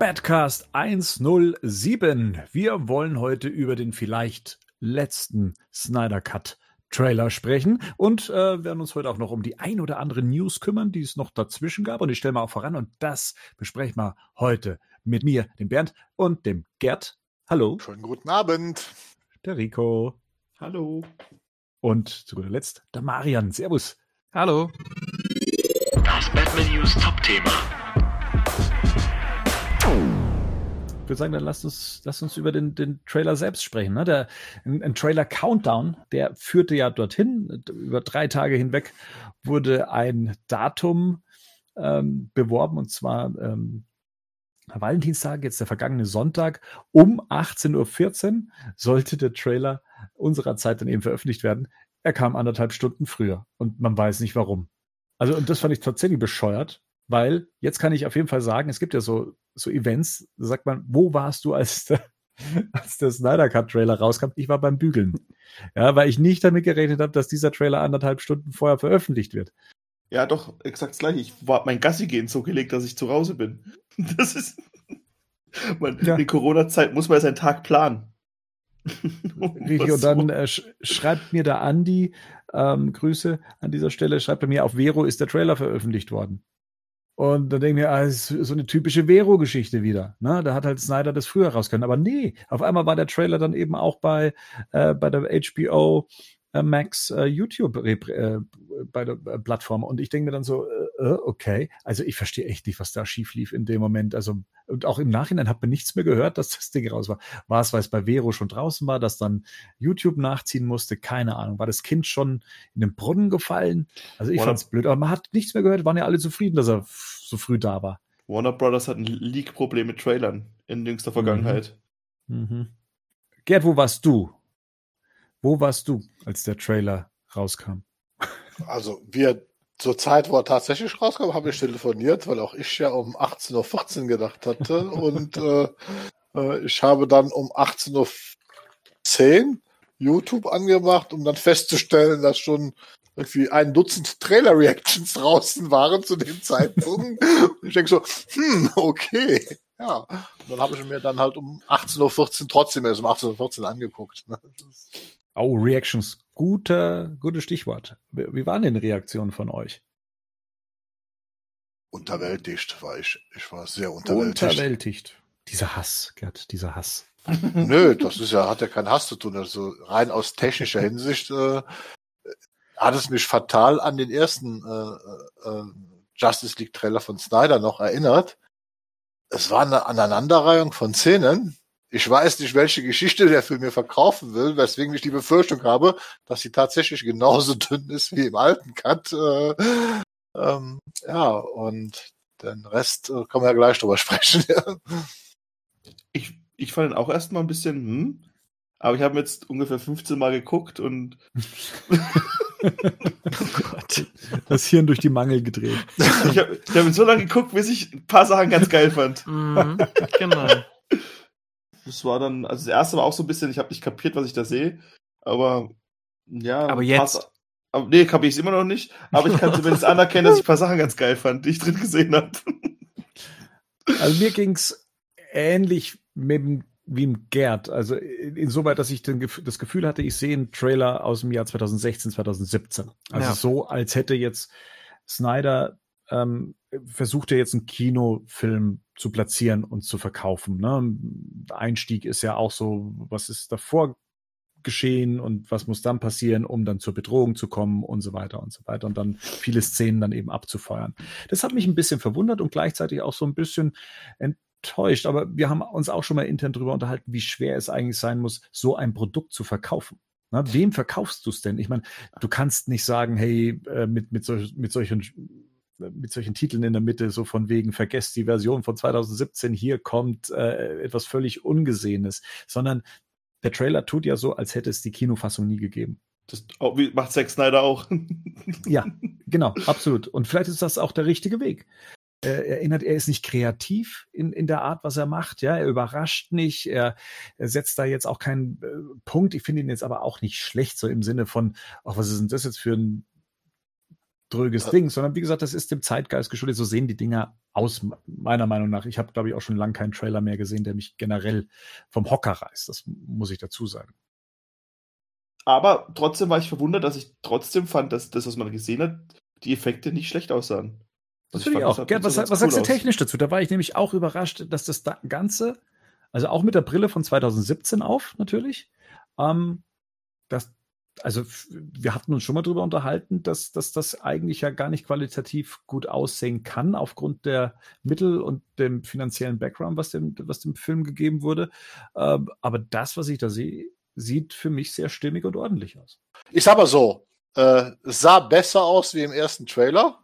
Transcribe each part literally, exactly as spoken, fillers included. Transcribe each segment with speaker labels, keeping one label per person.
Speaker 1: Madcast hundertsieben. Wir wollen heute über den vielleicht letzten Snyder Cut Trailer sprechen und äh, werden uns heute auch noch um die ein oder andere News kümmern, die es noch dazwischen gab. Und ich stelle mal auch voran und das besprechen wir heute mit mir, dem Bernd und dem Gerd. Hallo.
Speaker 2: Schönen guten Abend.
Speaker 1: Der Rico.
Speaker 3: Hallo.
Speaker 1: Und zu guter Letzt der Marian. Servus.
Speaker 4: Hallo.
Speaker 5: Das Batman News Top-Thema.
Speaker 1: Ich würde sagen, dann lasst uns, lasst uns über den, den Trailer selbst sprechen. Ne? Der, ein, ein Trailer-Countdown, der führte ja dorthin. Über drei Tage hinweg wurde ein Datum ähm, beworben, und zwar ähm, Valentinstag, jetzt der vergangene Sonntag, um achtzehn Uhr vierzehn sollte der Trailer unserer Zeit dann eben veröffentlicht werden. Er kam anderthalb Stunden früher und man weiß nicht warum. Also, und das fand ich tatsächlich bescheuert, weil jetzt kann ich auf jeden Fall sagen, es gibt ja so, so Events, da sagt man, wo warst du, als der, als der Snyder Cut Trailer rauskam? Ich war beim Bügeln. Ja, weil ich nicht damit gerechnet habe, dass dieser Trailer anderthalb Stunden vorher veröffentlicht wird.
Speaker 3: Ja, doch, exakt das gleiche. Ich war mein Gassi-Gehen so gelegt, dass ich zu Hause bin. Das ist. Man,
Speaker 1: Ja.
Speaker 3: In Corona-Zeit muss man ja seinen Tag planen.
Speaker 1: Richtig, und dann äh, sch- schreibt mir der Andi, ähm, Grüße an dieser Stelle, schreibt bei mir, auf Vero ist der Trailer veröffentlicht worden. Und dann denke ich mir, ah, das ist so eine typische Vero-Geschichte wieder. Ne? Da hat halt Snyder das früher raus können. Aber nee, auf einmal war der Trailer dann eben auch bei, äh, bei der H B O äh, Max äh, YouTube äh, bei der äh, Plattform. Und ich denke mir dann so, äh, okay, also ich verstehe echt nicht, was da schief lief in dem Moment. Also, und auch im Nachhinein hat man nichts mehr gehört, dass das Ding raus war. War es, weil es bei Vero schon draußen war, dass dann YouTube nachziehen musste? Keine Ahnung. War das Kind schon in den Brunnen gefallen? Also ich
Speaker 3: Warner-
Speaker 1: fand's blöd, aber man hat nichts mehr gehört, waren ja alle zufrieden, dass er f- so früh da war.
Speaker 3: Warner Brothers hat ein Leak-Problem mit Trailern in jüngster Vergangenheit.
Speaker 1: Mhm. Gerd, wo warst du? Wo warst du, als der Trailer rauskam?
Speaker 2: Also wir zur Zeit, wo er tatsächlich rauskam, habe ich telefoniert, weil auch ich ja um achtzehn Uhr vierzehn gedacht hatte. Und äh, äh, ich habe dann um achtzehn Uhr zehn YouTube angemacht, um dann festzustellen, dass schon irgendwie ein Dutzend Trailer-Reactions draußen waren zu dem Zeitpunkt. Und ich denke so, hm, okay. Ja, und dann habe ich mir dann halt um achtzehn Uhr vierzehn trotzdem erst um achtzehn Uhr vierzehn angeguckt. Ne?
Speaker 1: Oh, Reactions. Guter, gutes Stichwort. Wie, wie waren denn Reaktionen von euch?
Speaker 2: Unterwältigt war ich. Ich war sehr unterwältigt.
Speaker 1: Unterwältigt. Dieser Hass, Gerd, dieser Hass.
Speaker 2: Nö, das ist ja, hat ja keinen Hass zu tun. Also rein aus technischer Hinsicht äh, hat es mich fatal an den ersten äh, äh, Justice League Trailer von Snyder noch erinnert. Es war eine Aneinanderreihung von Szenen. Ich weiß nicht, welche Geschichte der Film mir verkaufen will, weswegen ich die Befürchtung habe, dass sie tatsächlich genauso dünn ist wie im alten Cut. Äh, ähm, ja, und den Rest äh, können wir ja gleich drüber sprechen. Ja.
Speaker 3: Ich, ich fand ihn auch erstmal ein bisschen, hm, aber ich habe ihn jetzt ungefähr fünfzehn Mal geguckt und
Speaker 1: Oh Gott. Das Hirn durch die Mangel gedreht.
Speaker 3: ich habe ich hab ihn so lange geguckt, bis ich ein paar Sachen ganz geil fand.
Speaker 4: Mhm, genau.
Speaker 3: Das war dann, also das erste war auch so ein bisschen, ich habe nicht kapiert, was ich da sehe, aber ja.
Speaker 4: Aber
Speaker 3: ein
Speaker 4: jetzt?
Speaker 3: paar Sa- aber, nee, kapiere ich es immer noch nicht, aber ich kann zumindest anerkennen, dass ich ein paar Sachen ganz geil fand, die ich drin gesehen habe.
Speaker 1: Also mir ging's ähnlich mit dem, wie im Gerd. Also insoweit, dass ich den, Gef- das Gefühl hatte, ich sehe einen Trailer aus dem Jahr zwanzig sechzehn, zwanzig siebzehn. Also
Speaker 4: Ja.
Speaker 1: so, als hätte jetzt Snyder ähm, versucht, er jetzt einen Kinofilm zu platzieren und zu verkaufen. Ne? Der Einstieg ist ja auch so, was ist davor geschehen und was muss dann passieren, um dann zur Bedrohung zu kommen und so weiter und so weiter und dann viele Szenen dann eben abzufeuern. Das hat mich ein bisschen verwundert und gleichzeitig auch so ein bisschen enttäuscht, aber wir haben uns auch schon mal intern darüber unterhalten, wie schwer es eigentlich sein muss, so ein Produkt zu verkaufen. Na, wem verkaufst du es denn? Ich meine, du kannst nicht sagen, hey, äh, mit, mit, solch, mit solchen mit solchen Titeln in der Mitte, so von wegen, vergesst die Version von zwanzig siebzehn, hier kommt äh, etwas völlig Ungesehenes, sondern der Trailer tut ja so, als hätte es die Kinofassung nie gegeben.
Speaker 3: Das auch, wie- macht Zack Snyder auch.
Speaker 1: Ja, genau, absolut. Und vielleicht ist das auch der richtige Weg. Er erinnert, er ist nicht kreativ in, in der Art, was er macht. Ja, er überrascht nicht. Er, er setzt da jetzt auch keinen äh, Punkt. Ich finde ihn jetzt aber auch nicht schlecht, so im Sinne von, ach, was ist denn das jetzt für ein dröges
Speaker 2: Ja.
Speaker 1: Ding, sondern wie gesagt, das ist dem Zeitgeist geschuldet. So sehen die Dinger aus, meiner Meinung nach. Ich habe, glaube ich, auch schon lange keinen Trailer mehr gesehen, der mich generell vom Hocker reißt. Das muss ich dazu sagen.
Speaker 3: Aber trotzdem war ich verwundert, dass ich trotzdem fand, dass das, was man gesehen hat, die Effekte nicht schlecht aussahen.
Speaker 1: Das
Speaker 3: Also ich
Speaker 1: finde ich
Speaker 3: fand,
Speaker 1: auch.
Speaker 3: das sah
Speaker 1: Gerd, was,
Speaker 3: trotzdem
Speaker 1: was
Speaker 3: ganz
Speaker 1: sagst du
Speaker 3: cool aus.
Speaker 1: technisch dazu? Da war ich nämlich auch überrascht, dass das da Ganze, also auch mit der Brille von zwanzig siebzehn auf, natürlich, ähm, das, also f- wir hatten uns schon mal drüber unterhalten, dass, dass das eigentlich ja gar nicht qualitativ gut aussehen kann, aufgrund der Mittel und dem finanziellen Background, was dem, was dem Film gegeben wurde. Ähm, aber das, was ich da sehe, sieht für mich sehr stimmig und ordentlich aus.
Speaker 2: Ich sag mal so, äh, es sah besser aus wie im ersten Trailer.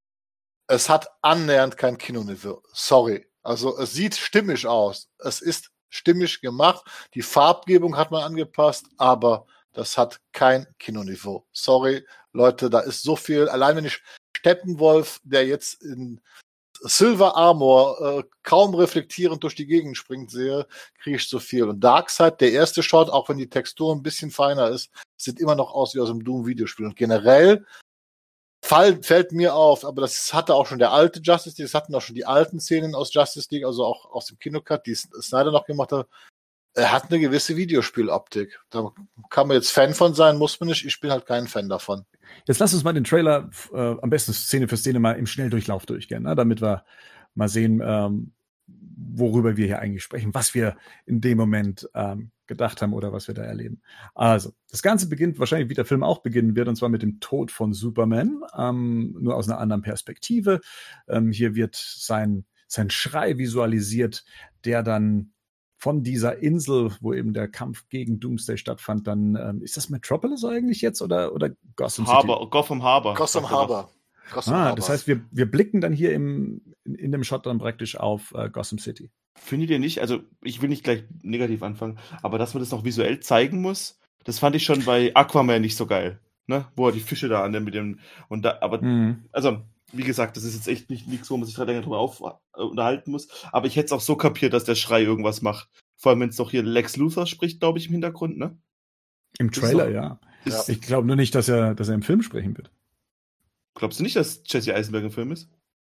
Speaker 2: Es hat annähernd kein Kinoniveau. Sorry. Also es sieht stimmig aus. Es ist stimmig gemacht. Die Farbgebung hat man angepasst, aber das hat kein Kinoniveau. Sorry, Leute, da ist so viel. Allein wenn ich Steppenwolf, der jetzt in Silver Armor äh, kaum reflektierend durch die Gegend springt, sehe, kriege ich zu viel. Und Darkseid, der erste Shot, auch wenn die Textur ein bisschen feiner ist, sieht immer noch aus wie aus einem Doom-Videospiel. Und generell fall, fällt mir auf, aber das hatte auch schon der alte Justice League, das hatten auch schon die alten Szenen aus Justice League, also auch aus dem Kinocut, die Snyder noch gemacht hat. Er hat eine gewisse Videospieloptik. Da kann man jetzt Fan von sein, muss man nicht. Ich bin halt kein Fan davon.
Speaker 1: Jetzt lass uns mal den Trailer äh, am besten Szene für Szene mal im Schnelldurchlauf durchgehen, ne? Damit wir mal sehen, ähm, worüber wir hier eigentlich sprechen, was wir in dem Moment ähm, gedacht haben oder was wir da erleben. Also, das Ganze beginnt wahrscheinlich, wie der Film auch beginnen wird, und zwar mit dem Tod von Superman, ähm, nur aus einer anderen Perspektive. Ähm, hier wird sein, sein Schrei visualisiert, der dann von dieser Insel, wo eben der Kampf gegen Doomsday stattfand, dann, ähm, ist das Metropolis eigentlich jetzt oder, oder Gotham City?
Speaker 3: Harbor, Gotham Harbor.
Speaker 2: Gotham Harbor. Gotham
Speaker 1: Ah,
Speaker 2: Harbor.
Speaker 1: das heißt, wir, wir blicken dann hier im, in, in dem Shot dann praktisch auf äh, Gotham City.
Speaker 3: Findet ihr nicht? Also, ich will nicht gleich negativ anfangen, aber dass man das noch visuell zeigen muss, das fand ich schon bei Aquaman nicht so geil. Ne? Wo er die Fische da an dem, mit dem, und da, aber,
Speaker 1: Mhm.
Speaker 3: also, wie gesagt, das ist jetzt echt nicht nichts, wo man sich da länger drüber auf, äh, unterhalten muss, aber ich hätte es auch so kapiert, dass der Schrei irgendwas macht. Vor allem, wenn es doch hier Lex Luthor spricht, glaube ich, im Hintergrund, ne?
Speaker 1: Im
Speaker 3: Das ist
Speaker 1: Trailer,
Speaker 3: doch-
Speaker 1: ja.
Speaker 3: Ist,
Speaker 1: Ich glaube nur nicht, dass er, dass er im Film sprechen wird.
Speaker 3: Glaubst du nicht, dass Jesse Eisenberg im Film ist?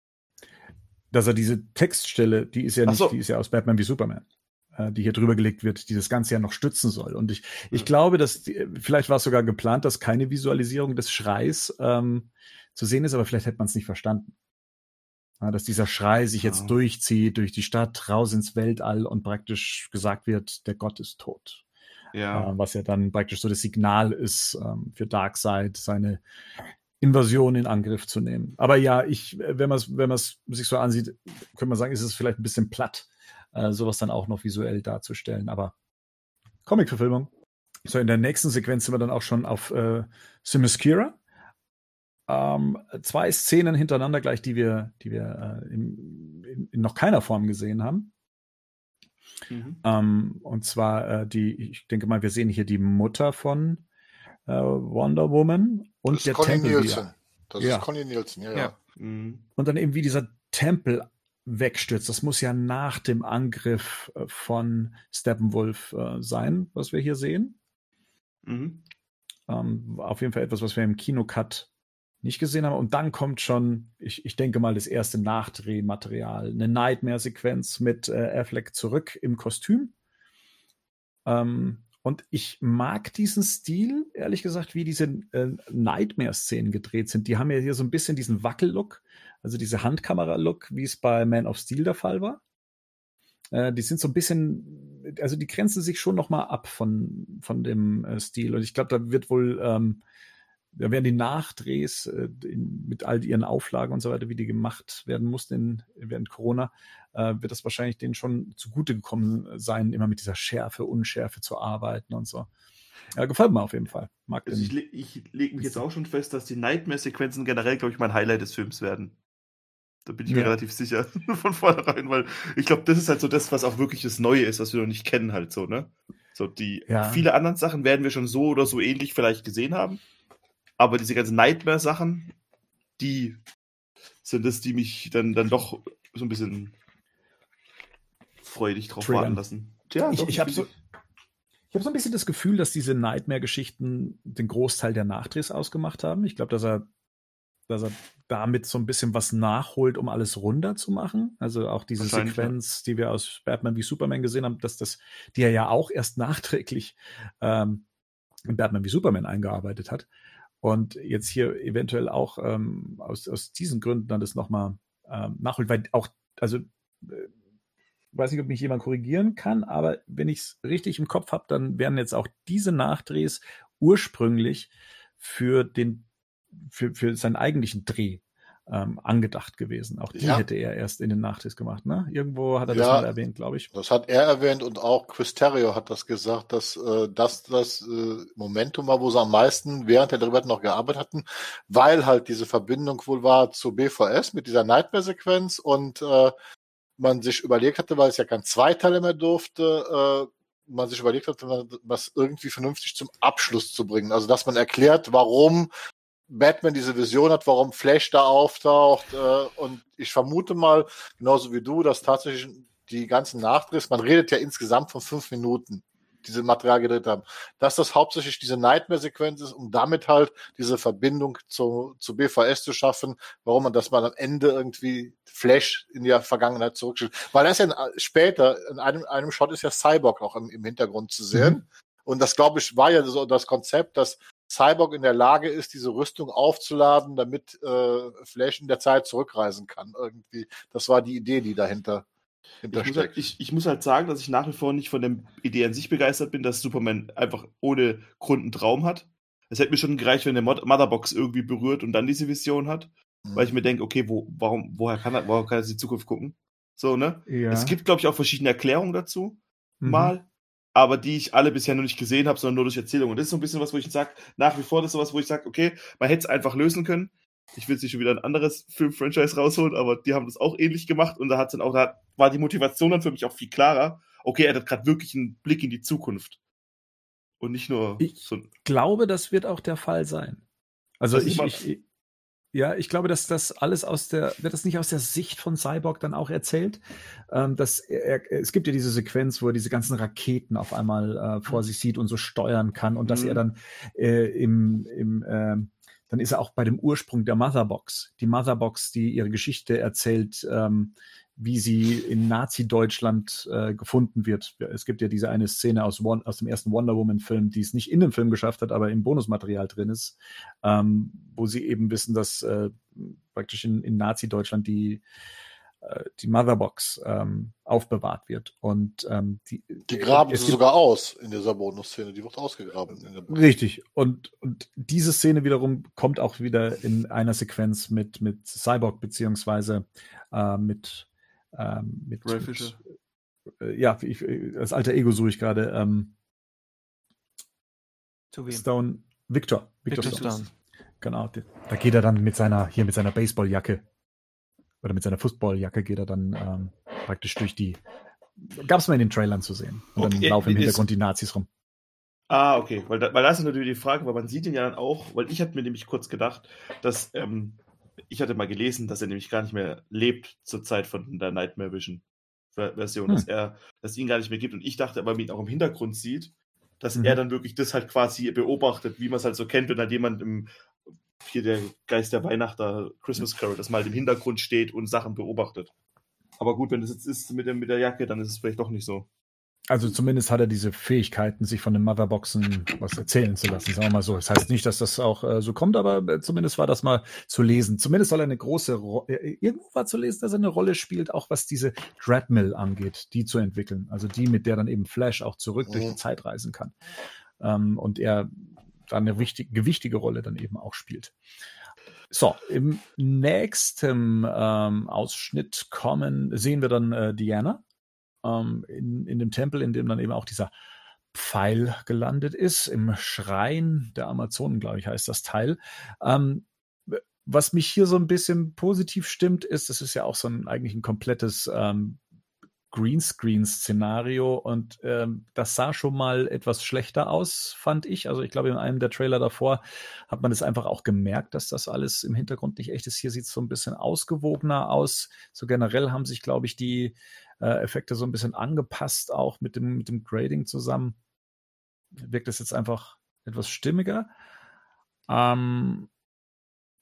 Speaker 1: Dass er diese Textstelle, die ist ja
Speaker 3: Ach
Speaker 1: nicht,
Speaker 3: so.
Speaker 1: die ist ja aus Batman wie Superman, äh, die hier drüber gelegt wird, die das Ganze ja noch stützen soll. Und ich, ich glaube, dass die, vielleicht war es sogar geplant, dass keine Visualisierung des Schreis ähm, zu sehen ist, aber vielleicht hätte man es nicht verstanden. Ja, dass dieser Schrei sich jetzt
Speaker 3: Ja.
Speaker 1: durchzieht durch die Stadt, raus ins Weltall und praktisch gesagt wird, der Gott ist tot.
Speaker 3: Ja.
Speaker 1: Äh, was ja dann praktisch so das Signal ist ähm, für Darkseid, seine Invasion in Angriff zu nehmen. Aber ja, ich, wenn man es wenn man's sich so ansieht, könnte man sagen, ist es vielleicht ein bisschen platt, äh, sowas dann auch noch visuell darzustellen. Aber Comic-Verfilmung. So, in der nächsten Sequenz sind wir dann auch schon auf äh, Themyscira. Ähm, zwei Szenen hintereinander gleich, die wir, die wir äh, in, in, in noch keiner Form gesehen haben.
Speaker 3: Mhm.
Speaker 1: Ähm, und zwar äh, die, ich denke mal, wir sehen hier die Mutter von äh, Wonder Woman und
Speaker 2: Das
Speaker 1: der
Speaker 2: ist Conny
Speaker 1: Tempel.
Speaker 2: Nielsen.
Speaker 1: Wie,
Speaker 2: Das
Speaker 1: Ja.
Speaker 2: ist Conny Nielsen, ja, ja.
Speaker 4: Ja.
Speaker 3: Mhm.
Speaker 1: und dann eben wie dieser Tempel wegstürzt. Das muss ja nach dem Angriff äh, von Steppenwolf äh, sein, was wir hier sehen.
Speaker 3: Mhm.
Speaker 1: Ähm, auf jeden Fall etwas, was wir im Kinocut nicht gesehen haben. Und dann kommt schon, ich, ich denke mal, das erste Nachdrehmaterial. Eine Nightmare-Sequenz mit äh, Affleck zurück im Kostüm. Ähm, und ich mag diesen Stil, ehrlich gesagt, wie diese äh, Nightmare-Szenen gedreht sind. Die haben ja hier so ein bisschen diesen Wackel-Look, also diese Handkamera-Look, wie es bei Man of Steel der Fall war. Äh, die sind so ein bisschen, also die grenzen sich schon noch mal ab von, von dem äh, Stil. Und ich glaube, da wird wohl, ähm, da werden die Nachdrehs äh, in, mit all ihren Auflagen und so weiter, wie die gemacht werden mussten in, während Corona, äh, wird das wahrscheinlich denen schon zugute gekommen sein, immer mit dieser Schärfe, Unschärfe zu arbeiten und so. Ja, gefällt mir auf jeden Fall. Mag
Speaker 3: Also ich,
Speaker 1: den.
Speaker 3: le ich lege mich jetzt auch schon fest, dass die Nightmare-Sequenzen generell, glaube ich, mein Highlight des Films werden. Da bin ich mir
Speaker 1: Ja.
Speaker 3: relativ sicher von vornherein, weil ich glaube, das ist halt so das, was auch wirklich das Neue ist, was wir noch nicht kennen halt so, ne? So die
Speaker 1: Ja.
Speaker 3: viele anderen Sachen werden wir schon so oder so ähnlich vielleicht gesehen haben, aber diese ganzen Nightmare-Sachen, die sind es, die mich dann, dann doch so ein bisschen freudig drauf
Speaker 1: Triggern.
Speaker 3: warten lassen. Ja,
Speaker 1: Ich,
Speaker 3: doch,
Speaker 1: ich habe
Speaker 3: find
Speaker 1: so, ich hab so ein bisschen das Gefühl, dass diese Nightmare-Geschichten den Großteil der Nachdrehs ausgemacht haben. Ich glaube, dass er dass er damit so ein bisschen was nachholt, um alles runter zu machen. Also auch diese
Speaker 3: Wahrscheinlich,
Speaker 1: Sequenz, die wir aus Batman wie Superman gesehen haben, dass das, die er ja auch erst nachträglich ähm, in Batman wie Superman eingearbeitet hat. Und jetzt hier eventuell auch ähm, aus, aus diesen Gründen dann das nochmal ähm, nachholt, weil auch, also äh, weiß nicht, ob mich jemand korrigieren kann, aber wenn ich es richtig im Kopf habe, dann wären jetzt auch diese Nachdrehs ursprünglich für den für, für seinen eigentlichen Dreh ähm, angedacht gewesen. Auch die
Speaker 2: Ja.
Speaker 1: hätte er erst in den Nachdrehs gemacht, ne? Irgendwo hat er
Speaker 2: Ja.
Speaker 1: das mal erwähnt, glaube ich.
Speaker 2: Das hat er erwähnt und auch Chris Terrio hat das gesagt, dass äh, das das äh, Momentum war, wo sie am meisten während der Dreharbeit noch gearbeitet hatten, weil halt diese Verbindung wohl war zu B V S mit dieser Nightmare-Sequenz und äh, man sich überlegt hatte, weil es ja kein Zweiteiler mehr durfte, äh, man sich überlegt hatte, was irgendwie vernünftig zum Abschluss zu bringen. Also dass man erklärt, warum Batman diese Vision hat, warum Flash da auftaucht äh, und ich vermute mal, genauso wie du, dass tatsächlich die ganzen Nachdrehs, man redet ja insgesamt von fünf Minuten, diese Material gedreht haben, dass das hauptsächlich diese Nightmare-Sequenz ist, um damit halt diese Verbindung zu, zu B V S zu schaffen, warum man das mal am Ende irgendwie Flash in die Vergangenheit zurückschickt. Weil das ja in, später, in einem, einem Shot ist ja Cyborg auch im, im Hintergrund zu sehen. Mhm. Und das, glaube ich, war ja so das Konzept, dass Cyborg in der Lage ist, diese Rüstung aufzuladen, damit äh, Flash in der Zeit zurückreisen kann. Irgendwie, das war die Idee, die dahinter
Speaker 3: Ich muss, halt, ich, ich muss halt sagen, dass ich nach wie vor nicht von der Idee an sich begeistert bin, dass Superman einfach ohne Grund einen Traum hat. Es hätte mir schon gereicht, wenn der Mod- Motherbox irgendwie berührt und dann diese Vision hat. Mhm. Weil ich mir denke, okay, wo, warum, woher kann er, woher kann er die Zukunft gucken? So, ne?
Speaker 1: Ja.
Speaker 3: Es gibt, glaube ich, auch verschiedene Erklärungen dazu.
Speaker 1: Mhm.
Speaker 3: Mal. Aber die ich alle bisher noch nicht gesehen habe, sondern nur durch Erzählungen. Und das ist so ein bisschen was, wo ich sage, nach wie vor das ist sowas, wo ich sage, okay, man hätte es einfach lösen können. Ich will jetzt nicht schon wieder ein anderes Film-Franchise rausholen, aber die haben das auch ähnlich gemacht und da hat dann auch, da war die Motivation dann für mich auch viel klarer. Okay, er hat gerade wirklich einen Blick in die Zukunft. Und nicht nur
Speaker 1: ich
Speaker 3: so.
Speaker 1: Ich glaube, das wird auch der Fall sein. Also ich, ich, ja, ich glaube, dass das alles aus der, wird das nicht aus der Sicht von Cyborg dann auch erzählt? Ähm, dass er, es gibt ja diese Sequenz, wo er diese ganzen Raketen auf einmal äh, vor sich sieht und so steuern kann und dass
Speaker 3: Mhm.
Speaker 1: er dann äh, im, im äh, dann ist er auch bei dem Ursprung der Motherbox. Die Motherbox, die ihre Geschichte erzählt, ähm, wie sie in Nazi-Deutschland äh, gefunden wird. Es gibt ja diese eine Szene aus, One, aus dem ersten Wonder Woman-Film, die es nicht in dem Film geschafft hat, aber im Bonusmaterial drin ist, ähm, wo sie eben wissen, dass äh, praktisch in, in Nazi-Deutschland die die Motherbox ähm, aufbewahrt wird. Und ähm, die,
Speaker 2: die graben sie sogar aus in dieser Bonusszene. Die wird ausgegraben. In der
Speaker 1: richtig. Und, und diese Szene wiederum kommt auch wieder in einer Sequenz mit, mit Cyborg beziehungsweise äh, mit, ähm, mit,
Speaker 3: Ray Fisher.
Speaker 1: Mit, äh, ja, ich, als alter Ego suche ich gerade ähm,
Speaker 4: Zu wem?
Speaker 1: Stone, Victor. Victor,
Speaker 4: Victor
Speaker 1: Stone.
Speaker 4: Stone.
Speaker 1: Genau. Da geht er dann mit seiner, hier mit seiner Baseballjacke oder mit seiner Footballjacke geht er dann ähm, praktisch durch die. Gab es mal in den Trailern zu sehen. Und
Speaker 3: Okay,
Speaker 1: dann laufen im
Speaker 3: ist-
Speaker 1: Hintergrund die Nazis rum.
Speaker 3: Ah, okay. Weil, da, weil das ist natürlich die Frage, weil man sieht ihn ja dann auch, weil ich hatte mir nämlich kurz gedacht, dass, ähm, ich hatte mal gelesen, dass er nämlich gar nicht mehr lebt zur Zeit von der Nightmare Vision Ver- Version,
Speaker 1: Hm.
Speaker 3: dass er, dass es ihn gar nicht mehr gibt. Und ich dachte, weil man ihn auch im Hintergrund sieht, dass
Speaker 1: Mhm.
Speaker 3: er dann wirklich das halt quasi beobachtet, wie man es halt so kennt, wenn halt jemand im, hier der Geist der Weihnachter, Christmas Carol, das mal halt im Hintergrund steht und Sachen beobachtet. Aber gut, wenn das jetzt ist mit der, mit der Jacke, dann ist es vielleicht doch nicht so.
Speaker 1: Also zumindest hat er diese Fähigkeiten, sich von den Motherboxen was erzählen zu lassen, sagen wir mal so. Das heißt nicht, dass das auch äh, so kommt, aber äh, zumindest war das mal zu lesen. Zumindest soll er eine große Rolle, äh, irgendwo war zu lesen, dass er eine Rolle spielt, auch was diese Dreadmill angeht, die zu entwickeln. Also die, mit der dann eben Flash auch zurück durch die Zeit reisen kann. Ähm, und er da eine wichtig, gewichtige Rolle dann eben auch spielt. So, im nächsten ähm, Ausschnitt kommen, sehen wir dann äh, Diana ähm, in, in dem Tempel, in dem dann eben auch dieser Pfeil gelandet ist, im Schrein der Amazonen, glaube ich, heißt das Teil. Ähm, was mich hier so ein bisschen positiv stimmt, ist, es ist ja auch so ein eigentlich ein komplettes ähm, Greenscreen-Szenario und ähm, das sah schon mal etwas schlechter aus, fand ich. Also ich glaube, in einem der Trailer davor hat man es einfach auch gemerkt, dass das alles im Hintergrund nicht echt ist. Hier sieht es so ein bisschen ausgewogener aus. So generell haben sich, glaube ich, die äh, Effekte so ein bisschen angepasst, auch mit dem, mit dem Grading zusammen. Wirkt es jetzt einfach etwas stimmiger. Ähm,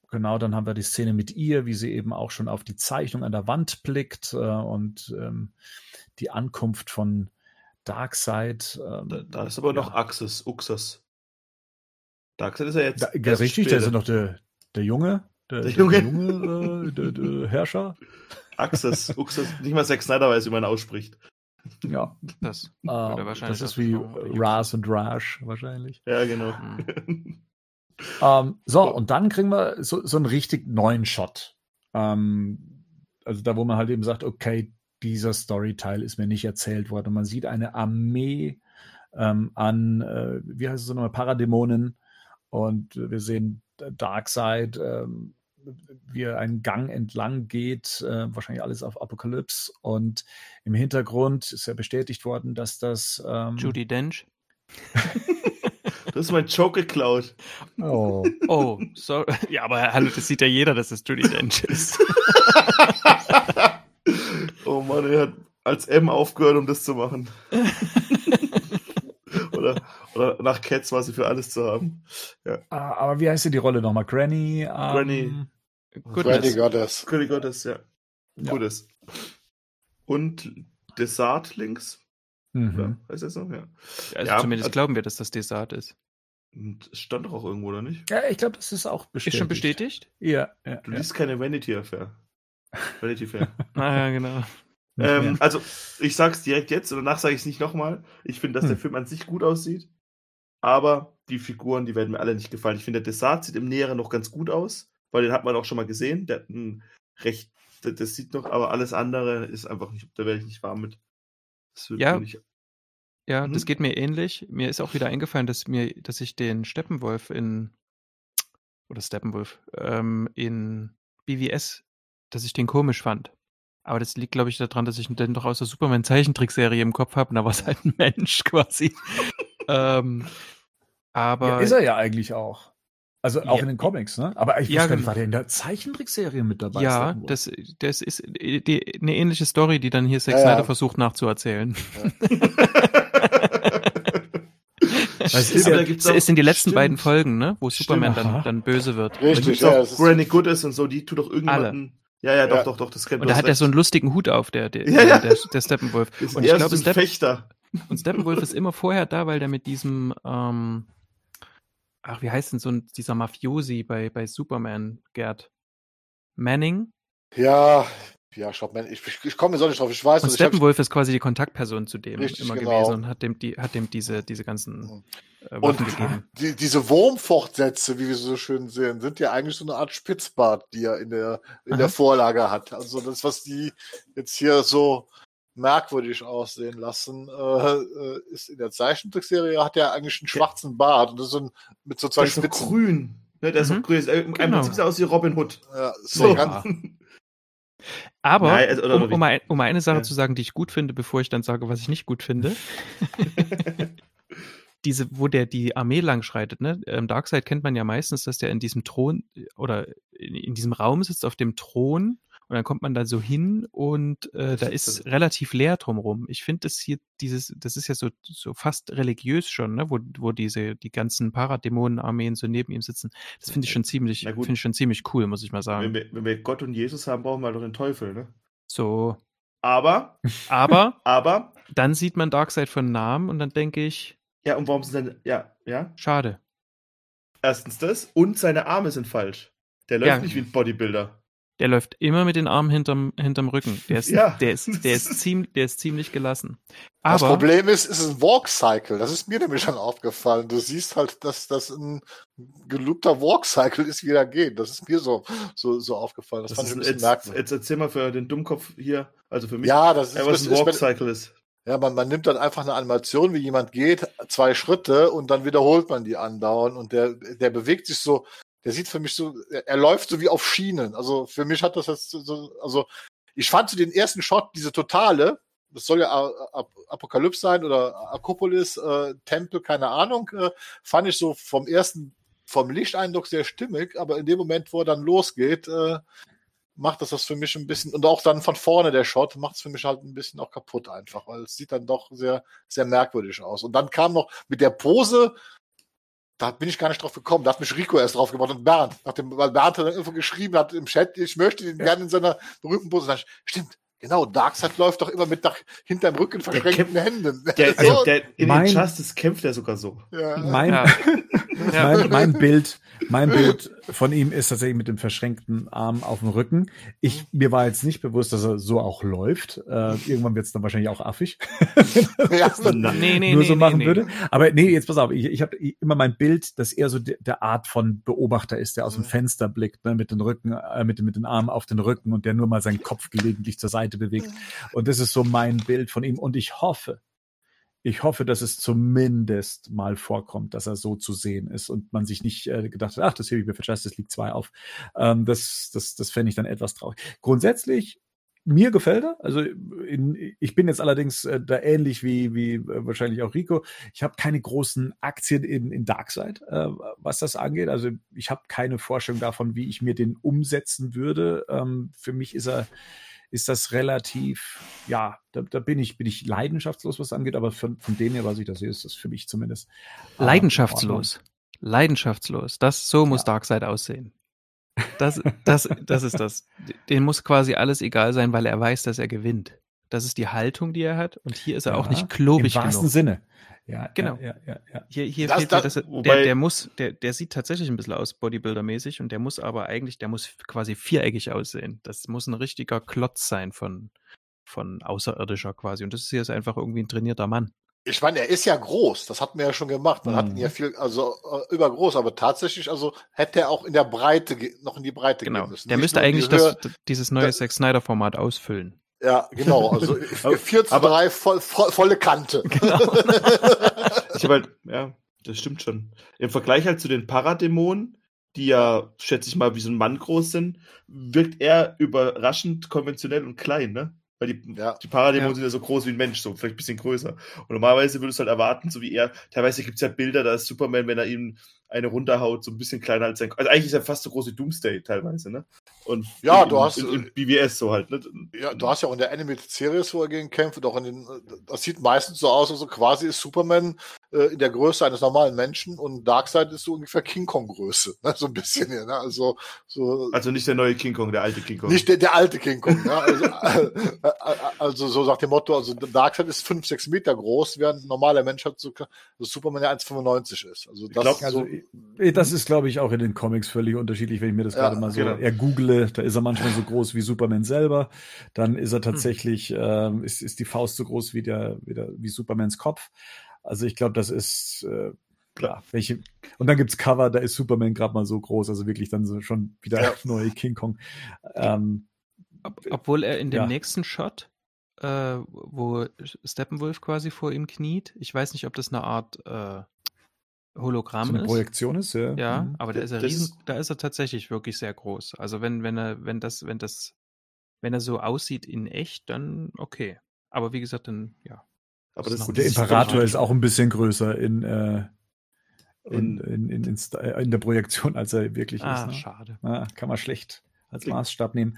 Speaker 1: genau, dann haben wir die Szene mit ihr, wie sie eben auch schon auf die Zeichnung an der Wand blickt äh, und ähm, die Ankunft von Darkseid. Ähm,
Speaker 3: Da, da ist aber
Speaker 1: ja.
Speaker 3: noch Axis, Uxas. Darkseid ist ja jetzt.
Speaker 1: Da, ja,
Speaker 3: erst
Speaker 1: richtig,
Speaker 3: später.
Speaker 1: da ist ja noch der, der Junge, der,
Speaker 3: Der
Speaker 1: der
Speaker 3: Junge.
Speaker 1: Junge äh, der, der Herrscher.
Speaker 3: Axis, Uxas. Nicht mal Zack Snyder weiß, wie man ausspricht.
Speaker 1: Ja,
Speaker 4: Das
Speaker 1: ähm,
Speaker 4: würde wahrscheinlich
Speaker 1: das ist
Speaker 4: auch
Speaker 1: wie
Speaker 4: so- oder
Speaker 1: Ras und Rash wahrscheinlich.
Speaker 3: Ja, genau.
Speaker 4: Hm.
Speaker 1: Ähm, so, und dann kriegen wir so, so einen richtig neuen Shot. Ähm, also da, wo man halt eben sagt, okay, dieser Storyteil ist mir nicht erzählt worden. Und man sieht eine Armee ähm, an, äh, wie heißt es so nochmal, Paradämonen. Und wir sehen Darkseid, ähm, wie er einen Gang entlang geht, äh, wahrscheinlich alles auf Apokalypse. Und im Hintergrund ist ja bestätigt worden, dass das ähm,
Speaker 4: Judi Dench.
Speaker 3: Du hast mein Joke geklaut.
Speaker 1: Oh.
Speaker 4: Oh, sorry. Ja, aber hallo, das sieht ja jeder, dass es Judi Dench ist.
Speaker 3: Oh Mann, er hat als M aufgehört, um das zu machen. oder, oder nach Cats war sie für alles zu haben. Ja.
Speaker 1: Ah, aber wie heißt denn die Rolle nochmal? Granny? Ähm,
Speaker 3: Granny.
Speaker 2: Granny Goddess.
Speaker 3: Granny Gottes, ja.
Speaker 1: Ja.
Speaker 3: Gutes. Und Desart links.
Speaker 1: Mhm.
Speaker 3: Ja, heißt das so? Ja.
Speaker 4: Also
Speaker 3: Ja,
Speaker 4: zumindest
Speaker 3: also-
Speaker 4: glauben wir, dass das Desart ist.
Speaker 3: Und es stand doch auch irgendwo, oder nicht?
Speaker 1: Ja, ich glaube, das ist auch bestätigt.
Speaker 4: Ist schon bestätigt?
Speaker 1: Ja, ja,
Speaker 3: Du
Speaker 1: ja.
Speaker 3: liest keine Vanity Affair. Vanity Fair.
Speaker 4: Ah, ja, genau.
Speaker 1: Nicht
Speaker 3: ähm,
Speaker 1: mehr.
Speaker 3: also, ich sag's direkt jetzt und danach sage ich es nicht nochmal. Ich finde, dass der
Speaker 1: Hm.
Speaker 3: Film an sich gut aussieht. Aber die Figuren, die werden mir alle nicht gefallen. Ich finde, der Desart sieht im Näheren noch ganz gut aus, weil den hat man auch schon mal gesehen. Der hat ein recht, das, das sieht noch, aber alles andere ist einfach nicht, da werde ich nicht warm mit. Das wird
Speaker 4: Ja.
Speaker 3: mir nicht.
Speaker 4: Ja,
Speaker 3: Mhm.
Speaker 4: das geht mir ähnlich. Mir ist auch wieder eingefallen, dass mir, dass ich den Steppenwolf in oder Steppenwolf ähm, in B V S, dass ich den komisch fand. Aber das liegt, glaube ich, daran, dass ich den doch aus der Superman-Zeichentrickserie im Kopf habe. Und da war es halt ein Mensch quasi. ähm, aber
Speaker 1: Ja, ist er ja eigentlich auch. Also auch
Speaker 4: Ja.
Speaker 1: in den Comics, ne? Aber ich
Speaker 4: Ja,
Speaker 1: wusste gar nicht,
Speaker 4: genau.
Speaker 1: war der in der Zeichentrickserie mit dabei?
Speaker 4: ja,
Speaker 1: Steppenwolf?
Speaker 4: das, das ist die, die, eine ähnliche Story, die dann hier Zack
Speaker 2: Ja, ja.
Speaker 4: Snyder versucht nachzuerzählen.
Speaker 1: Das
Speaker 3: Stimmt,
Speaker 1: ist
Speaker 3: aber
Speaker 1: ja-
Speaker 3: da gibt's
Speaker 4: Es
Speaker 3: auch-
Speaker 4: ist in die letzten
Speaker 3: stimmt.
Speaker 4: beiden Folgen, ne? Wo Superman
Speaker 1: Stimmt,
Speaker 4: dann,
Speaker 1: aha.
Speaker 4: dann böse wird.
Speaker 3: Da
Speaker 2: Richtig,
Speaker 3: gibt's
Speaker 2: ja.
Speaker 3: auch
Speaker 2: Das ist,
Speaker 3: Granny Goodness und so, die tut doch irgendjemanden. Ja, ja, doch,
Speaker 2: Ja.
Speaker 3: doch, doch, das kennt
Speaker 4: Und
Speaker 3: du
Speaker 4: da hat er
Speaker 3: recht.
Speaker 4: so einen lustigen Hut auf, der, der,
Speaker 3: Ja, ja.
Speaker 4: der, der Steppenwolf.
Speaker 3: Das ist
Speaker 4: Und ich
Speaker 3: eher
Speaker 4: glaube,
Speaker 3: so ein
Speaker 4: Stepp,
Speaker 3: Fechter.
Speaker 4: und Steppenwolf ist immer vorher da, weil der mit diesem, ähm, ach, wie heißt denn so ein, dieser Mafiosi bei, bei Superman, Gerd? Manning?
Speaker 2: ja, ja, schau mal, ich, ich, ich komme so nicht drauf. Ich weiß,
Speaker 4: Und
Speaker 2: dass ich hab,
Speaker 4: Steppenwolf ist quasi die Kontaktperson zu dem
Speaker 2: Richtig,
Speaker 4: immer
Speaker 2: genau.
Speaker 4: gewesen und hat dem, die, hat dem diese, diese ganzen äh,
Speaker 2: und
Speaker 4: Waffen gegeben.
Speaker 2: die, diese Wurmfortsätze, wie wir sie so schön sehen, sind ja eigentlich so eine Art Spitzbart, die er in der, in der
Speaker 4: Aha.
Speaker 2: Vorlage hat. Also das, was die jetzt hier so merkwürdig aussehen lassen, äh, äh, ist in der Zeichentrickserie hat er eigentlich einen schwarzen Bart und das ist so ein, mit so zwei
Speaker 3: Der ist so
Speaker 2: Spitzen.
Speaker 3: grün. Ne, der ist so
Speaker 4: Mhm.
Speaker 3: grün. Ist, äh, Im
Speaker 4: Genau.
Speaker 3: Prinzip sieht er aus wie Robin Hood.
Speaker 2: Ja, so
Speaker 3: So.
Speaker 2: ganz,
Speaker 4: Aber,
Speaker 3: Nein, also, oder
Speaker 4: um,
Speaker 3: wie-
Speaker 4: um, ein, um eine Sache
Speaker 3: Ja.
Speaker 4: zu sagen, die ich gut finde, bevor ich dann sage, was ich nicht gut finde. Diese, wo der die Armee langschreitet, ne? Ähm, Darkseid kennt man ja meistens, dass der in diesem Thron oder in, in diesem Raum sitzt auf dem Thron und dann kommt man da so hin und äh, da
Speaker 3: Das ist
Speaker 4: ist
Speaker 3: das-
Speaker 4: relativ leer drumrum. Ich finde das hier, dieses, das ist ja so, so fast religiös schon, ne? Wo, wo diese, die ganzen Paradämonenarmeen so neben ihm sitzen. Das finde ich schon ziemlich,
Speaker 3: Na gut.
Speaker 4: finde ich schon ziemlich cool, muss ich mal
Speaker 3: Wenn
Speaker 4: sagen.
Speaker 3: wir, wenn wir Gott und Jesus haben, brauchen wir doch den Teufel, ne?
Speaker 4: So.
Speaker 3: Aber,
Speaker 4: Aber
Speaker 3: aber,
Speaker 4: dann sieht man Darkseid von Namen und dann denke ich,
Speaker 3: ja, und warum sind dann, ja, ja,
Speaker 4: schade.
Speaker 3: erstens das und seine Arme sind falsch. Der läuft
Speaker 4: Ja.
Speaker 3: nicht wie ein Bodybuilder.
Speaker 4: Der läuft immer mit den Armen hinterm, hinterm Rücken. Der ist,
Speaker 3: Ja.
Speaker 4: der ist, der ist, ziem, der ist ziemlich gelassen.
Speaker 2: das
Speaker 4: Aber,
Speaker 2: Problem ist, es ist ein Walk-Cycle. Das ist mir nämlich schon aufgefallen. Du siehst halt, dass das ein gelobter Walk-Cycle ist, wie er geht. Das ist mir so, so, so aufgefallen. Das,
Speaker 3: Das
Speaker 2: fand
Speaker 3: ist
Speaker 2: ich ein
Speaker 3: ein,
Speaker 2: bisschen
Speaker 3: jetzt,
Speaker 2: merkwürdig.
Speaker 3: jetzt erzähl mal für den Dummkopf hier, also für mich,
Speaker 2: Ja, das ist,
Speaker 3: ja, was
Speaker 2: das
Speaker 3: ein
Speaker 2: ist,
Speaker 3: Walk-Cycle ist.
Speaker 2: ja, man, man nimmt dann einfach eine Animation, wie jemand geht, zwei Schritte und dann wiederholt man die andauernd und der, der bewegt sich so, der sieht für mich so, er, er läuft so wie auf Schienen. Also für mich hat das jetzt so, also ich fand so den ersten Shot, diese totale, das soll ja A- A- Apokalypse sein oder Akopolis, äh, Tempel, keine Ahnung, äh, fand ich so vom ersten, vom Lichteindruck sehr stimmig, aber in dem Moment, wo er dann losgeht, äh, macht das das für mich ein bisschen, und auch dann von vorne der Shot, macht es für mich halt ein bisschen auch kaputt einfach, weil es sieht dann doch sehr, sehr merkwürdig aus. Und dann kam noch mit der Pose, da bin ich gar nicht drauf gekommen. Da hat mich Rico erst drauf gebracht und Bernd. Nachdem, weil Bernd hat dann irgendwo geschrieben hat im Chat, ich möchte den gerne in seiner berühmten Pose. Ich, stimmt, genau, Darkseid läuft doch immer mit nach, hinterm Rücken verschränkten Händen.
Speaker 3: Der,
Speaker 2: so,
Speaker 3: der, in
Speaker 1: mein-
Speaker 3: den Justice kämpft er sogar so.
Speaker 2: ja.
Speaker 1: Mein,
Speaker 4: Ja. Ja.
Speaker 1: mein, mein Bild, mein Bild von ihm ist tatsächlich mit dem verschränkten Arm auf dem Rücken. Ich, mir war jetzt nicht bewusst, dass er so auch läuft. Äh, irgendwann wird es dann wahrscheinlich auch affig,
Speaker 2: Ja.
Speaker 4: Nee, nee,
Speaker 1: nur
Speaker 4: nee,
Speaker 1: so
Speaker 4: nee,
Speaker 1: machen
Speaker 4: nee.
Speaker 1: würde. Aber nee, jetzt pass auf, ich, ich habe immer mein Bild, dass er so de, der Art von Beobachter ist, der aus dem
Speaker 2: Mhm.
Speaker 1: Fenster blickt, ne, mit den Rücken, äh, mit, den- mit den Armen auf den Rücken und der nur mal seinen Kopf gelegentlich zur Seite bewegt. Und das ist so mein Bild von ihm. Und ich hoffe, ich hoffe, dass es zumindest mal vorkommt, dass er so zu sehen ist und man sich nicht äh, gedacht hat, ach, das hebe ich mir für Justice League zwei auf. Ähm, das das, das fände ich dann etwas traurig. Grundsätzlich, mir gefällt er. Also in, ich bin jetzt allerdings äh, da ähnlich wie, wie äh, wahrscheinlich auch Rico. Ich habe keine großen Aktien in, in Darkseid, äh, was das angeht. Also ich habe keine Vorstellung davon, wie ich mir den umsetzen würde. Ähm, für mich ist er ist das relativ, ja, da, da bin ich bin ich leidenschaftslos, was das angeht, aber von, von dem her, was ich das sehe, ist das für mich zumindest äh,
Speaker 4: Leidenschaftslos. Leidenschaftslos. Das, so muss
Speaker 1: Ja.
Speaker 4: Darkseid aussehen. Das, das, das ist das. Den muss quasi alles egal sein, weil er weiß, dass er gewinnt. Das ist die Haltung, die er hat. Und hier ist er auch
Speaker 1: Ja,
Speaker 4: nicht klobig
Speaker 1: im wahrsten
Speaker 4: genug.
Speaker 1: Sinne. Ja,
Speaker 4: Genau.
Speaker 1: Ja, ja, ja, ja.
Speaker 4: Hier, hier
Speaker 2: Das-
Speaker 4: fehlt
Speaker 2: das-
Speaker 4: mir, dass er,
Speaker 3: wobei-
Speaker 4: der, der muss, der, der sieht tatsächlich ein bisschen aus Bodybuilder-mäßig und der muss aber eigentlich, der muss quasi viereckig aussehen. Das muss ein richtiger Klotz sein von, von Außerirdischer quasi. Und das ist hier ist einfach irgendwie ein trainierter Mann.
Speaker 2: Ich meine, er ist ja groß, das hatten wir ja schon gemacht. Man
Speaker 1: Mhm.
Speaker 2: hat ihn ja viel, also äh, übergroß, aber tatsächlich, also hätte er auch in der Breite, ge- noch in die Breite
Speaker 4: Genau.
Speaker 2: gehen müssen.
Speaker 4: Der
Speaker 2: Nicht
Speaker 4: müsste
Speaker 2: nur in die
Speaker 4: eigentlich
Speaker 2: Höhe.
Speaker 4: das, dieses neue
Speaker 2: das-
Speaker 4: Zack Snyder-Format ausfüllen.
Speaker 2: Ja, genau, also vier zu
Speaker 3: aber-
Speaker 2: drei voll, voll, volle Kante.
Speaker 3: Ich habe halt, ja, das stimmt schon. Im Vergleich halt zu den Paradämonen, die ja, schätze ich mal, wie so ein Mann groß sind, wirkt er überraschend konventionell und klein, ne? Weil die,
Speaker 2: Ja.
Speaker 3: die Paradämonen
Speaker 4: Ja.
Speaker 3: sind ja so groß wie ein Mensch, so vielleicht ein bisschen größer. Und normalerweise würdest du halt erwarten, so wie er, teilweise gibt es ja Bilder, da ist Superman, wenn er ihm eine runterhaut, so ein bisschen kleiner als sein, also eigentlich ist er fast so groß wie Doomsday teilweise, ne? Und
Speaker 2: Ja,
Speaker 3: in,
Speaker 2: du hast-
Speaker 3: in, in B W S so halt, ne?
Speaker 2: Ja, du hast ja auch in der Animated Series, wo er gegen kämpft, und auch in den, das sieht meistens so aus, also quasi ist Superman äh, in der Größe eines normalen Menschen und Darkseid ist so ungefähr King Kong Größe, ne? So ein bisschen, ja, ne? Also, so,
Speaker 3: Also nicht der neue King Kong, der alte King Kong.
Speaker 2: nicht der, der alte King Kong, ja? Also, äh, also so nach dem Motto, also Darkseid ist fünf, sechs Meter groß, während ein normaler Mensch hat so, also Superman ja eins Komma fünfundneunzig ist. Also das,
Speaker 3: glaub,
Speaker 1: Also,
Speaker 2: so,
Speaker 1: äh, das ist, glaube ich, auch in den Comics völlig unterschiedlich, wenn ich mir das
Speaker 2: Ja,
Speaker 1: gerade mal so
Speaker 3: genau.
Speaker 1: ergoogle. Da ist er manchmal so groß wie Superman selber. Dann ist er tatsächlich, ähm, ist, ist die Faust so groß wie der, wie der, wie Supermans Kopf. Also ich glaube, das ist äh, klar. Welche, und dann gibt's Cover, da ist Superman gerade mal so groß, also wirklich dann so schon wieder
Speaker 2: Ja.
Speaker 1: neue King Kong. Ähm,
Speaker 4: Ob, obwohl er in dem
Speaker 1: Ja.
Speaker 4: nächsten Shot, äh, wo Steppenwolf quasi vor ihm kniet, ich weiß nicht, ob das eine Art äh, Hologramm
Speaker 1: so eine
Speaker 4: ist.
Speaker 1: Projektion ist, ja.
Speaker 4: Ja,
Speaker 1: Mhm.
Speaker 4: aber da ist er
Speaker 3: Das
Speaker 4: riesen,
Speaker 3: ist-
Speaker 4: da ist er tatsächlich wirklich sehr groß. Also wenn, wenn er, wenn das, wenn das, wenn er so aussieht in echt, dann okay. Aber wie gesagt, dann, ja.
Speaker 3: Aber
Speaker 4: das
Speaker 3: das,
Speaker 1: Gut, der
Speaker 3: das ist
Speaker 1: Imperator
Speaker 3: völlig-
Speaker 1: ist auch ein bisschen größer in, äh, in,
Speaker 3: Und-
Speaker 1: in, in, in, Sta- äh, in der Projektion, als er wirklich
Speaker 4: Ah,
Speaker 1: ist. Ne?
Speaker 4: schade.
Speaker 1: Ah, kann man schlecht als
Speaker 3: Klingt-
Speaker 1: Maßstab nehmen.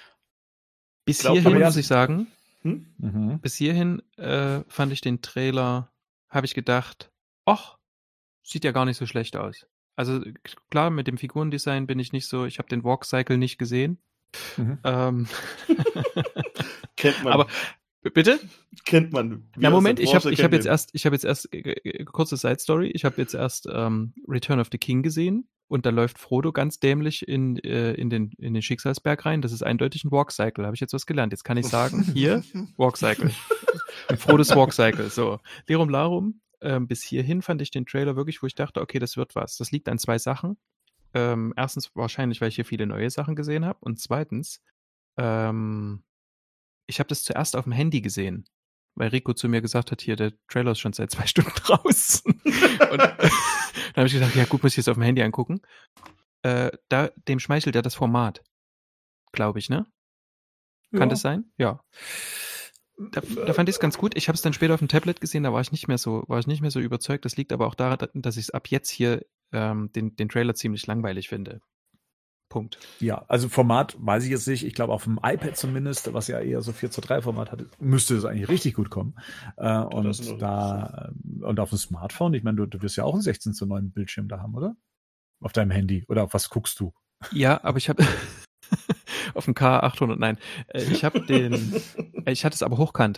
Speaker 4: Bis
Speaker 3: glaub,
Speaker 4: hierhin
Speaker 1: aber ja-
Speaker 4: muss ich sagen,
Speaker 3: Hm?
Speaker 1: Mhm.
Speaker 4: bis hierhin äh, fand ich den Trailer, habe ich gedacht, ach, sieht ja gar nicht so schlecht aus. Also k- klar, mit dem Figurendesign bin ich nicht so, ich habe den Walk-Cycle nicht gesehen.
Speaker 1: Mhm.
Speaker 4: Ähm,
Speaker 3: Kennt man.
Speaker 4: Aber b- bitte?
Speaker 3: kennt man. Wie
Speaker 4: Na
Speaker 3: aus
Speaker 4: Moment,
Speaker 3: der
Speaker 4: ich habe
Speaker 3: Branche
Speaker 4: ich hab
Speaker 3: kennt
Speaker 4: jetzt
Speaker 3: man.
Speaker 4: erst, ich habe jetzt erst äh, äh, kurze Side Story. Ich habe jetzt erst ähm, Return of the King gesehen und da läuft Frodo ganz dämlich in, äh, in den in den Schicksalsberg rein. Das ist eindeutig ein Walk-Cycle. Habe ich jetzt was gelernt? Jetzt kann ich sagen, hier Walk-Cycle. Frodos Walk-Cycle. So, Lirum Larum. Ähm, bis hierhin fand ich den Trailer wirklich, wo ich dachte, okay, das wird was. Das liegt an zwei Sachen. Ähm, erstens wahrscheinlich, weil ich hier viele neue Sachen gesehen habe und zweitens, ähm, ich habe das zuerst auf dem Handy gesehen, weil Rico zu mir gesagt hat, hier, der Trailer ist schon seit zwei Stunden raus. Und dann habe ich gedacht, ja gut, muss ich jetzt auf dem Handy angucken. Äh, da, dem schmeichelt ja das Format, glaube ich, ne? Kann
Speaker 1: Ja.
Speaker 4: das sein? Ja. Da, da fand ich es ganz gut. Ich habe es dann später auf dem Tablet gesehen, da war ich nicht mehr so, war ich nicht mehr so überzeugt. Das liegt aber auch daran, dass ich es ab jetzt hier ähm, den, den Trailer ziemlich langweilig finde. Punkt.
Speaker 1: Ja, also Format weiß ich jetzt nicht. Ich glaube, auf dem iPad zumindest, was ja eher so vier zu drei Format hat, müsste es eigentlich richtig gut kommen. Äh, und da, und auf dem Smartphone, ich meine, du, du wirst ja auch einen sechzehn zu neun Bildschirm da haben, oder? Auf deinem Handy. Oder auf was guckst du?
Speaker 4: Ja, aber ich habe auf dem K achthundert, nein. Äh, Ich habe den, äh, ich hatte es aber hochkant.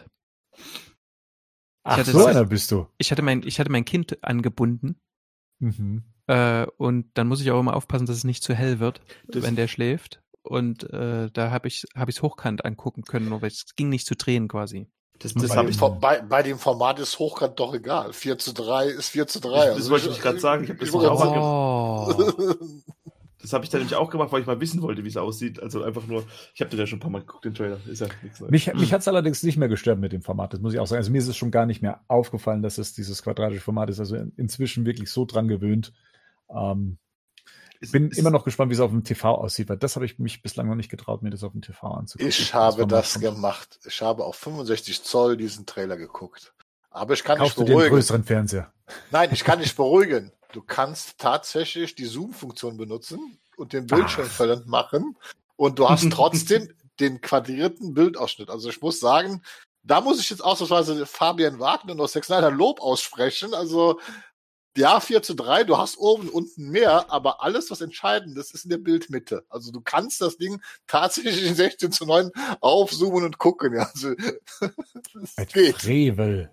Speaker 1: Ach,
Speaker 4: hatte
Speaker 1: so
Speaker 4: das-
Speaker 1: einer bist du.
Speaker 4: Ich hatte mein, ich hatte mein Kind angebunden.
Speaker 1: Mhm.
Speaker 4: Äh, und dann muss ich auch immer aufpassen, dass es nicht zu hell wird,
Speaker 3: Das-
Speaker 4: wenn der schläft. Und äh, da habe ich es hab ich's hochkant angucken können, aber es ging nicht zu drehen quasi.
Speaker 3: Das,
Speaker 1: Und
Speaker 3: das
Speaker 2: bei,
Speaker 3: habe
Speaker 2: dem,
Speaker 3: ich.
Speaker 2: For- bei, bei dem Format ist Hochkant doch egal. vier zu drei ist vier zu drei.
Speaker 3: Das wollte ich gerade sagen. Ich hab das
Speaker 2: wollte
Speaker 3: auch
Speaker 2: grad
Speaker 3: mal
Speaker 2: sagen-
Speaker 4: Oh.
Speaker 3: Das habe ich dann nämlich auch gemacht, weil ich mal wissen wollte, wie es aussieht. Also einfach nur, ich habe den ja schon ein paar Mal geguckt, den Trailer. Ist ja nichts Neues.
Speaker 1: Mich, mich hat es allerdings nicht mehr gestört mit dem Format, das muss ich auch sagen. Also mir ist es schon gar nicht mehr aufgefallen, dass es dieses quadratische Format ist. Also in, inzwischen wirklich so dran gewöhnt. Ähm,
Speaker 3: Es-
Speaker 1: bin
Speaker 3: es-
Speaker 1: immer noch gespannt, wie es auf dem T V aussieht, weil das habe ich mich bislang noch nicht getraut, mir das auf dem T V anzugucken.
Speaker 2: Ich habe
Speaker 1: Format
Speaker 2: das
Speaker 1: von-
Speaker 2: gemacht. Ich habe auf fünfundsechzig Zoll diesen Trailer geguckt. Aber ich kann
Speaker 1: Kaufst du
Speaker 2: nicht
Speaker 1: dir einen
Speaker 2: beruhigen.
Speaker 1: größeren Fernseher?
Speaker 2: Nein, ich kann nicht beruhigen. Du kannst tatsächlich die Zoom-Funktion benutzen und den Bildschirm
Speaker 1: Ach.
Speaker 2: verlängernd machen und du hast trotzdem den quadrierten Bildausschnitt. Also ich muss sagen, da muss ich jetzt ausnahmsweise Fabian Wagner und aus Zack Snyder Lob aussprechen. Also ja, vier zu drei, du hast oben und unten mehr, aber alles, was entscheidend ist, ist in der Bildmitte. Also du kannst das Ding tatsächlich in sechzehn zu neun aufzoomen und gucken. Ja, also, das
Speaker 1: Ein
Speaker 2: geht.
Speaker 1: Frevel.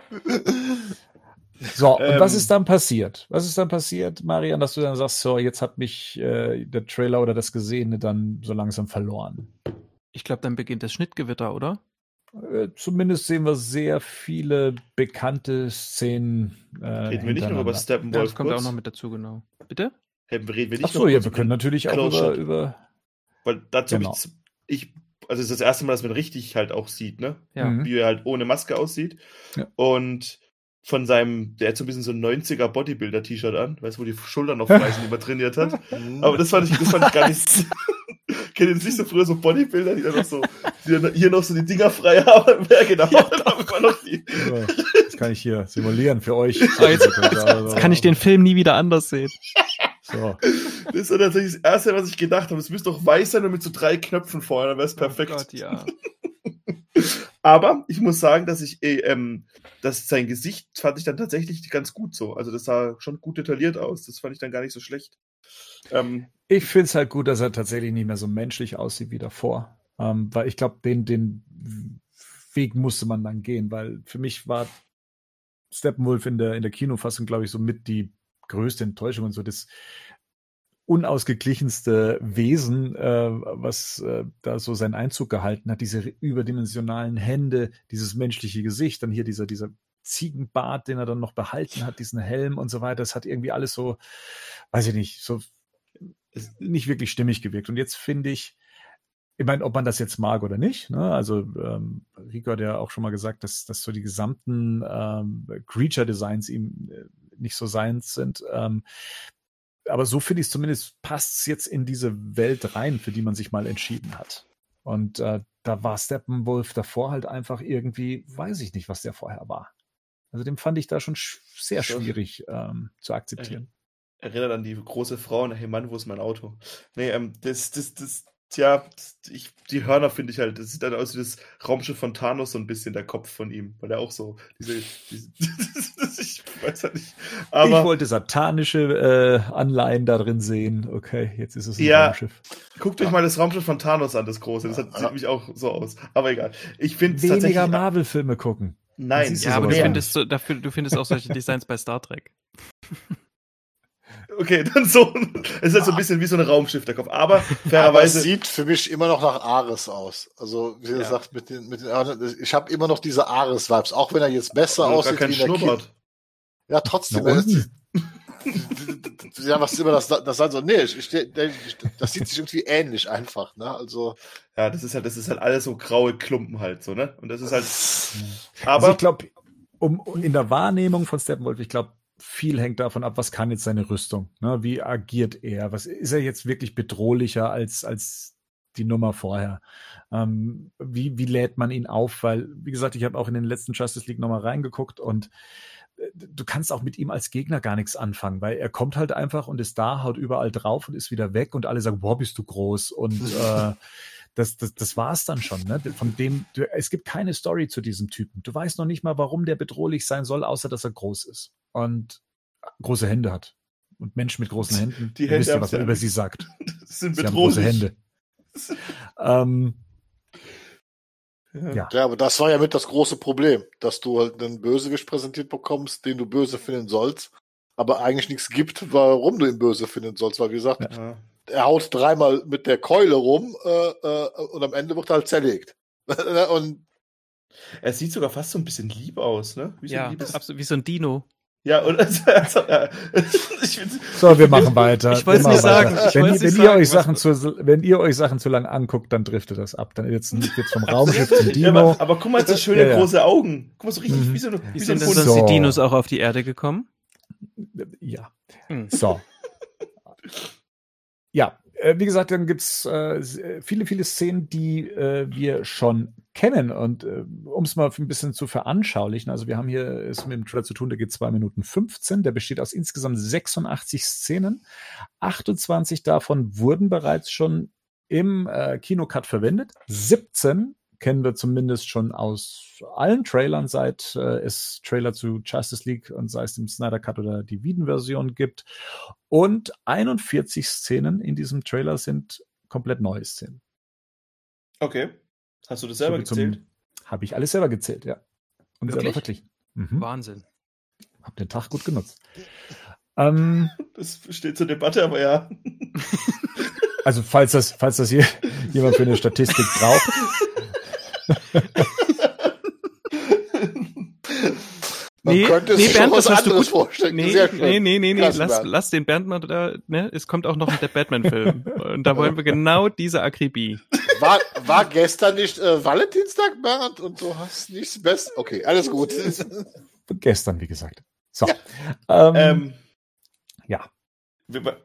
Speaker 1: So, und
Speaker 3: Ähm.
Speaker 1: was ist dann passiert? Was ist dann passiert, Marian, dass du dann sagst, so, jetzt hat mich äh, der Trailer oder das Gesehene dann so langsam verloren?
Speaker 4: Ich glaube, dann beginnt das Schnittgewitter, oder?
Speaker 1: Äh, zumindest sehen wir sehr viele bekannte Szenen. Äh,
Speaker 3: Reden wir nicht noch über
Speaker 1: hintereinander.
Speaker 3: Steppenwolf
Speaker 4: Ja, das kommt
Speaker 3: kurz?
Speaker 4: auch noch mit dazu, genau. Bitte?
Speaker 3: Hey, reden wir nicht
Speaker 1: Ach so,
Speaker 3: noch
Speaker 1: ja,
Speaker 3: kurz
Speaker 1: wir
Speaker 3: über
Speaker 1: können
Speaker 3: den
Speaker 1: natürlich auch
Speaker 3: Close
Speaker 1: über,
Speaker 3: Shot?
Speaker 1: über
Speaker 3: Weil dazu
Speaker 1: Genau.
Speaker 3: habe ich, ich, also es ist das erste Mal, dass man richtig halt auch sieht, ne?
Speaker 4: Ja.
Speaker 1: Mhm.
Speaker 3: Wie er halt ohne Maske aussieht.
Speaker 1: Ja.
Speaker 3: Und von seinem, der hat so ein bisschen so ein neunziger Bodybuilder-T-Shirt an, weißt du, wo die Schultern noch frei sind, die man trainiert hat. Aber das fand ich, das fand ich gar nicht. Kennt ihr das nicht so früher, so Bodybuilder, die dann noch so, die dann hier noch so die Dinger frei haben? Wer genau?
Speaker 4: Ja.
Speaker 3: Dann haben wir noch die.
Speaker 1: Ja, das kann ich hier simulieren für euch.
Speaker 4: Ah, jetzt- Jetzt kann ich den Film nie wieder anders sehen.
Speaker 1: So.
Speaker 3: Das ist dann tatsächlich das Erste, was ich gedacht habe. Es müsste doch weiß sein und mit so drei Knöpfen vorne, dann wäre es perfekt.
Speaker 4: Oh Gott, ja.
Speaker 3: Aber ich muss sagen, dass ich, eh, ähm, dass sein Gesicht fand ich dann tatsächlich ganz gut so. Also das sah schon gut detailliert aus. Das fand ich dann gar nicht so schlecht. Ähm,
Speaker 1: Ich finde es halt gut, dass er tatsächlich nicht mehr so menschlich aussieht wie davor. Ähm, weil ich glaube, den, den Weg musste man dann gehen, weil für mich war Steppenwolf in der, in der Kinofassung, glaube ich, so mit die größte Enttäuschung und so das unausgeglichenste Wesen, äh, was äh, da so seinen Einzug gehalten hat, diese überdimensionalen Hände, dieses menschliche Gesicht, dann hier dieser, dieser Ziegenbart, den er dann noch behalten hat, diesen Helm und so weiter, das hat irgendwie alles so, weiß ich nicht, so nicht wirklich stimmig gewirkt. Und jetzt finde ich, ich meine, ob man das jetzt mag oder nicht, ne? Also ähm, Rico hat ja auch schon mal gesagt, dass, dass so die gesamten ähm, Creature-Designs ihm äh, nicht so seins sind. Ähm, aber so finde ich es zumindest, passt es jetzt in diese Welt rein, für die man sich mal entschieden hat. Und äh, da war Steppenwolf davor halt einfach irgendwie, weiß ich nicht, was der vorher war. Also den fand ich da schon sch- sehr
Speaker 3: So.
Speaker 1: schwierig ähm, zu akzeptieren.
Speaker 3: erinnert an die große Frau, hey Mann, wo ist mein Auto? Nee, ähm, das, das, das, tja, ich, die Hörner finde ich halt, das sieht dann aus wie das Raumschiff von Thanos, so ein bisschen der Kopf von ihm, weil er auch so, diese, diese ich weiß ja nicht, aber.
Speaker 1: Ich wollte satanische äh, Anleihen da drin sehen. Okay, jetzt ist es ein
Speaker 3: Ja.
Speaker 1: Raumschiff.
Speaker 3: Guckt euch mal das Raumschiff von Thanos an, das große, das hat, sieht nämlich auch so aus, aber egal. Ich finde
Speaker 1: Weniger
Speaker 3: tatsächlich,
Speaker 1: Marvel-Filme gucken.
Speaker 3: nein,
Speaker 1: siehst du
Speaker 4: Ja, aber
Speaker 1: sowas
Speaker 4: du
Speaker 1: an.
Speaker 4: findest, so, dafür, du findest auch solche Designs bei Star Trek.
Speaker 3: okay, dann so, es ist halt so ein bisschen wie so ein Raumschiff, der Kopf, aber
Speaker 2: Aber es
Speaker 3: fairerweise,
Speaker 2: sieht für mich immer noch nach Ares aus. Also, wie
Speaker 3: Ja.
Speaker 2: gesagt, mit den, mit den, ich habe immer noch diese Ares-Vibes, auch wenn er jetzt besser
Speaker 3: aber gar
Speaker 2: aussieht
Speaker 3: kein
Speaker 2: wie in der Ki-
Speaker 3: Schnurrbart.
Speaker 2: Ja, trotzdem.
Speaker 1: Na,
Speaker 2: er ist-
Speaker 1: unten.
Speaker 2: ja, was immer das, das sein soll. Nee, ich, ich, ich, das sieht sich irgendwie ähnlich einfach, ne? Also,
Speaker 3: Ja, das ist halt, das ist halt alles so graue Klumpen halt, so, ne? Und das ist halt,
Speaker 1: Aber
Speaker 3: aber
Speaker 1: also ich glaube, um, um in der Wahrnehmung von Steppenwolf, ich glaube, viel hängt davon ab, was kann jetzt seine Rüstung? Ne? Wie agiert er? Was ist er jetzt wirklich bedrohlicher als, als die Nummer vorher? Ähm, wie, wie lädt man ihn auf? Weil, wie gesagt, ich habe auch in den letzten Justice League nochmal reingeguckt und du kannst auch mit ihm als Gegner gar nichts anfangen, weil er kommt halt einfach und ist da, haut überall drauf und ist wieder weg und alle sagen, boah, bist du groß und äh, das, das, das war's dann schon. Ne? Von dem, du, es gibt keine Story zu diesem Typen. Du weißt noch nicht mal, warum der bedrohlich sein soll, außer dass er groß ist und große Hände hat. Und Menschen mit großen Händen,
Speaker 3: Die
Speaker 1: ihr
Speaker 3: Hände
Speaker 1: wisst ja,
Speaker 3: haben
Speaker 1: was
Speaker 3: sie
Speaker 1: man
Speaker 3: ja
Speaker 1: über
Speaker 3: nicht.
Speaker 1: sie sagt.
Speaker 3: Das sind
Speaker 1: Sie haben große
Speaker 3: bedrohlich.
Speaker 1: Hände. ähm,
Speaker 3: Ja.
Speaker 1: ja.
Speaker 2: Ja, aber das war ja mit das große Problem, dass du halt einen Bösewicht präsentiert bekommst, den du böse finden sollst, aber eigentlich nichts gibt, warum du ihn böse finden sollst, weil wie gesagt,
Speaker 3: Ja.
Speaker 2: er haut dreimal mit der Keule rum äh, äh, und am Ende wird er halt zerlegt. Und
Speaker 3: Er sieht sogar fast so ein bisschen lieb aus, ne? Wie so ein
Speaker 4: Ja,
Speaker 3: liebes-
Speaker 4: absolut, wie so ein Dino.
Speaker 3: Ja, und also, also, ja. ich find's,
Speaker 1: So, wir machen weiter.
Speaker 4: Ich wollt's
Speaker 1: Wir machen
Speaker 4: nicht sagen,
Speaker 1: weiter.
Speaker 4: ich
Speaker 1: Wenn,
Speaker 4: wollt's
Speaker 1: wenn,
Speaker 4: nicht
Speaker 1: ihr
Speaker 4: sagen,
Speaker 1: euch
Speaker 4: was-
Speaker 1: Sachen zu, wenn ihr euch Sachen zu lang anguckt, dann driftet das ab. Dann wird's wird's vom Raumschiff zum
Speaker 3: Ja, aber,
Speaker 1: Dino.
Speaker 3: aber guck mal, so schöne
Speaker 1: Ja, ja.
Speaker 3: große Augen. Guck mal, so richtig
Speaker 1: Mhm.
Speaker 3: wie so, eine,
Speaker 4: Wie
Speaker 3: wie so ein
Speaker 4: sind denn
Speaker 3: Hund.
Speaker 4: sonst
Speaker 1: So.
Speaker 4: die Dinos auch auf die Erde gekommen?
Speaker 1: Ja.
Speaker 4: Hm.
Speaker 1: So. Ja, äh, wie gesagt, dann gibt's äh, viele, viele Szenen, die äh, wir schon kennen. Und äh, um es mal ein bisschen zu veranschaulichen, also wir haben hier es mit dem Trailer zu tun, der geht zwei Minuten fünfzehn, der besteht aus insgesamt sechsundachtzig Szenen. achtundzwanzig davon wurden bereits schon im äh, Kinocut verwendet. siebzehn kennen wir zumindest schon aus allen Trailern, seit äh, es Trailer zu Justice League und sei es dem Snyder Cut oder die Whedon-Version gibt. Und einundvierzig Szenen in diesem Trailer sind komplett neue Szenen.
Speaker 3: Okay. Hast du das selber gezählt?
Speaker 1: Habe ich alles selber gezählt, ja. Und selber
Speaker 4: Wirklich?
Speaker 1: verglichen. Mhm.
Speaker 4: Wahnsinn.
Speaker 1: Hab den Tag gut genutzt. ähm,
Speaker 3: Das steht zur Debatte, aber ja.
Speaker 1: also falls das, falls das hier jemand für eine Statistik braucht.
Speaker 2: man
Speaker 4: Nee,
Speaker 2: könnte
Speaker 4: nee,
Speaker 2: sich schon
Speaker 4: Bernd,
Speaker 2: was
Speaker 4: das hast du
Speaker 2: anderes
Speaker 4: gut-
Speaker 2: vorstellen.
Speaker 4: Nee,
Speaker 2: Sehr schön.
Speaker 4: nee, nee, nee, nee.
Speaker 2: Klasse,
Speaker 4: Lass,
Speaker 2: Bernd.
Speaker 4: lass den Bernd mal da, ne? Es kommt auch noch der Batman-Film. Und da wollen wir genau diese Akribie.
Speaker 2: War, war gestern nicht äh, Valentinstag, Bernd? Und du hast nichts Bestes? Okay, alles gut.
Speaker 1: Gestern, wie gesagt. So. Ähm,
Speaker 3: ähm,
Speaker 1: ja.
Speaker 3: wir-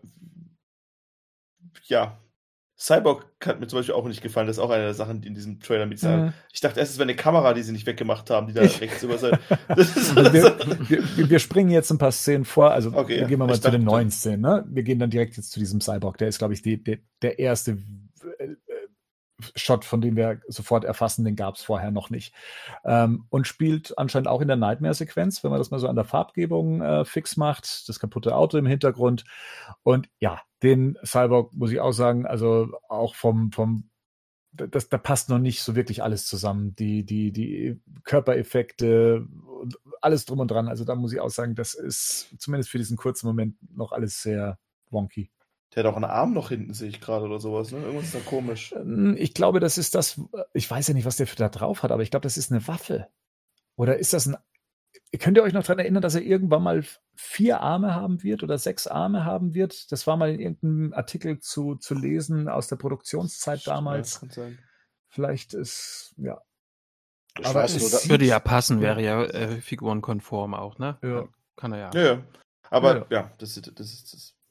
Speaker 3: ja. Cyborg hat mir zum Beispiel auch nicht gefallen. Das ist auch eine der Sachen, die in diesem Trailer mit sagen.
Speaker 1: Mhm.
Speaker 3: Ich dachte erst, es wäre eine Kamera, die sie nicht weggemacht haben, die da
Speaker 1: Ich-
Speaker 3: rechts über sein. Das ist,
Speaker 1: Also wir, wir, wir springen jetzt ein paar Szenen vor. Also
Speaker 3: Okay,
Speaker 1: wir
Speaker 3: ja.
Speaker 1: gehen wir mal
Speaker 3: Ich
Speaker 1: zu den
Speaker 3: dachte-
Speaker 1: neuen Szenen. Ne? Wir gehen dann direkt jetzt zu diesem Cyborg. Der ist, glaube ich, die, der, der erste äh, äh, Shot, von dem wir sofort erfassen. Den gab es vorher noch nicht. Ähm, und spielt anscheinend auch in der Nightmare-Sequenz, wenn man das mal so an der Farbgebung äh, fix macht. Das kaputte Auto im Hintergrund. Und ja, den Cyborg muss ich auch sagen, also auch vom, vom Das, da passt noch nicht so wirklich alles zusammen. Die, die, die Körpereffekte und alles drum und dran. Also da muss ich auch sagen, das ist zumindest für diesen kurzen Moment noch alles sehr wonky.
Speaker 3: der hat auch einen Arm noch hinten, sehe ich gerade, oder sowas. Ne? Irgendwas ist da komisch.
Speaker 1: Ähm, Ich glaube, das ist das, ich weiß ja nicht, was der für da drauf hat, aber ich glaube, das ist eine Waffe. Oder ist das ein, könnt ihr euch noch daran erinnern, dass er irgendwann mal vier Arme haben wird oder sechs Arme haben wird? Das war mal in irgendeinem Artikel zu, zu lesen aus der Produktionszeit damals.
Speaker 3: Ja, kann sein.
Speaker 1: Vielleicht ist, ja.
Speaker 2: Ich
Speaker 1: Aber
Speaker 2: weiß
Speaker 1: es
Speaker 2: nur, da,
Speaker 4: Würde ja passen, wäre ja äh, figurenkonform auch, ne?
Speaker 1: Ja.
Speaker 4: Kann er ja.
Speaker 3: Ja, ja. Aber
Speaker 1: Ja.
Speaker 3: ja, das ist das. Ist, das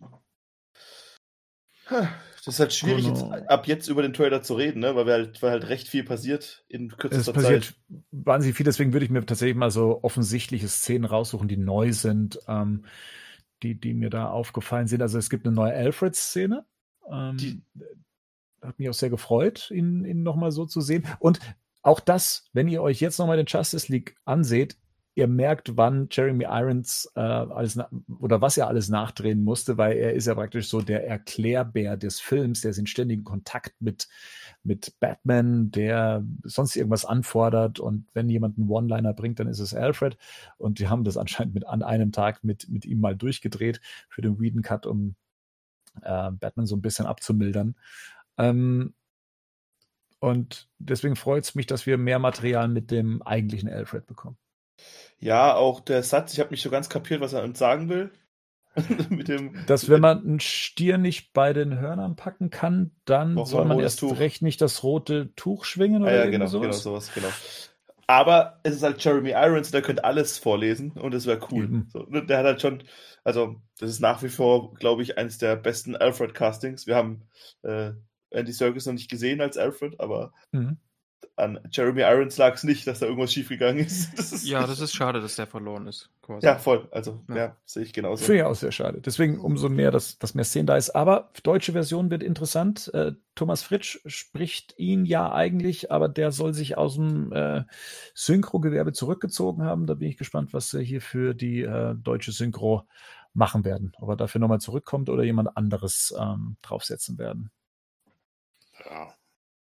Speaker 3: Das ist halt schwierig,
Speaker 1: Genau.
Speaker 3: jetzt, ab jetzt über den Trailer zu reden, ne? weil, wir halt, weil halt recht viel passiert in
Speaker 1: Es
Speaker 3: kürzester
Speaker 1: passiert
Speaker 3: Zeit.
Speaker 1: wahnsinnig viel, deswegen würde ich mir tatsächlich mal so offensichtliche Szenen raussuchen, die neu sind, ähm, die, die mir da aufgefallen sind. Also es gibt eine neue Alfred-Szene. Ähm,
Speaker 3: Die-
Speaker 1: hat mich auch sehr gefreut, ihn, ihn nochmal so zu sehen. Und auch das, wenn ihr euch jetzt nochmal den Justice League anseht, ihr merkt, wann Jeremy Irons äh, alles na- oder was er alles nachdrehen musste, weil er ist ja praktisch so der Erklärbär des Films, der ist in ständigen Kontakt mit, mit Batman, der sonst irgendwas anfordert und wenn jemand einen One-Liner bringt, dann ist es Alfred und die haben das anscheinend mit an einem Tag mit, mit ihm mal durchgedreht für den Whedon-Cut, um äh, Batman so ein bisschen abzumildern. Ähm, und deswegen freut es mich, dass wir mehr Material mit dem eigentlichen Alfred bekommen.
Speaker 3: Ja, auch der Satz, ich habe nicht so ganz kapiert, was er uns sagen will. Mit dem,
Speaker 1: Dass wenn man einen Stier nicht bei den Hörnern packen kann, dann
Speaker 3: Braucht
Speaker 1: soll
Speaker 3: man ein
Speaker 1: man
Speaker 3: rotes
Speaker 1: erst
Speaker 3: Tuch.
Speaker 1: recht nicht das rote Tuch schwingen
Speaker 3: Ah,
Speaker 1: oder
Speaker 3: ja,
Speaker 1: irgendwie
Speaker 3: genau,
Speaker 1: sowas.
Speaker 3: genau, sowas, genau. Aber es ist halt Jeremy Irons, der könnte alles vorlesen und das wäre cool.
Speaker 1: Eben.
Speaker 3: So, ne, der hat halt schon, also das ist nach wie vor, glaube ich, eines der besten Alfred-Castings. Wir haben äh, Andy Serkis noch nicht gesehen als Alfred, aber
Speaker 1: Mhm.
Speaker 3: an Jeremy Irons lag es nicht, dass da irgendwas schiefgegangen ist. Das ist
Speaker 4: Ja, das ist schade, dass der verloren ist. Quasi.
Speaker 3: Ja, voll. Also, ja,
Speaker 4: Ja.
Speaker 3: sehe ich genauso.
Speaker 1: Finde ich auch sehr schade. Deswegen umso mehr, dass, dass mehr Szenen da ist. Aber deutsche Version wird interessant. Äh, Thomas Fritsch spricht ihn ja eigentlich, aber der soll sich aus dem äh, Synchro-Gewerbe zurückgezogen haben. Da bin ich gespannt, was sie hier für die äh, deutsche Synchro machen werden. Ob er dafür nochmal zurückkommt oder jemand anderes ähm, draufsetzen werden.
Speaker 2: Ja.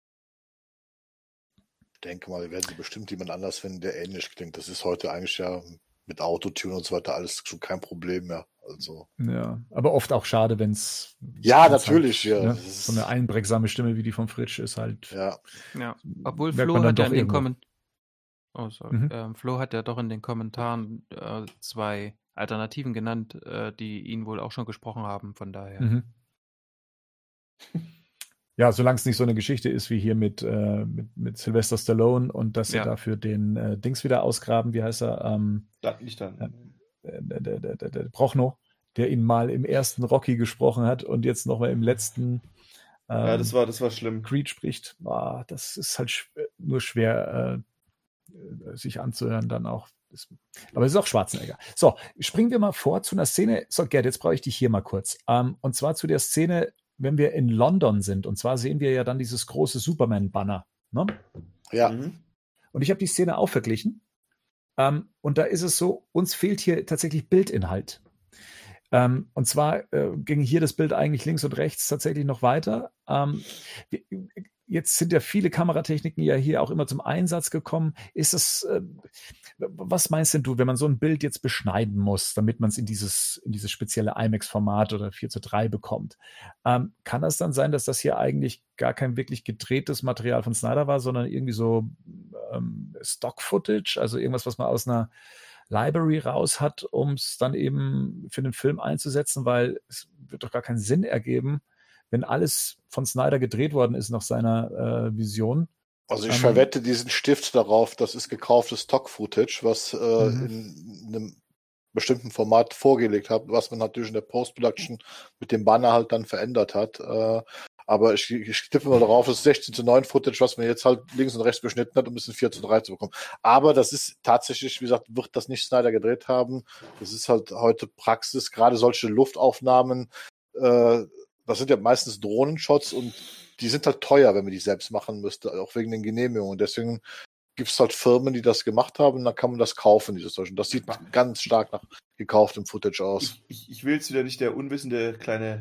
Speaker 2: Ich denke mal, werden sie bestimmt jemand anders finden, der ähnlich klingt. Das ist heute eigentlich ja mit Autotune und so weiter alles schon kein Problem mehr. Also.
Speaker 1: Ja, aber oft auch schade, wenn es.
Speaker 2: Ja, natürlich,
Speaker 1: halt,
Speaker 2: ja.
Speaker 1: Ne, so eine einprägsame Stimme wie die von Fritsch ist halt.
Speaker 2: Ja.
Speaker 4: Ja, obwohl
Speaker 1: merkt
Speaker 4: Flo
Speaker 1: man dann
Speaker 4: hat ja
Speaker 1: doch
Speaker 4: in den
Speaker 1: irgendwo.
Speaker 4: Kommentaren. Oh, sorry.
Speaker 1: Mhm.
Speaker 4: Ähm, Flo hat ja doch in den Kommentaren äh, zwei Alternativen genannt, äh, die ihn wohl auch schon gesprochen haben, von daher.
Speaker 1: Mhm. Ja, solange es nicht so eine Geschichte ist wie hier mit, äh, mit, mit Sylvester Stallone und dass sie
Speaker 4: Ja.
Speaker 1: dafür den äh, Dings wieder ausgraben, wie heißt er? Ähm,
Speaker 3: Da, nicht dann.
Speaker 1: äh, der, der, der, der, der Brochno, der ihn mal im ersten Rocky gesprochen hat und jetzt nochmal im letzten ähm,
Speaker 3: Ja, das war, das war schlimm.
Speaker 1: Creed spricht. Ah, das ist halt schw- nur schwer äh, äh, sich anzuhören dann auch. Das, aber es ist auch Schwarzenegger. So, springen wir mal vor zu einer Szene. So, Gerd, jetzt brauche ich dich hier mal kurz. Ähm, und zwar zu der Szene, wenn wir in London sind. Und zwar sehen wir ja dann dieses große Superman-Banner. Ne?
Speaker 2: Ja.
Speaker 3: Mhm.
Speaker 1: Und ich habe die Szene auch verglichen. Ähm, und da ist es so, uns fehlt hier tatsächlich Bildinhalt. Ähm, und zwar äh, ging hier das Bild eigentlich links und rechts tatsächlich noch weiter. Ähm, wir, jetzt sind ja viele Kameratechniken ja hier auch immer zum Einsatz gekommen. Ist es, äh, was meinst denn du, wenn man so ein Bild jetzt beschneiden muss, damit man es in dieses, in dieses spezielle IMAX-Format oder vier zu drei bekommt? Ähm, kann das dann sein, dass das hier eigentlich gar kein wirklich gedrehtes Material von Snyder war, sondern irgendwie so ähm, Stock-Footage, also irgendwas, was man aus einer Library raus hat, um es dann eben für den Film einzusetzen, weil es wird doch gar keinen Sinn ergeben, wenn alles von Snyder gedreht worden ist nach seiner äh, Vision.
Speaker 2: Also ich
Speaker 1: Ähm,
Speaker 2: verwette diesen Stift darauf, das ist gekauftes Stock-Footage, was äh,
Speaker 1: Mhm.
Speaker 2: in einem bestimmten Format vorgelegt hat, was man natürlich in der Post-Production mit dem Banner halt dann verändert hat. Äh, aber ich, ich tippe mal darauf, das ist sechzehn zu neun Footage, was man jetzt halt links und rechts beschnitten hat, um es in vier zu drei zu bekommen. Aber das ist tatsächlich, wie gesagt, wird das nicht Snyder gedreht haben. Das ist halt heute Praxis, gerade solche Luftaufnahmen, äh, das sind ja meistens Drohnenshots und die sind halt teuer, wenn man die selbst machen müsste, auch wegen den Genehmigungen. Deswegen gibt es halt Firmen, die das gemacht haben, und dann kann man das kaufen, dieses Zeug. Und das sieht ganz stark nach gekauftem Footage aus.
Speaker 3: Ich, ich, ich will jetzt wieder nicht der unwissende kleine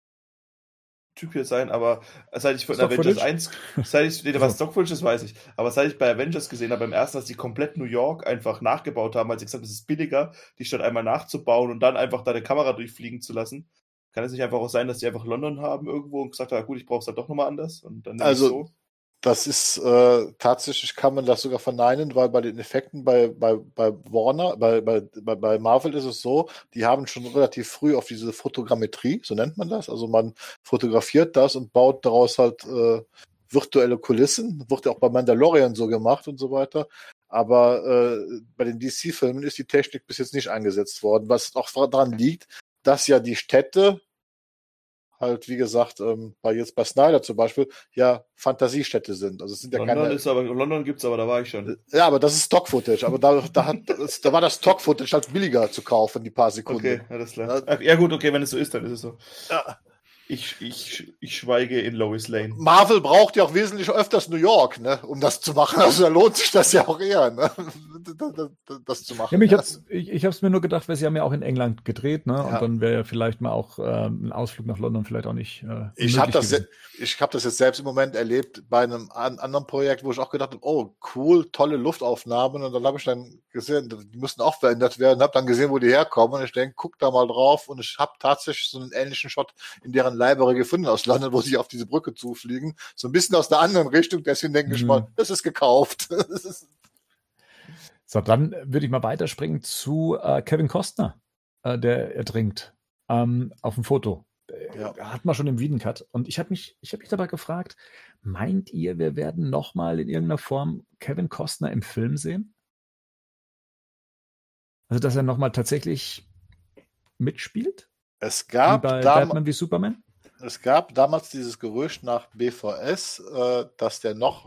Speaker 3: Typ hier sein, aber seit ich von Avengers
Speaker 1: Stock-Footage?
Speaker 3: eins, seit ich, nee, was Stock-Footage ist, weiß ich, aber seit ich bei Avengers gesehen habe, beim ersten, dass die komplett New York einfach nachgebaut haben, als ich gesagt habe, es ist billiger, die Stadt einmal nachzubauen und dann einfach da eine Kamera durchfliegen zu lassen. Kann es nicht einfach auch sein, dass die einfach London haben irgendwo und gesagt haben, gut, ich brauche es dann doch nochmal anders? Und dann nehme
Speaker 2: Also,
Speaker 3: ich so.
Speaker 2: Das ist äh, tatsächlich, kann man das sogar verneinen, weil bei den Effekten bei, bei, bei Warner, bei, bei, bei bei Marvel ist es so, die haben schon relativ früh auf diese Fotogrammetrie, so nennt man das. Also man fotografiert das und baut daraus halt äh, virtuelle Kulissen. Wird ja auch bei Mandalorian so gemacht und so weiter. Aber äh, bei den D C-Filmen ist die Technik bis jetzt nicht eingesetzt worden, was auch daran liegt, dass ja die Städte halt, wie gesagt, ähm, bei jetzt bei Snyder zum Beispiel, ja, Fantasiestädte sind. Also es sind ja
Speaker 3: London
Speaker 2: keine.
Speaker 3: ist aber, London gibt's aber, da war ich schon.
Speaker 2: Ja, aber das ist Stock-Footage. Aber da, da, hat, da war das Stock-Footage halt billiger zu kaufen, die paar Sekunden.
Speaker 3: Okay, alles klar.
Speaker 2: Ja.
Speaker 3: Ach, ja gut, okay, wenn es so ist, dann ist es so.
Speaker 2: Ja.
Speaker 3: Ich, ich, ich schweige in Lois Lane.
Speaker 2: Marvel braucht ja auch wesentlich öfters New York, ne, um das zu machen. Also da lohnt sich das ja auch eher, ne, das zu machen.
Speaker 1: Ja, mich hat's, ich ich habe es mir nur gedacht, weil sie haben ja auch in England gedreht, ne?
Speaker 2: Ja.
Speaker 1: Und dann wäre ja vielleicht mal auch ähm, ein Ausflug nach London vielleicht auch nicht. Äh,
Speaker 2: Ich habe
Speaker 1: möglich
Speaker 2: das,
Speaker 1: gewesen.
Speaker 2: se- ich hab das jetzt selbst im Moment erlebt bei einem an, anderen Projekt, wo ich auch gedacht habe, oh cool, tolle Luftaufnahmen. Und dann habe ich dann gesehen, die müssen auch verändert werden. Habe dann gesehen, wo die herkommen. Und ich denke, guck da mal drauf. Und ich habe tatsächlich so einen ähnlichen Shot in deren Library gefunden aus London, wo sie auf diese Brücke zufliegen. So ein bisschen aus der anderen Richtung. Deswegen denke ich
Speaker 1: Mhm.
Speaker 2: mal, das ist gekauft. Das ist,
Speaker 1: So, dann würde ich mal weiterspringen zu äh, Kevin Costner, äh, der ertrinkt ähm, auf dem Foto. Äh,
Speaker 2: Ja.
Speaker 1: Hat man schon im Wiedencut. Und ich habe mich, ich habe mich dabei gefragt, meint ihr, wir werden nochmal in irgendeiner Form Kevin Costner im Film sehen? Also, dass er nochmal tatsächlich mitspielt?
Speaker 2: es
Speaker 1: Wie
Speaker 2: gab
Speaker 1: bei
Speaker 2: damals.
Speaker 1: Batman wie Superman?
Speaker 2: Es gab damals dieses Gerücht nach B V S, äh, dass der noch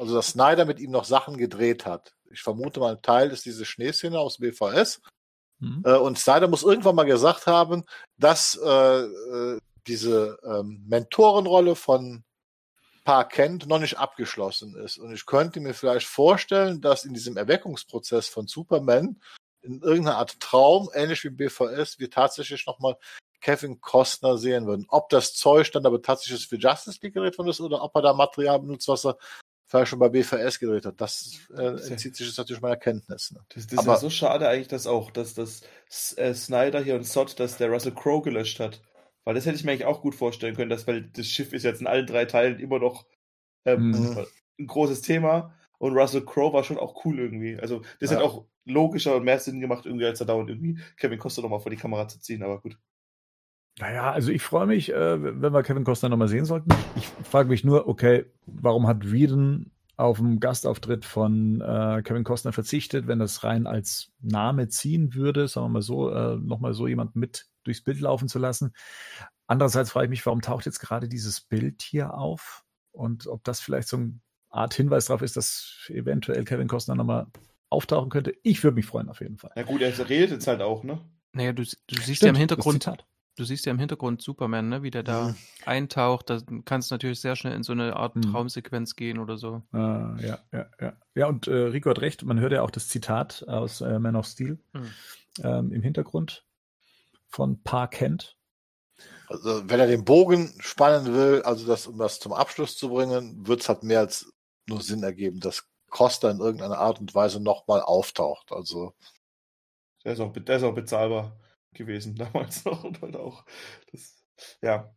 Speaker 2: also dass Snyder mit ihm noch Sachen gedreht hat. Ich vermute mal, ein Teil ist diese Schneeszene aus B V S.
Speaker 1: Mhm.
Speaker 2: Äh, und Snyder muss irgendwann mal gesagt haben, dass äh, äh, diese ähm, Mentorenrolle von Pa Kent noch nicht abgeschlossen ist. Und ich könnte mir vielleicht vorstellen, dass in diesem Erweckungsprozess von Superman in irgendeiner Art Traum, ähnlich wie im B V S, wir tatsächlich nochmal Kevin Costner sehen würden. Ob das Zeug dann aber tatsächlich für Justice League gedreht worden ist oder ob er da Material benutzt, was er vielleicht schon bei B V S gedreht hat. Das äh, entzieht sich jetzt natürlich meiner Kenntnis. Ne?
Speaker 3: Das, das
Speaker 2: Aber-
Speaker 3: ist ja so schade eigentlich, dass auch, dass das äh, Snyder hier und Sod, dass der Russell Crowe gelöscht hat. Weil das hätte ich mir eigentlich auch gut vorstellen können, dass, weil das Schiff ist jetzt in allen drei Teilen immer noch ähm,
Speaker 1: Mhm.
Speaker 3: ein großes Thema und Russell Crowe war schon auch cool irgendwie. Also das
Speaker 2: Ja.
Speaker 3: hat auch logischer und mehr Sinn gemacht, irgendwie, als da dauernd irgendwie Kevin Costner nochmal vor die Kamera zu ziehen, aber gut.
Speaker 1: Naja, also ich freue mich, äh, wenn wir Kevin Costner nochmal sehen sollten. Ich frage mich nur, okay, warum hat Whedon auf einen Gastauftritt von äh, Kevin Costner verzichtet, wenn das rein als Name ziehen würde, sagen wir mal so, äh, nochmal so jemanden mit durchs Bild laufen zu lassen. Andererseits frage ich mich, warum taucht jetzt gerade dieses Bild hier auf? Und ob das vielleicht so eine Art Hinweis darauf ist, dass eventuell Kevin Costner nochmal auftauchen könnte. Ich würde mich freuen auf jeden Fall.
Speaker 3: Na gut, er redet jetzt halt auch, ne?
Speaker 4: Naja, du, du siehst ja
Speaker 1: Stimmt,
Speaker 4: im
Speaker 1: das
Speaker 4: Hintergrund,
Speaker 1: Zitat.
Speaker 4: du siehst ja im Hintergrund Superman, ne, wie der da
Speaker 2: Mhm.
Speaker 4: eintaucht. Da kannst du natürlich sehr schnell in so eine Art
Speaker 1: Mhm.
Speaker 4: Traumsequenz gehen oder so.
Speaker 1: Äh, ja, ja, ja. Ja, und äh, Rico hat recht, man hört ja auch das Zitat aus äh, Man of Steel
Speaker 4: Mhm.
Speaker 1: ähm, im Hintergrund von Pa Kent.
Speaker 2: Also, wenn er den Bogen spannen will, also das, um das zum Abschluss zu bringen, wird es halt mehr als nur Sinn ergeben, dass Costa in irgendeiner Art und Weise nochmal auftaucht. Also,
Speaker 3: Der ist auch, der ist auch bezahlbar gewesen damals noch und halt auch. Das, ja.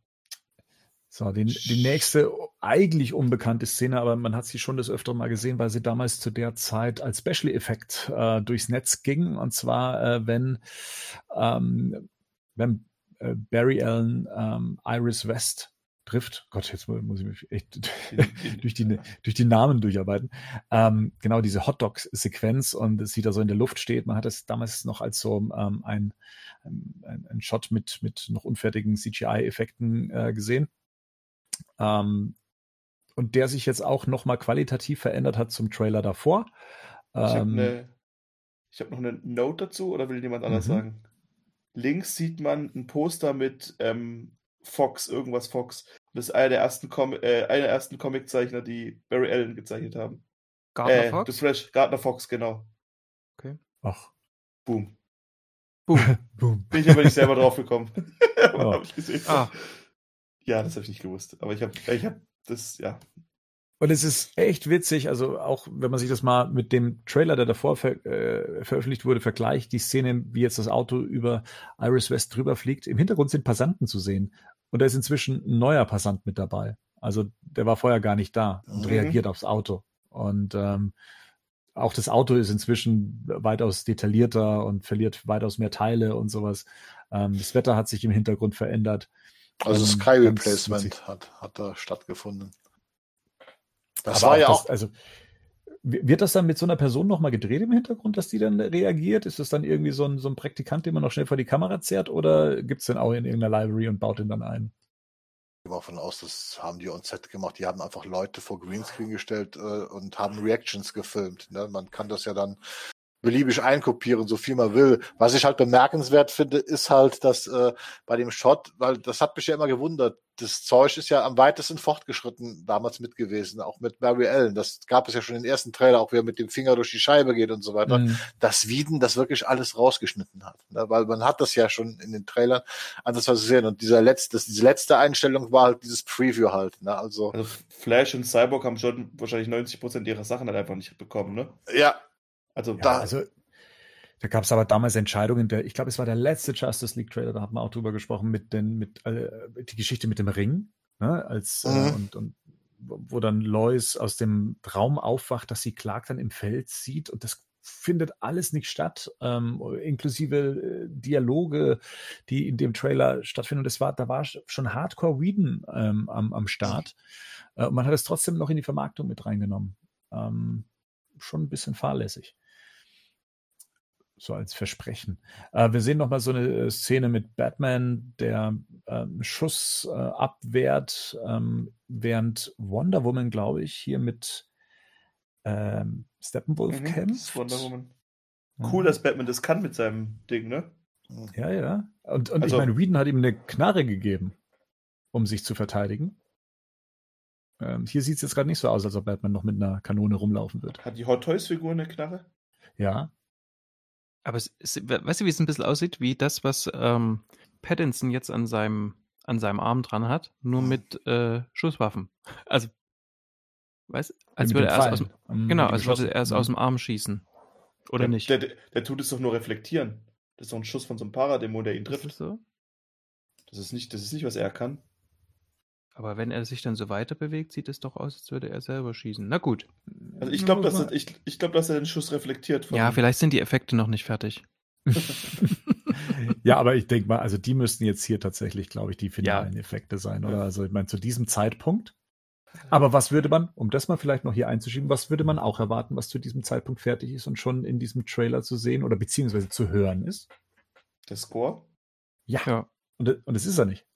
Speaker 1: So, die, die nächste eigentlich unbekannte Szene, aber man hat sie schon des Öfteren mal gesehen, weil sie damals zu der Zeit als Special Effekt äh, durchs Netz ging. Und zwar, äh, wenn, ähm, wenn äh, Barry Allen ähm, Iris West trifft. Gott, jetzt muss ich mich echt durch, die, durch die Namen durcharbeiten. Ähm, genau, diese Hotdog-Sequenz und sie da so in der Luft steht. Man hat es damals noch als so ähm, ein, ein, ein Shot mit, mit noch unfertigen C G I-Effekten äh, gesehen. Ähm, und der sich jetzt auch noch mal qualitativ verändert hat zum Trailer davor.
Speaker 3: Ich habe
Speaker 1: Ähm,
Speaker 3: ne, ich hab noch eine Note dazu, oder will jemand anders
Speaker 1: Mhm.
Speaker 3: sagen? Links sieht man ein Poster mit ähm, Fox, irgendwas Fox. Das ist einer der ersten, Com äh, einer der ersten Comiczeichner, die Barry Allen gezeichnet haben.
Speaker 4: Gardner
Speaker 3: äh,
Speaker 4: Fox?
Speaker 3: The Flash, Gardner Fox, genau.
Speaker 1: ach,
Speaker 3: Boom.
Speaker 4: Boom.
Speaker 1: boom.
Speaker 3: Bin ich aber nicht selber drauf gekommen.
Speaker 1: Oh.
Speaker 3: Habe ich gesehen.
Speaker 4: Ah,
Speaker 3: Ja, das habe ich nicht gewusst. Aber ich habe ich hab das, ja.
Speaker 1: Und es ist echt witzig, also auch wenn man sich das mal mit dem Trailer, der davor ver äh, veröffentlicht wurde, vergleicht, die Szene, wie jetzt das Auto über Iris West drüber fliegt. Im Hintergrund sind Passanten zu sehen. Und da ist inzwischen ein neuer Passant mit dabei. Also der war vorher gar nicht da und
Speaker 2: Mhm.
Speaker 1: reagiert aufs Auto. Und ähm, auch das Auto ist inzwischen weitaus detaillierter und verliert weitaus mehr Teile und sowas. Ähm, das Wetter hat sich im Hintergrund verändert.
Speaker 2: also
Speaker 1: Ähm,
Speaker 2: Sky
Speaker 1: ganz
Speaker 2: Replacement
Speaker 1: witzig.
Speaker 2: hat, hat da stattgefunden. Das
Speaker 1: Aber
Speaker 2: war ja
Speaker 1: das,
Speaker 2: auch,
Speaker 1: also w- wird das dann mit so einer Person nochmal gedreht im Hintergrund, dass die dann reagiert? Ist das dann irgendwie so ein, so ein Praktikant, den man noch schnell vor die Kamera zerrt, oder gibt es den auch in irgendeiner Library und baut den dann ein?
Speaker 2: ich gehe mal von aus, das haben die on Set gemacht. Die haben einfach Leute vor Greenscreen gestellt äh, und haben Reactions gefilmt. Ne? Man kann das ja dann beliebig einkopieren, so viel man will. Was ich halt bemerkenswert finde, ist halt, dass äh, bei dem Shot, weil das hat mich ja immer gewundert, das Zeug ist ja am weitesten fortgeschritten damals mit gewesen, auch mit Barry Allen. Das gab es ja schon in den ersten Trailer, auch wie er mit dem Finger durch die Scheibe geht und so weiter.
Speaker 1: Mhm.
Speaker 2: Dass Whedon das wirklich alles rausgeschnitten hat. Ne? Weil man hat das ja schon in den Trailern anders was gesehen. Und dieser letzte, diese letzte Einstellung war halt dieses Preview halt. Ne? Also,
Speaker 3: Also Flash und Cyborg haben schon wahrscheinlich neunzig Prozent ihrer Sachen halt einfach nicht bekommen, ne?
Speaker 2: ja,
Speaker 3: Also
Speaker 1: Ja,
Speaker 2: Da-
Speaker 1: also da gab es aber damals Entscheidungen, der, ich glaube, es war der letzte Justice League Trailer, da hat man auch drüber gesprochen, mit den, mit äh, die Geschichte mit dem Ring, ne, als äh,
Speaker 2: Mhm.
Speaker 1: und, und wo wo dann Lois aus dem Traum aufwacht, dass sie Clark dann im Feld sieht, und das findet alles nicht statt, ähm, inklusive äh, Dialoge, die in dem Trailer stattfinden. Und das war, da war schon Hardcore Whedon ähm, am, am Start. Äh, und man hat es trotzdem noch in die Vermarktung mit reingenommen. Ähm, schon ein bisschen fahrlässig. So als Versprechen. Äh, wir sehen noch mal so eine äh, Szene mit Batman, der äh, einen Schuss äh, abwehrt, ähm, während Wonder Woman, glaube ich, hier mit ähm, Steppenwolf
Speaker 3: Mhm,
Speaker 1: kämpft.
Speaker 3: das ist Wonder Woman.
Speaker 1: Ja.
Speaker 3: Cool, dass Batman das kann mit seinem Ding, ne?
Speaker 1: Ja, ja. Und, und
Speaker 3: Also-
Speaker 1: ich meine, Whedon hat ihm eine Knarre gegeben, um sich zu verteidigen. Ähm, hier sieht es jetzt gerade nicht so aus, als ob Batman noch mit einer Kanone rumlaufen wird.
Speaker 3: Hat die Hot Toys-Figur eine Knarre?
Speaker 1: Ja.
Speaker 4: Aber es, es, weißt du, wie es ein bisschen aussieht? Wie das, was ähm, Pattinson jetzt an seinem, an seinem Arm dran hat, nur
Speaker 2: Mhm.
Speaker 4: mit äh, Schusswaffen. Also, weißt du, als
Speaker 1: Mit
Speaker 4: würde
Speaker 1: den
Speaker 4: er erst aus
Speaker 1: Pfeilen.
Speaker 4: dem,
Speaker 1: Ähm,
Speaker 4: genau,
Speaker 1: mit den
Speaker 4: als würde
Speaker 1: Geschossen.
Speaker 4: er erst
Speaker 1: Ja.
Speaker 4: aus dem Arm schießen. Oder
Speaker 3: der,
Speaker 4: nicht?
Speaker 3: Der, der, der tut es doch nur reflektieren. Das ist doch ein Schuss von so einem Paradämon, der ihn
Speaker 4: Ist
Speaker 3: trifft.
Speaker 4: das so?
Speaker 3: Das ist nicht, das ist nicht, was er kann.
Speaker 4: Aber wenn er sich dann so weiter bewegt, sieht es doch aus, als würde er selber schießen. Na gut.
Speaker 3: Also ich glaube, dass, er- ich, ich glaub, dass er den Schuss reflektiert. Von,
Speaker 4: Ja, vielleicht sind die Effekte noch nicht fertig.
Speaker 1: Ja, aber ich denke mal, also die müssten jetzt hier tatsächlich, glaube ich, die finalen Effekte sein, oder? Also ich meine, zu diesem Zeitpunkt. Aber was würde man, um das mal vielleicht noch hier einzuschieben, was würde man auch erwarten, was zu diesem Zeitpunkt fertig ist und schon in diesem Trailer zu sehen oder beziehungsweise zu hören ist?
Speaker 3: Der Score?
Speaker 1: Ja.
Speaker 4: Ja.
Speaker 1: Und, und das ist er nicht.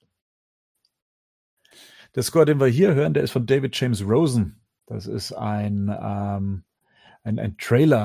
Speaker 1: Der Score, den wir hier hören, der ist von David James Rosen. Das ist ein, ähm, ein, ein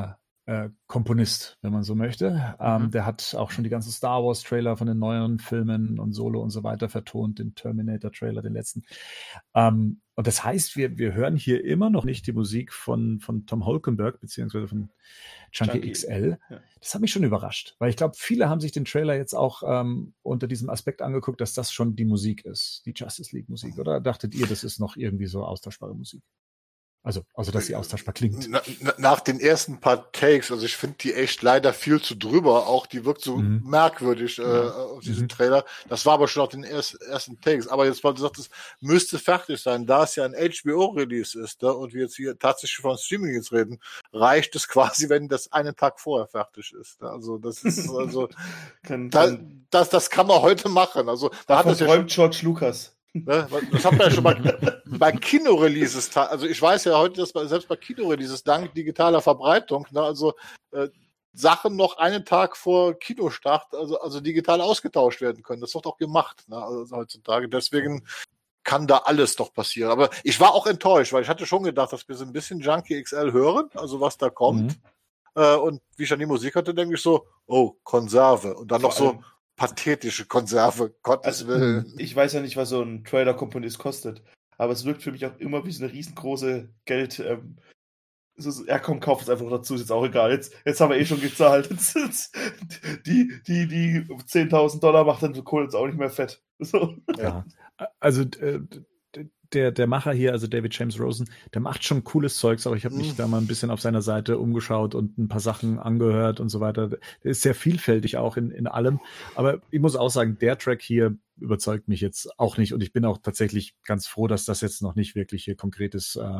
Speaker 1: Trailer-Komponist, wenn man so möchte. Ähm,
Speaker 4: Mhm.
Speaker 1: Der hat auch schon die ganzen Star Wars-Trailer von den neueren Filmen und Solo und so weiter vertont, den Terminator-Trailer, den letzten. Ähm, und das heißt, wir, wir hören hier immer noch nicht die Musik von, von Tom Holkenberg, beziehungsweise von Junkie,
Speaker 3: Junkie.
Speaker 1: X L.
Speaker 3: Ja.
Speaker 1: Das hat mich schon überrascht, weil ich glaube, viele haben sich den Trailer jetzt auch ähm, unter diesem Aspekt angeguckt, dass das schon die Musik ist, die Justice League Musik. Oder dachtet ihr, das ist noch irgendwie so austauschbare Musik? Also, also dass sie austauschbar klingt.
Speaker 2: Na, na, nach den ersten paar Takes, also ich finde die echt leider viel zu drüber, auch die wirkt so
Speaker 1: Mhm.
Speaker 2: merkwürdig äh, auf diesem
Speaker 1: Mhm.
Speaker 2: Trailer. Das war aber schon nach den ersten, ersten Takes. Aber jetzt, weil du sagst, es müsste fertig sein, da es ja ein H B O-Release ist, ne, und wir jetzt hier tatsächlich von Streaming jetzt reden, reicht es quasi, wenn das einen Tag vorher fertig ist. Ne? Also das ist also
Speaker 3: Kann,
Speaker 2: da,
Speaker 3: kann,
Speaker 2: das, das kann man heute machen. Also da hat
Speaker 3: davon
Speaker 2: es ja schon,
Speaker 3: träumt George Lucas.
Speaker 2: ne, das hat man ja schon mal bei Kinoreleases, ta- also ich weiß ja heute, dass bei, selbst bei Kinoreleases dank digitaler Verbreitung, ne, also äh, Sachen noch einen Tag vor Kinostart, also, also digital ausgetauscht werden können. Das wird auch gemacht, ne, also heutzutage. Deswegen kann da alles doch passieren. Aber ich war auch enttäuscht, weil ich hatte schon gedacht, dass wir so ein bisschen Junkie X L hören, also was da kommt.
Speaker 1: Mhm.
Speaker 2: Äh, und wie ich dann die Musik hatte, denke ich so, oh, Konserve. Und dann
Speaker 3: Vor
Speaker 2: noch so
Speaker 3: allem-
Speaker 2: pathetische Konserve, Gottes
Speaker 3: Also,
Speaker 2: Willen.
Speaker 3: ich weiß ja nicht, was so ein Trailer-Komponist kostet, aber es wirkt für mich auch immer wie so eine riesengroße Geld. Ähm, so, so, ja, komm, kauf es einfach dazu, ist jetzt auch egal. Jetzt, jetzt haben wir eh schon gezahlt. Jetzt, jetzt, die die, die zehntausend Dollar macht dann so Kohle jetzt auch nicht mehr fett. So.
Speaker 1: Ja. Also äh, der, der Macher hier, also David James Rosen, der macht schon cooles Zeugs, aber ich habe mich
Speaker 2: Mhm.
Speaker 1: da mal ein bisschen auf seiner Seite umgeschaut und ein paar Sachen angehört und so weiter. Der ist sehr vielfältig auch in, in allem. Aber ich muss auch sagen, der Track hier überzeugt mich jetzt auch nicht. Und ich bin auch tatsächlich ganz froh, dass das jetzt noch nicht wirklich hier konkretes äh,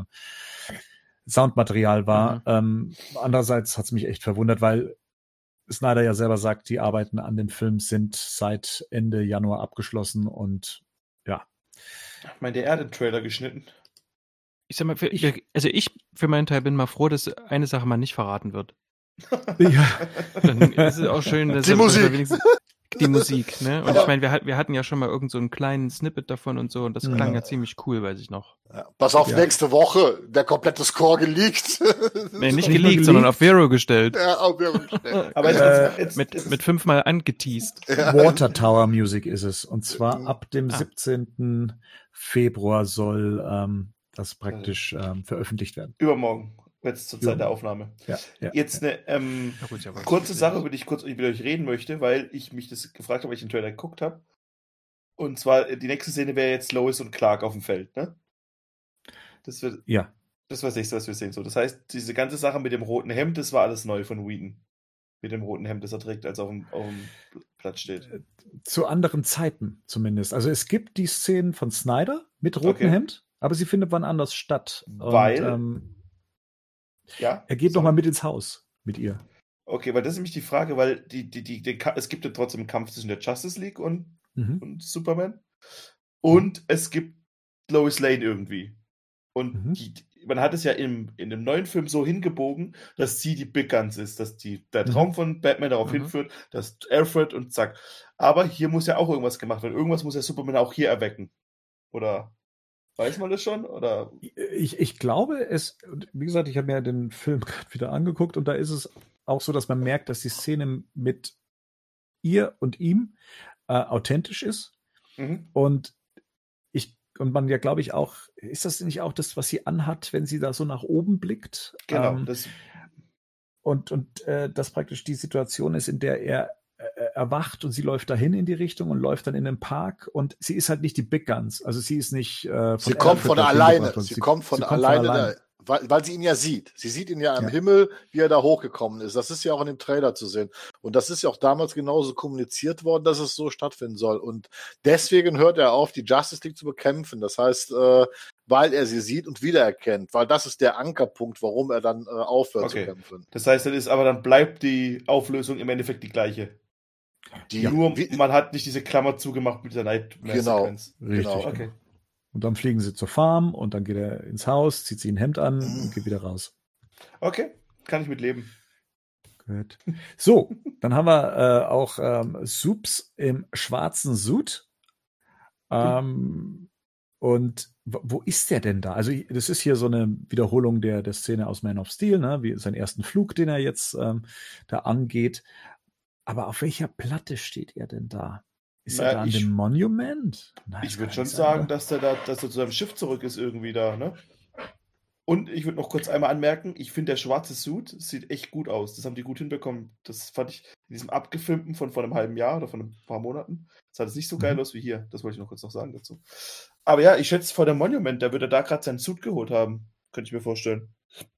Speaker 1: Soundmaterial war.
Speaker 4: Mhm.
Speaker 1: Ähm, andererseits hat es mich echt verwundert, weil Snyder ja selber sagt, die Arbeiten an dem Film sind seit Ende Januar abgeschlossen und ja.
Speaker 3: Ich meine, der hat den Trailer geschnitten.
Speaker 4: Ich sag mal, für, also ich für meinen Teil bin mal froh, dass eine Sache mal nicht verraten wird.
Speaker 1: ja.
Speaker 4: Dann ist es auch schön, dass
Speaker 2: Die
Speaker 4: er- dass er
Speaker 2: Musik.
Speaker 4: wenigstens die Musik, ne? Und ich meine, wir, hat, wir hatten ja schon mal irgend so einen kleinen Snippet davon und so und das klang
Speaker 1: Ja.
Speaker 4: ja ziemlich cool, weiß ich noch.
Speaker 2: Ja, pass auf,
Speaker 1: Ja.
Speaker 2: nächste Woche, der komplette Score geleakt.
Speaker 4: Nee, nicht
Speaker 1: Nicht
Speaker 4: geleakt,
Speaker 1: nur
Speaker 4: sondern
Speaker 1: geleakt.
Speaker 4: auf Vero gestellt.
Speaker 2: Ja, auf jeden Fall.
Speaker 3: Aber jetzt,
Speaker 1: Äh,
Speaker 3: jetzt, jetzt,
Speaker 4: Mit,
Speaker 3: jetzt,
Speaker 4: mit fünfmal angeteased.
Speaker 1: Water Tower Music ist es. Und zwar
Speaker 2: Mhm.
Speaker 1: ab dem
Speaker 4: Ah.
Speaker 1: siebzehnten Februar soll ähm, das praktisch ähm, veröffentlicht werden.
Speaker 3: übermorgen, jetzt zur Zeit
Speaker 1: Übermorgen.
Speaker 3: der Aufnahme.
Speaker 1: Ja, ja.
Speaker 3: Jetzt eine ähm,
Speaker 4: Ja, gut, ist ja was
Speaker 3: kurze
Speaker 4: Wichtiges.
Speaker 3: Sache, über die ich kurz mit euch reden möchte, weil ich mich das gefragt habe, weil ich den Trailer geguckt habe. Und zwar, äh, die nächste Szene wäre jetzt Lois und Clark auf dem Feld, ne? Das wird
Speaker 1: Ja.
Speaker 3: das war das nächste, was wir sehen. So, das heißt, diese ganze Sache mit dem roten Hemd, das war alles neu von Whedon. Mit dem roten Hemd, das er trägt, als er auf dem, auf dem Platz steht.
Speaker 1: Zu anderen Zeiten zumindest. Also es gibt die Szenen von Snyder mit rotem
Speaker 3: Okay.
Speaker 1: Hemd, aber sie findet wann anders statt.
Speaker 3: Weil-
Speaker 1: Und, ähm,
Speaker 3: Ja?
Speaker 1: er geht
Speaker 3: So.
Speaker 1: noch mal mit ins Haus mit ihr.
Speaker 3: Okay, weil das ist nämlich die Frage, weil die, die, die, den Ka- es gibt ja trotzdem einen Kampf zwischen der Justice League und,
Speaker 1: Mhm.
Speaker 3: und Superman. Und es gibt Lois Lane irgendwie. Und
Speaker 1: Mhm.
Speaker 3: die, man hat es ja im, in dem neuen Film so hingebogen, dass sie die Big Guns ist, dass die, der
Speaker 1: Mhm.
Speaker 3: Traum von Batman darauf
Speaker 4: Mhm.
Speaker 3: hinführt, dass Alfred und zack. Aber hier muss ja auch irgendwas gemacht werden. Irgendwas muss ja Superman auch hier erwecken. Oder Weiß man das schon? Oder?
Speaker 1: Ich, ich glaube, es, wie gesagt, ich habe mir den Film gerade wieder angeguckt und da ist es auch so, dass man merkt, dass die Szene mit ihr und ihm äh, authentisch ist.
Speaker 3: Mhm.
Speaker 1: Und ich, und man ja, glaube ich, auch, ist das nicht auch das, was sie anhat, wenn sie da so nach oben blickt?
Speaker 3: Genau.
Speaker 1: Ähm,
Speaker 3: Das,
Speaker 1: und und äh, das praktisch die Situation ist, in der er äh, erwacht und sie läuft dahin in die Richtung und läuft dann in den Park und sie ist halt nicht die Big Guns, also sie ist nicht äh, von
Speaker 2: Sie kommt von
Speaker 1: Alfred dorthin
Speaker 2: alleine.
Speaker 1: gebracht worden.
Speaker 2: Sie, kommt von
Speaker 1: sie kommt
Speaker 2: alleine,
Speaker 1: von alleine.
Speaker 2: Da, weil, weil sie ihn ja sieht. Sie sieht ihn ja am
Speaker 1: Ja.
Speaker 2: Himmel, wie er da hochgekommen ist. Das ist ja auch in dem Trailer zu sehen. Und das ist ja auch damals genauso kommuniziert worden, dass es so stattfinden soll. Und deswegen hört er auf, die Justice League zu bekämpfen. Das heißt, äh, weil er sie sieht und wiedererkennt. Weil das ist der Ankerpunkt, warum er dann äh, aufhört
Speaker 3: Okay.
Speaker 2: zu kämpfen.
Speaker 3: das heißt, dann ist aber dann bleibt die Auflösung im Endeffekt die gleiche.
Speaker 2: Die,
Speaker 3: Nur
Speaker 2: wie,
Speaker 3: man hat nicht diese Klammer zugemacht mit der
Speaker 2: Genau.
Speaker 3: Nightmare-Sequenz.
Speaker 1: Richtig.
Speaker 2: Genau.
Speaker 3: Okay.
Speaker 1: Und dann fliegen sie zur Farm und dann geht er ins Haus, zieht sie ein Hemd an
Speaker 2: Mhm.
Speaker 1: und geht wieder raus.
Speaker 3: Okay, kann ich mit leben.
Speaker 1: Gut. So, dann haben wir äh, auch ähm, Soups im schwarzen Suit. Ähm, und wo, wo ist der denn da? Also ich- das ist hier so eine Wiederholung der, der Szene aus Man of Steel, ne? Wie seinen ersten Flug, den er jetzt ähm, da angeht. Aber auf welcher Platte steht er denn da? Ist
Speaker 3: Na,
Speaker 1: er da an
Speaker 3: ich-
Speaker 1: dem Monument? Nein,
Speaker 3: Ich
Speaker 1: das
Speaker 3: würde
Speaker 1: kann
Speaker 3: schon
Speaker 1: nicht sein,
Speaker 3: sagen,
Speaker 1: oder?
Speaker 3: dass er da, dass er zu seinem Schiff zurück ist irgendwie da, ne? Und ich würde noch kurz einmal anmerken, ich finde der schwarze Suit sieht echt gut aus. Das haben die gut hinbekommen. Das fand ich in diesem abgefilmten von vor einem halben Jahr oder von ein paar Monaten. Sah das nicht so geil
Speaker 1: Mhm.
Speaker 3: aus wie hier. Das wollte ich noch kurz noch sagen dazu. Aber ja, ich schätze vor dem Monument, da wird er da gerade seinen Suit geholt haben. Könnte ich mir vorstellen.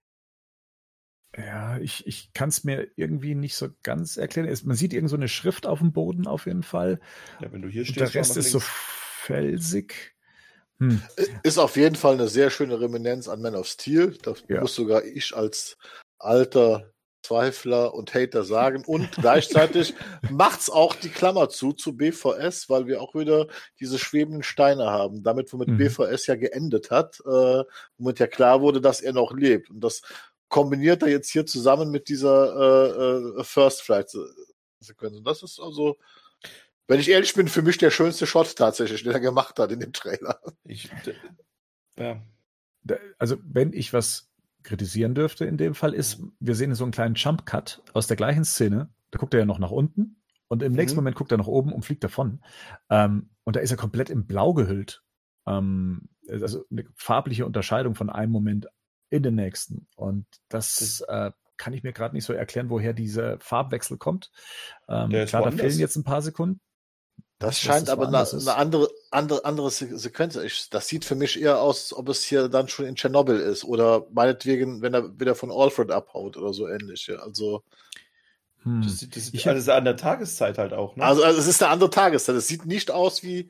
Speaker 1: Ja, ich, ich kann es mir irgendwie nicht so ganz erklären. Es, man sieht irgend so eine Schrift auf dem Boden auf jeden Fall.
Speaker 3: Ja, wenn du hier
Speaker 1: Und
Speaker 3: stehst,
Speaker 1: der
Speaker 3: schau
Speaker 1: Rest
Speaker 3: nach
Speaker 1: ist so
Speaker 3: links.
Speaker 1: felsig. Hm.
Speaker 2: Ist auf jeden Fall eine sehr schöne Reminiszenz an Man of Steel. Das
Speaker 1: Ja.
Speaker 2: muss sogar ich als alter Zweifler und Hater sagen. Und gleichzeitig macht's auch die Klammer zu zu B V S, weil wir auch wieder diese schwebenden Steine haben. Damit, womit
Speaker 1: Mhm.
Speaker 2: B V S ja geendet hat, äh, womit ja klar wurde, dass er noch lebt. Und das kombiniert er jetzt hier zusammen mit dieser äh, äh, First Flight Sequenz. Und das ist also, wenn ich ehrlich bin, für mich der schönste Shot tatsächlich, den er gemacht hat in dem Trailer.
Speaker 3: Ich, d- ja.
Speaker 1: Da- Also, wenn ich was kritisieren dürfte in dem Fall ist, wir sehen so einen kleinen Jump Cut aus der gleichen Szene. Da guckt er ja noch nach unten und im nächsten
Speaker 2: Mhm.
Speaker 1: Moment guckt er nach oben und fliegt davon. Ähm, und da ist er komplett in Blau gehüllt. Ähm, also eine farbliche Unterscheidung von einem Moment in den nächsten. Und das äh, kann ich mir gerade nicht so erklären, woher dieser Farbwechsel kommt. Ähm,
Speaker 3: Der ist
Speaker 1: klar, da
Speaker 3: woanders.
Speaker 1: fehlen jetzt ein paar Sekunden.
Speaker 2: Das
Speaker 1: Was,
Speaker 2: scheint
Speaker 1: dass
Speaker 2: aber eine,
Speaker 1: woanders ist?
Speaker 2: eine andere, andere, andere Se- Sequenz. Ich, das sieht für mich eher aus, als ob es hier dann schon in Tschernobyl ist oder meinetwegen, wenn er wieder von Alfred abhaut oder so ähnlich. Ja. Also,
Speaker 1: Hm.
Speaker 3: Das, sieht- das, sieht-
Speaker 1: Ich-
Speaker 3: also an der Tageszeit halt auch, ne?
Speaker 2: also, also es ist eine andere Tageszeit. Es sieht nicht aus wie.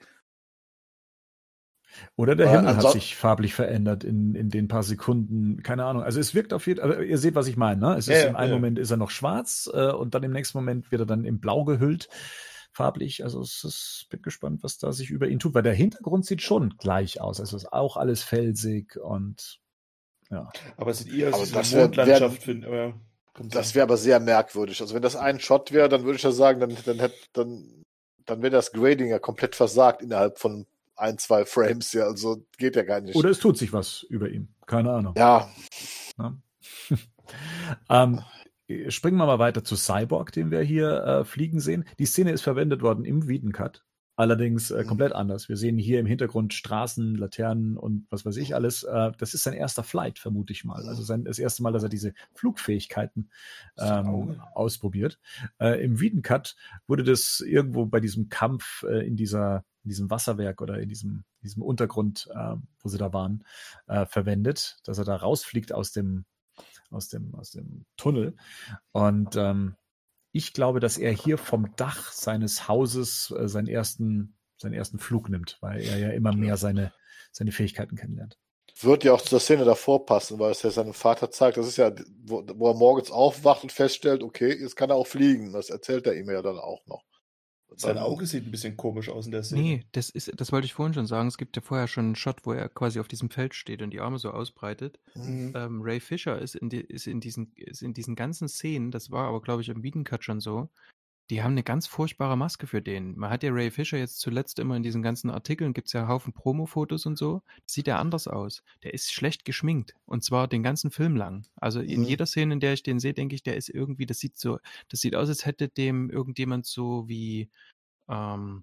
Speaker 1: Oder der
Speaker 2: Äh,
Speaker 1: Himmel hat
Speaker 2: anson-
Speaker 1: sich farblich verändert in, in den paar Sekunden. Keine Ahnung. Also es wirkt auf jeden Fall, also ihr seht, was ich meine. Ne? Es
Speaker 3: Ja,
Speaker 1: ist
Speaker 3: ja,
Speaker 1: im einen
Speaker 3: ja.
Speaker 1: Moment ist er noch schwarz äh, und dann im nächsten Moment wird er dann in Blau gehüllt, farblich. Also es ist, bin gespannt, was da sich über ihn tut, weil der Hintergrund sieht schon gleich aus. Also es ist auch alles felsig und ja.
Speaker 3: Aber es sieht eher
Speaker 2: Aber
Speaker 3: aus wie
Speaker 2: das
Speaker 3: eine
Speaker 2: wär-
Speaker 3: Mondlandschaft. find- aber, kann
Speaker 2: Das
Speaker 3: sein.
Speaker 2: wäre aber sehr merkwürdig. Also wenn das ein Shot wäre, dann würde ich ja sagen, dann, dann hätte, dann, dann wäre das Grading ja komplett versagt innerhalb von ein, zwei Frames. Ja, also geht ja gar nicht.
Speaker 1: Oder es tut sich was über ihn. Keine Ahnung.
Speaker 2: ja,
Speaker 1: Ne? ähm, springen wir mal weiter zu Cyborg, den wir hier äh, fliegen sehen. Die Szene ist verwendet worden im Wiedencut. Allerdings äh,
Speaker 2: Mhm.
Speaker 1: komplett anders. Wir sehen hier im Hintergrund Straßen, Laternen und was weiß ich alles. Äh, das ist sein erster Flight, vermute ich mal. Also sein, das erste Mal, dass er diese Flugfähigkeiten ähm,
Speaker 3: Auge.
Speaker 1: ausprobiert. Äh, Im Wiedencut wurde das irgendwo bei diesem Kampf äh, in dieser in diesem Wasserwerk oder in diesem, diesem Untergrund, äh, wo sie da waren, äh, verwendet, dass er da rausfliegt aus dem, aus dem, aus dem Tunnel. Und ähm, ich glaube, dass er hier vom Dach seines Hauses äh, seinen ersten, seinen ersten Flug nimmt, weil er ja immer mehr seine, seine Fähigkeiten kennenlernt.
Speaker 2: wird ja auch zur Szene davor passen, weil es ja seinem Vater zeigt, das ist ja, wo, wo er morgens aufwacht und feststellt, okay, jetzt kann er auch fliegen. Das erzählt er ihm ja dann auch noch. Und
Speaker 3: Sein
Speaker 2: dann-
Speaker 3: Auge sieht ein bisschen komisch aus in der Szene.
Speaker 4: Nee, das ist, das wollte ich vorhin schon sagen. Es gibt ja vorher schon einen Shot, wo er quasi auf diesem Feld steht und die Arme so ausbreitet.
Speaker 3: Mhm.
Speaker 4: Ähm, Ray Fisher ist in, die, ist, in diesen, ist in diesen ganzen Szenen, das war aber, glaube ich, im Wiedencut schon so, die haben eine ganz furchtbare Maske für den. Man hat ja Ray Fisher jetzt zuletzt immer in diesen ganzen Artikeln, gibt es ja Haufen Promo-Fotos und so. Sieht ja anders aus. Der ist schlecht geschminkt. Und zwar den ganzen Film lang. Also in
Speaker 2: Mhm.
Speaker 4: jeder Szene, in der ich den sehe, denke ich, der ist irgendwie, das sieht so, das sieht aus, als hätte dem irgendjemand so wie, ähm,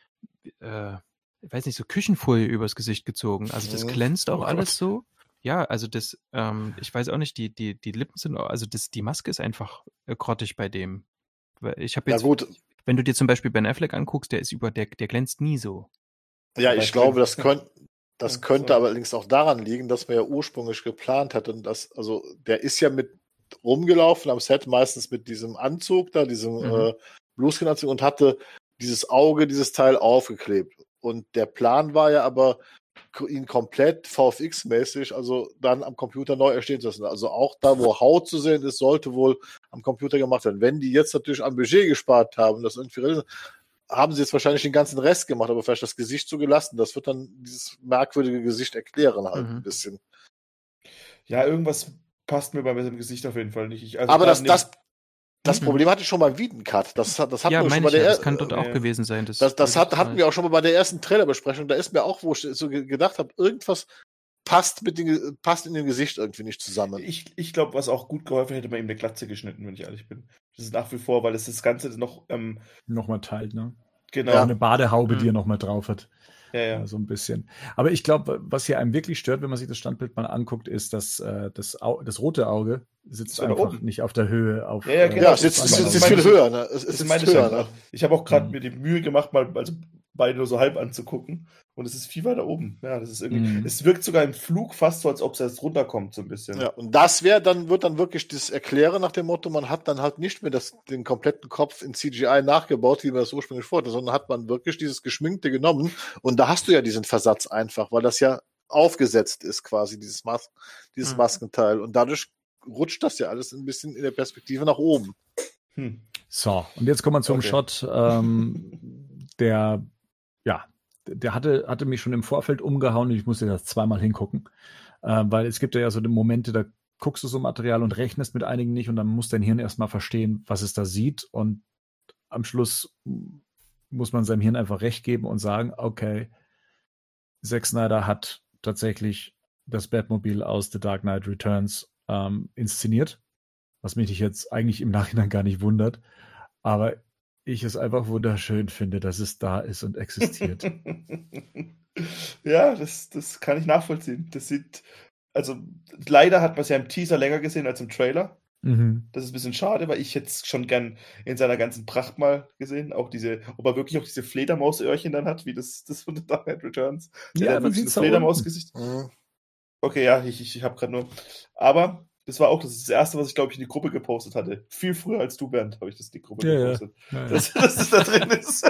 Speaker 4: äh, ich weiß nicht, so Küchenfolie übers Gesicht gezogen. Also das
Speaker 2: Mhm.
Speaker 4: glänzt auch
Speaker 3: Oh
Speaker 4: alles
Speaker 3: Gott.
Speaker 4: so. Ja, also das, ähm, ich weiß auch nicht, die, die, die Lippen sind, auch- also das, die Maske ist einfach äh, grottig bei dem. Weil Ich habe
Speaker 2: Ja
Speaker 4: jetzt,
Speaker 2: gut,
Speaker 4: wenn du dir zum Beispiel Ben Affleck anguckst, der ist über, der, der glänzt nie so.
Speaker 2: ja,
Speaker 3: Bei
Speaker 2: ich glaube,
Speaker 3: Film.
Speaker 2: das könnte das
Speaker 3: Ja,
Speaker 2: könnte
Speaker 3: sorry.
Speaker 2: allerdings auch daran liegen, dass man ja ursprünglich geplant hat und das, also der ist ja mit rumgelaufen am Set, meistens mit diesem Anzug da, diesem
Speaker 4: Mhm.
Speaker 2: äh, Blueskin-Anzug und hatte dieses Auge, dieses Teil aufgeklebt. Und der Plan war ja aber, k- ihn komplett V F X-mäßig, also dann am Computer neu erstehen zu lassen. Also auch da, wo Haut zu sehen ist, sollte wohl am Computer gemacht werden. Wenn die jetzt natürlich am Budget gespart haben, das irgendwie realisieren, haben sie jetzt wahrscheinlich den ganzen Rest gemacht, aber vielleicht das Gesicht so gelassen. Das wird dann dieses merkwürdige Gesicht erklären halt
Speaker 4: Mhm.
Speaker 2: ein bisschen.
Speaker 3: Ja, irgendwas passt mir bei seinem Gesicht auf jeden Fall nicht. Ich, also
Speaker 2: Aber
Speaker 3: gerade
Speaker 2: das,
Speaker 3: in dem-
Speaker 2: das, das
Speaker 4: Mhm.
Speaker 2: Problem hatte ich schon beim Wiedencut. Das, hat- das hatten
Speaker 4: Ja,
Speaker 2: wir schon
Speaker 4: meine
Speaker 2: bei
Speaker 4: ich ja,
Speaker 2: der
Speaker 4: das
Speaker 2: er-
Speaker 4: kann dort auch
Speaker 3: ja.
Speaker 4: gewesen sein. Das,
Speaker 2: Das, das
Speaker 4: wollte
Speaker 2: hat,
Speaker 4: ich
Speaker 2: hatten
Speaker 4: mal-
Speaker 2: wir auch schon mal bei der ersten Trailerbesprechung. Da ist mir auch, wo ich so ge- gedacht habe, irgendwas passt mit dem, passt in dem Gesicht irgendwie nicht zusammen.
Speaker 3: Ich, ich glaube, was auch gut geholfen hätte, man ihm eine Glatze geschnitten, wenn ich ehrlich bin. Das ist nach wie vor, weil es das Ganze noch, ähm,
Speaker 1: Nochmal teilt, ne?
Speaker 3: genau.
Speaker 1: Auch eine Badehaube, die
Speaker 4: Mhm.
Speaker 1: er nochmal drauf hat.
Speaker 3: Ja, ja.
Speaker 1: Ja, so ein bisschen. Aber ich glaube, was hier einem wirklich stört, wenn man sich das Standbild mal anguckt, ist, dass äh, das, Au das rote Auge sitzt
Speaker 3: Ist weiter
Speaker 1: einfach
Speaker 3: oben.
Speaker 1: nicht auf der Höhe. Auf,
Speaker 3: Ja, ja,
Speaker 1: äh,
Speaker 3: genau.
Speaker 2: Ja,
Speaker 1: auf
Speaker 2: es ist,
Speaker 1: das
Speaker 2: es
Speaker 3: das
Speaker 2: ist,
Speaker 1: andere
Speaker 2: es ist
Speaker 3: meine
Speaker 2: viel
Speaker 3: ich-
Speaker 2: höher, ne? Es, es
Speaker 3: Das
Speaker 2: ist
Speaker 3: meine ich ja
Speaker 2: höher, ne?
Speaker 3: gerade. Ich habe auch gerade
Speaker 1: Mhm.
Speaker 3: mir die Mühe gemacht, mal also beide nur so halb anzugucken. Und es ist viel weiter oben. Ja, das ist irgendwie.
Speaker 1: Mhm.
Speaker 3: Es wirkt sogar im Flug fast so, als ob es erst runterkommt, so ein bisschen.
Speaker 2: Ja, und das wäre dann, wird dann wirklich das Erklären nach dem Motto, man hat dann halt nicht mehr das, den kompletten Kopf in C G I nachgebaut, wie man das ursprünglich vorhatte, sondern hat man wirklich dieses Geschminkte genommen. Und da hast du ja diesen Versatz einfach, weil das ja aufgesetzt ist quasi, dieses, Mas dieses
Speaker 4: Mhm.
Speaker 2: Maskenteil. Und dadurch rutscht das ja alles ein bisschen in der Perspektive nach oben.
Speaker 3: Hm.
Speaker 1: So, und jetzt kommen wir zum
Speaker 3: Okay.
Speaker 1: Shot, ähm, der, ja, der hatte, hatte mich schon im Vorfeld umgehauen und ich musste das zweimal hingucken, äh, weil es gibt ja so die Momente, da guckst du so Material und rechnest mit einigen nicht und dann muss dein Hirn erstmal verstehen, was es da sieht und am Schluss muss man seinem Hirn einfach recht geben und sagen, okay, Zack Snyder hat tatsächlich das Batmobile aus The Dark Knight Returns ähm, inszeniert, was mich jetzt eigentlich im Nachhinein gar nicht wundert, aber ich es einfach wunderschön finde, dass es da ist und existiert.
Speaker 3: Ja, das, das kann ich nachvollziehen. Das sieht, also leider hat man es ja im Teaser länger gesehen als im Trailer.
Speaker 1: Mhm.
Speaker 3: Das ist ein bisschen schade, weil ich hätte es schon gern in seiner ganzen Pracht mal gesehen. Auch diese, ob er wirklich auch diese Fledermausöhrchen dann hat, wie das, das von The Dark Knight Returns. Der
Speaker 1: Ja,
Speaker 3: hat
Speaker 1: man
Speaker 3: wirklich
Speaker 1: sieht's
Speaker 3: ein
Speaker 1: da
Speaker 3: Fledermausgesicht.
Speaker 2: Mhm.
Speaker 3: Okay, ja, ich, ich, ich habe gerade nur. Aber das war auch das, ist das erste, was ich, glaube ich, in die Gruppe gepostet hatte. Viel früher als du, Bernd, habe ich das in die Gruppe
Speaker 1: Ja, ja.
Speaker 3: gepostet.
Speaker 1: Ja, ja.
Speaker 3: Dass, dass das da drin ist.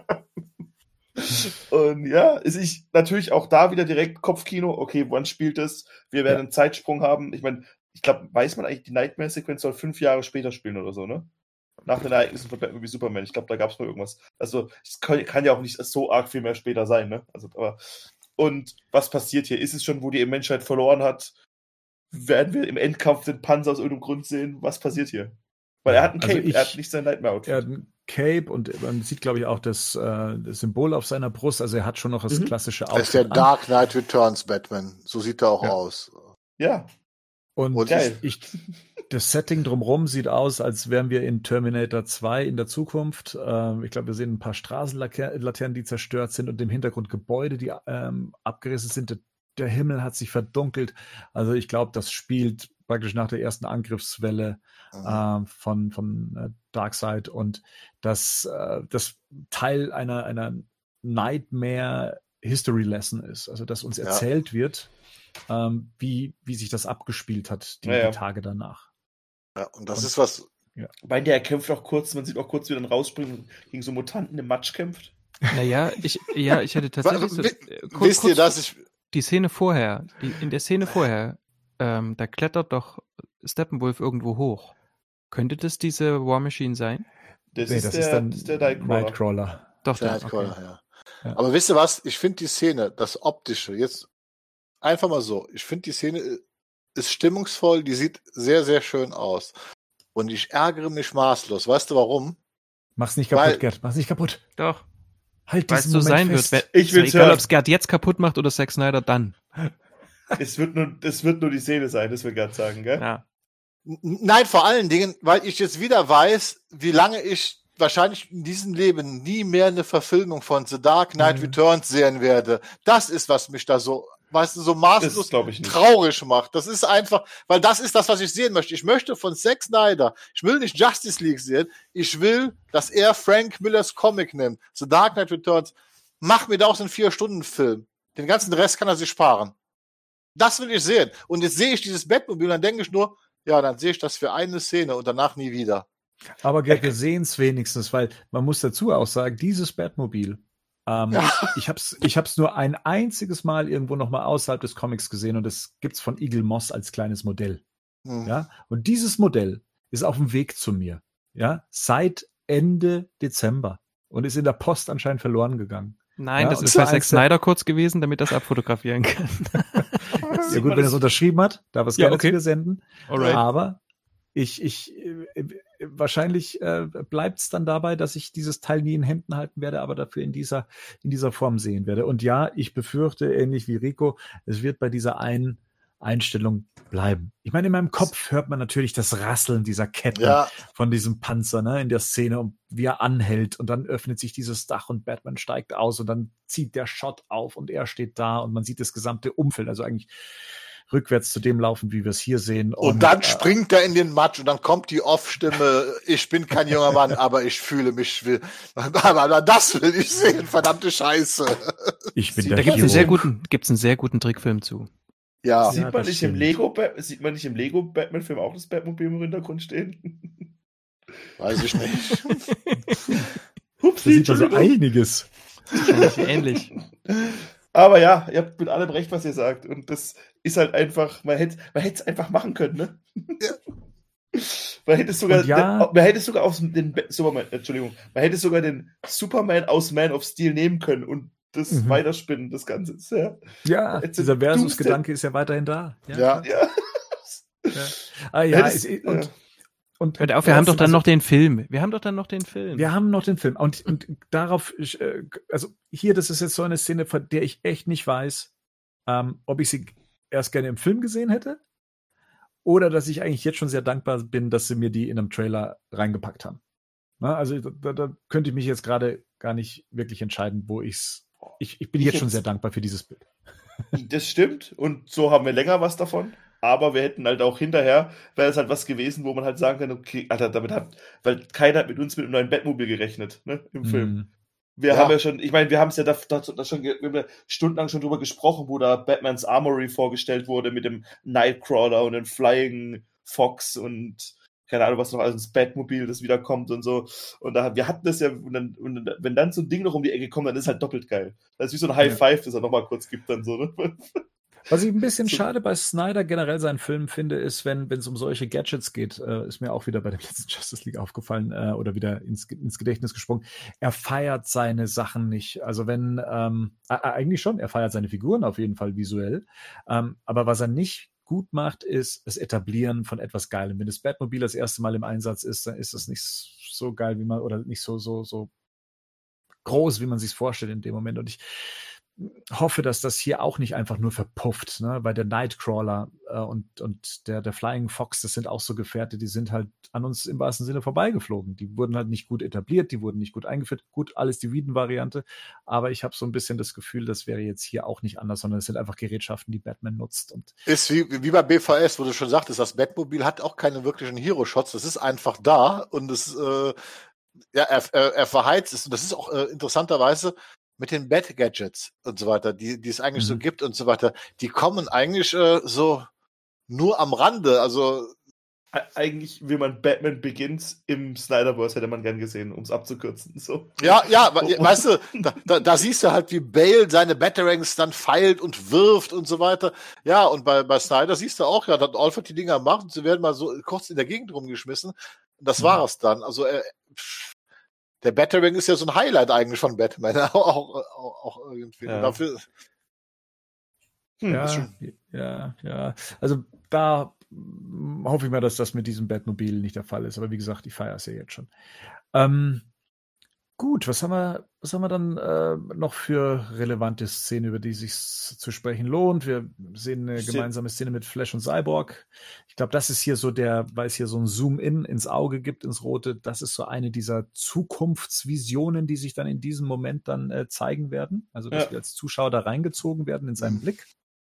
Speaker 3: Und ja, ist ich natürlich auch da wieder direkt Kopfkino. Okay, wann spielt es? Wir werden
Speaker 1: Ja.
Speaker 3: einen Zeitsprung haben. Ich meine, ich glaube, weiß man eigentlich, die Nightmare-Sequenz soll fünf Jahre später spielen oder so, ne? Nach den Ereignissen von Batman wie Superman. Ich glaube, da gab es mal irgendwas. Also, es kann, kann ja auch nicht so arg viel mehr später sein, ne? Also, aber. Und was passiert hier? Ist es schon, wo die Menschheit verloren hat? Werden wir im Endkampf den Panzer aus irgendeinem Grund sehen? Was passiert hier? Weil er hat ein
Speaker 1: Also
Speaker 3: Cape,
Speaker 1: ich-
Speaker 3: er hat nicht sein Nightmare-Outfit.
Speaker 1: Er hat ein Cape und man sieht, glaube ich, auch das, äh, das Symbol auf seiner Brust. Also er hat schon noch das
Speaker 3: Mhm.
Speaker 1: klassische
Speaker 2: Das ist der
Speaker 1: Outfit an.
Speaker 2: Dark Knight Returns Batman. So sieht er auch
Speaker 1: Ja.
Speaker 2: aus.
Speaker 3: Ja,
Speaker 1: Und
Speaker 2: Und
Speaker 3: geil.
Speaker 1: ich, das Setting drumherum sieht aus, als wären wir in Terminator zwei in der Zukunft. Ähm, ich glaube, wir sehen ein paar Straßenlaternen, die zerstört sind und im Hintergrund Gebäude, die ähm, abgerissen sind. Der, der Himmel hat sich verdunkelt. Also ich glaube, das spielt praktisch nach der ersten Angriffswelle
Speaker 2: Mhm.
Speaker 1: äh, von, von äh, Darkseid und das, äh, das Teil einer, einer Nightmare History Lesson ist. Also dass uns
Speaker 2: Ja.
Speaker 1: erzählt wird, ähm, wie, wie sich das abgespielt hat, die,
Speaker 3: Ja, ja.
Speaker 1: die Tage danach.
Speaker 2: Ja, und das
Speaker 1: Und-
Speaker 2: ist was,
Speaker 3: Bei der er kämpft auch kurz, man sieht auch kurz, wie er dann rausspringt und gegen so Mutanten im Matsch kämpft.
Speaker 4: Naja, ich, ja, ich hätte tatsächlich so,
Speaker 2: Wa-
Speaker 4: äh, kur-
Speaker 2: wisst ihr,
Speaker 4: kurz-
Speaker 2: dass ich,
Speaker 4: die Szene vorher, die, in der Szene vorher, ähm, da klettert doch Steppenwolf irgendwo hoch. Könnte das diese War Machine sein?
Speaker 3: Das,
Speaker 1: Nee,
Speaker 3: ist,
Speaker 1: das
Speaker 3: der,
Speaker 1: ist dann
Speaker 3: das ist der Nightcrawler.
Speaker 1: Nightcrawler.
Speaker 4: Doch,
Speaker 2: Der
Speaker 4: doch,
Speaker 2: Nightcrawler,
Speaker 4: okay.
Speaker 2: ja.
Speaker 1: Ja.
Speaker 2: Aber wisst ihr was? Ich finde die Szene, das Optische, jetzt einfach mal so, ich finde die Szene äh, ist stimmungsvoll, die sieht sehr, sehr schön aus. Und ich ärgere mich maßlos. Weißt du warum?
Speaker 1: Mach's nicht kaputt,
Speaker 2: Weil-
Speaker 1: Gerd. Mach's nicht kaputt.
Speaker 4: Doch.
Speaker 1: Halt
Speaker 4: Weil es
Speaker 1: diesen
Speaker 4: so
Speaker 1: Moment
Speaker 4: sein
Speaker 1: fest.
Speaker 4: wird. Wenn,
Speaker 3: Ich will's
Speaker 4: egal,
Speaker 3: hören.
Speaker 4: ob es Gerd jetzt kaputt macht oder Zack Snyder dann.
Speaker 3: Es wird nur, es wird nur die Szene sein, das will gerade sagen, gell?
Speaker 4: Ja.
Speaker 2: N- Nein, vor allen Dingen, weil ich jetzt wieder weiß, wie lange ich wahrscheinlich in diesem Leben nie mehr eine Verfilmung von The Dark Knight
Speaker 1: Mhm.
Speaker 2: Returns sehen werde. Das ist, was mich da so, weißt du, so
Speaker 3: Das
Speaker 2: maßlos
Speaker 3: glaube ich nicht.
Speaker 2: traurig macht. Das ist einfach, weil das ist das, was ich sehen möchte. Ich möchte von Zack Snyder, ich will nicht Justice League sehen, ich will, dass er Frank Millers Comic nimmt. The Dark Knight Returns, mach mir da auch so einen Vier-Stunden-Film. Den ganzen Rest kann er sich sparen. Das will ich sehen. Und jetzt sehe ich dieses Batmobil, dann denke ich nur, ja, dann sehe ich das für eine Szene und danach nie wieder.
Speaker 1: Aber Gerd, wir sehen es wenigstens, weil man muss dazu auch sagen, dieses Batmobil, ähm,
Speaker 2: Ja.
Speaker 1: ich hab's, ich hab's nur ein einziges Mal irgendwo noch mal außerhalb des Comics gesehen und das gibt's von Eagle Moss als kleines Modell.
Speaker 2: Hm.
Speaker 1: Ja, und dieses Modell ist auf dem Weg zu mir. Ja, seit Ende Dezember und ist in der Post anscheinend verloren gegangen.
Speaker 4: Nein,
Speaker 1: Ja,
Speaker 4: das
Speaker 1: und
Speaker 4: ist
Speaker 1: zwar
Speaker 4: bei Zack
Speaker 1: eins der-
Speaker 4: Snyder kurz gewesen, damit das abfotografieren kann.
Speaker 1: Ja gut, wenn er es unterschrieben hat, darf er es
Speaker 4: Ja,
Speaker 1: gerne
Speaker 4: okay.
Speaker 1: zu mir senden.
Speaker 4: Alright.
Speaker 1: Aber ich, ich, äh, wahrscheinlich äh, bleibt es dann dabei, dass ich dieses Teil nie in Händen halten werde, aber dafür in dieser, in dieser Form sehen werde. Und ja, ich befürchte, ähnlich wie Rico, es wird bei dieser einen Einstellung bleiben. Ich meine, in meinem Kopf hört man natürlich das Rasseln dieser Ketten
Speaker 2: Ja,
Speaker 1: von diesem Panzer, ne, in der Szene, und wie er anhält und dann öffnet sich dieses Dach und Batman steigt aus und dann zieht der Shot auf und er steht da und man sieht das gesamte Umfeld, also eigentlich rückwärts zu dem laufen, wie wir es hier sehen.
Speaker 2: und dann
Speaker 1: äh,
Speaker 2: springt er in den Matsch und dann kommt die Off-Stimme, ich bin kein junger Mann, aber ich fühle mich, will, aber das will ich sehen, verdammte Scheiße.
Speaker 1: ich bin
Speaker 3: Sie-
Speaker 1: der
Speaker 4: Da gibt es einen
Speaker 1: Hero.
Speaker 4: sehr guten, gibt's einen sehr guten Trickfilm zu.
Speaker 2: Ja,
Speaker 3: Sieht
Speaker 1: Ja,
Speaker 3: man
Speaker 1: das
Speaker 3: nicht im
Speaker 1: stimmt.
Speaker 3: Lego, Ba- sieht man nicht im Lego Batman-Film auch das Batmobil im Hintergrund stehen?
Speaker 2: weiß ich nicht.
Speaker 3: Hups,
Speaker 1: Da sieht man so
Speaker 3: Entschuldigung.
Speaker 1: einiges.
Speaker 4: Wahrscheinlich ähnlich.
Speaker 3: Aber ja, ihr habt mit allem recht, was ihr sagt. Und das ist halt einfach, man hätte man hätte es einfach machen können, ne? Man hätte es sogar,
Speaker 1: Und ja-
Speaker 3: den, man hätte es sogar aus den Ba- Superman, Entschuldigung, man hätte sogar den Superman aus Man of Steel nehmen können und das
Speaker 1: Mhm.
Speaker 3: weiterspinnen, das Ganze. Ja.
Speaker 1: Ja,
Speaker 3: Jetzt
Speaker 1: dieser
Speaker 3: Doomsday-
Speaker 1: Versus-Gedanke ist ja weiterhin da.
Speaker 2: Ja.
Speaker 3: ja.
Speaker 1: ja. Ah, ja,
Speaker 3: Hättest-
Speaker 1: es, und,
Speaker 3: ja.
Speaker 1: und,
Speaker 4: Hört auf, wir haben doch dann
Speaker 1: also,
Speaker 4: noch den Film. Wir haben doch dann noch den Film.
Speaker 1: Wir haben noch den Film. Und, und darauf, ich, äh, also hier, das ist jetzt so eine Szene, von der ich echt nicht weiß, ähm, ob ich sie erst gerne im Film gesehen hätte oder dass ich eigentlich jetzt schon sehr dankbar bin, dass sie mir die in einem Trailer reingepackt haben. Na, also da, da könnte ich mich jetzt gerade gar nicht wirklich entscheiden, wo ich's. Ich, ich bin
Speaker 3: Ich
Speaker 1: jetzt schon
Speaker 3: jetzt-
Speaker 1: sehr dankbar für dieses Bild.
Speaker 3: Das stimmt und so haben wir länger was davon. Aber wir hätten halt auch hinterher, wäre es halt was gewesen, wo man halt sagen kann, okay, Alter, damit hat, weil keiner hat mit uns mit einem neuen Batmobil gerechnet, ne, im Film.
Speaker 1: Mm.
Speaker 3: Wir
Speaker 2: Ja.
Speaker 3: haben ja schon, ich meine, wir haben es ja da, da, da schon, ge- wir haben ja stundenlang schon drüber gesprochen, wo da Batmans Armory vorgestellt wurde mit dem Nightcrawler und dem Flying Fox und keine Ahnung, was noch alles, das Batmobil, das wiederkommt und so. Und da, wir hatten das ja, und, dann, und wenn dann so ein Ding noch um die Ecke kommt, dann ist es halt doppelt geil. Das ist wie so ein High
Speaker 1: Ja.
Speaker 3: Five, das er nochmal kurz gibt dann so, ne?
Speaker 1: Was ich ein bisschen
Speaker 3: So-
Speaker 1: schade bei Snyder generell seinen Filmen finde, ist, wenn wenn es um solche Gadgets geht, äh, ist mir auch wieder bei dem letzten Justice League aufgefallen äh, oder wieder ins, ins Gedächtnis gesprungen. Er feiert seine Sachen nicht. Also wenn, ähm, äh, eigentlich schon, er feiert seine Figuren auf jeden Fall visuell. Ähm, aber was er nicht gut macht, ist das Etablieren von etwas Geilem. Wenn das Batmobil das erste Mal im Einsatz ist, dann ist das nicht so geil, wie man, oder nicht so, so, so groß, wie man sich vorstellt in dem Moment. Und ich hoffe, dass das hier auch nicht einfach nur verpufft, ne? Weil der Nightcrawler äh, und, und der, der Flying Fox, das sind auch so Gefährte, die sind halt an uns im wahrsten Sinne vorbeigeflogen. Die wurden halt nicht gut etabliert, die wurden nicht gut eingeführt. Gut, alles die Whedon-Variante, aber ich habe so ein bisschen das Gefühl, das wäre jetzt hier auch nicht anders, sondern es sind einfach Gerätschaften, die Batman nutzt. Und
Speaker 2: Ist wie, wie bei B V S, wo du schon sagtest, das Batmobil hat auch keine wirklichen Hero-Shots. Das ist einfach da und es, äh, ja, er, er, er verheizt es. Und das ist auch äh, interessanterweise mit den Bat-Gadgets und so weiter, die, die es eigentlich
Speaker 1: Mhm.
Speaker 2: so gibt und so weiter. Die kommen eigentlich äh, so nur am Rande. Also,
Speaker 3: E- Eigentlich will man Batman Begins im Snyderverse, hätte man gern gesehen, um es abzukürzen. So.
Speaker 2: ja, ja, we- weißt du, da, da, da siehst du halt, wie Bale seine Batarangs dann feilt und wirft und so weiter. Ja, und bei, bei Snyder siehst du auch, ja, dass Alfred die Dinger macht und sie werden mal so kurz in der Gegend rumgeschmissen. Und das
Speaker 1: Mhm.
Speaker 2: war es dann. Also, äh, pff, der Batarang ist ja so ein Highlight eigentlich von Batman, auch, auch, auch, auch irgendwie.
Speaker 3: Ja.
Speaker 2: Und dafür,
Speaker 3: Hm,
Speaker 1: ja,
Speaker 3: ist schon-
Speaker 1: ja, ja. Also da mm, hoffe ich mal, dass das mit diesem Batmobil nicht der Fall ist. Aber wie gesagt, ich feiere es ja jetzt schon. Ähm, Gut, was haben wir, was haben wir dann äh, noch für relevante Szenen, über die es sich zu sprechen lohnt? Wir sehen eine
Speaker 3: Se-
Speaker 1: gemeinsame Szene mit Flash und Cyborg. Ich glaube, das ist hier so der, weil es hier so ein Zoom-In ins Auge gibt, ins Rote, das ist so eine dieser Zukunftsvisionen, die sich dann in diesem Moment dann äh, zeigen werden. Also, dass
Speaker 3: Ja.
Speaker 1: wir als Zuschauer da reingezogen werden in seinen
Speaker 2: Mhm.
Speaker 1: Blick.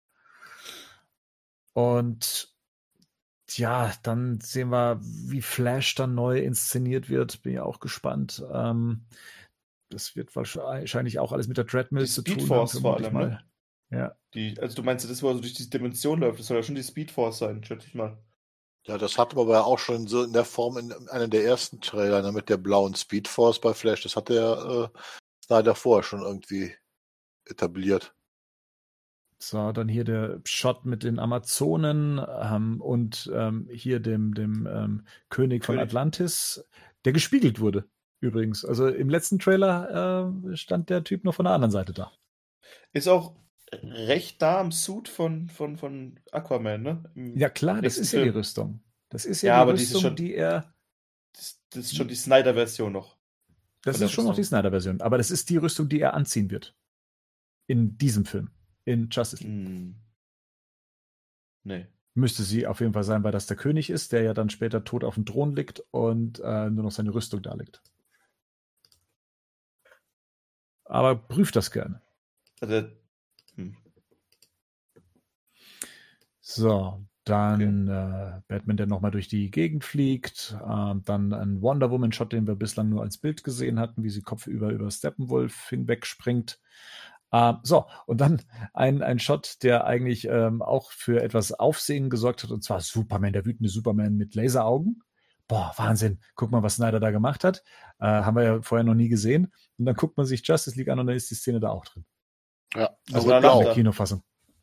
Speaker 1: Und ja, dann sehen wir, wie Flash dann neu inszeniert wird. Bin ja auch gespannt. Ähm, das wird wahrscheinlich auch alles mit der Treadmill
Speaker 3: Die
Speaker 1: zu
Speaker 3: Speed
Speaker 1: tun
Speaker 3: Force
Speaker 1: haben,
Speaker 3: vor
Speaker 1: vermute ich
Speaker 3: allem,
Speaker 1: mal.
Speaker 3: ne?
Speaker 1: Ja,
Speaker 3: Die, also du meinst, das, wo er so durch diese Dimension läuft, das soll ja schon die Speed Force sein, schätze ich mal.
Speaker 2: Ja, das hatten wir aber auch schon so in der Form in einem der ersten Trailer, ne, mit der blauen Speedforce bei Flash. Das hat der äh, Snyder vorher schon irgendwie etabliert.
Speaker 1: so, dann hier der Shot mit den Amazonen ähm, und ähm, hier dem, dem ähm, König von
Speaker 3: König.
Speaker 1: Atlantis, der gespiegelt wurde, übrigens. Also im letzten Trailer äh, stand der Typ noch von der anderen Seite da.
Speaker 3: Ist auch recht nah am Suit von, von, von Aquaman, ne? Im
Speaker 1: Ja klar, das
Speaker 3: nächsten
Speaker 1: ist ja die
Speaker 3: Film.
Speaker 1: Rüstung. Das ist ja,
Speaker 3: Ja,
Speaker 1: die
Speaker 3: aber die ist
Speaker 1: Rüstung,
Speaker 3: schon-
Speaker 1: die er...
Speaker 3: Das, das ist schon die Snyder-Version noch.
Speaker 1: Das
Speaker 3: Von der
Speaker 1: ist schon noch die
Speaker 3: Rüstung.
Speaker 1: Snyder-Version, aber das ist die Rüstung, die er anziehen wird. In diesem Film. In Justice League.
Speaker 3: Hm. Nee.
Speaker 1: Müsste sie auf jeden Fall sein, weil das der König ist, der ja dann später tot auf dem Thron liegt und äh, nur noch seine Rüstung da liegt. Aber prüft das gerne.
Speaker 3: Also, hm.
Speaker 1: So, dann äh, Batman, der nochmal durch die Gegend fliegt. Äh, dann ein Wonder Woman-Shot, den wir bislang nur als Bild gesehen hatten, wie sie kopfüber über Steppenwolf hinweg springt. Äh, so, und dann ein, ein Shot, der eigentlich ähm, auch für etwas Aufsehen gesorgt hat, und zwar Superman, der wütende Superman mit Laseraugen. Boah, Wahnsinn. Guck mal, was Snyder da gemacht hat. Äh, haben wir ja vorher noch nie gesehen. Und dann guckt man sich Justice League an und dann ist die Szene da auch drin.
Speaker 2: Ja,
Speaker 3: Also
Speaker 2: also
Speaker 3: da
Speaker 1: In
Speaker 3: lacht
Speaker 1: der
Speaker 3: er.
Speaker 1: Kinofassung.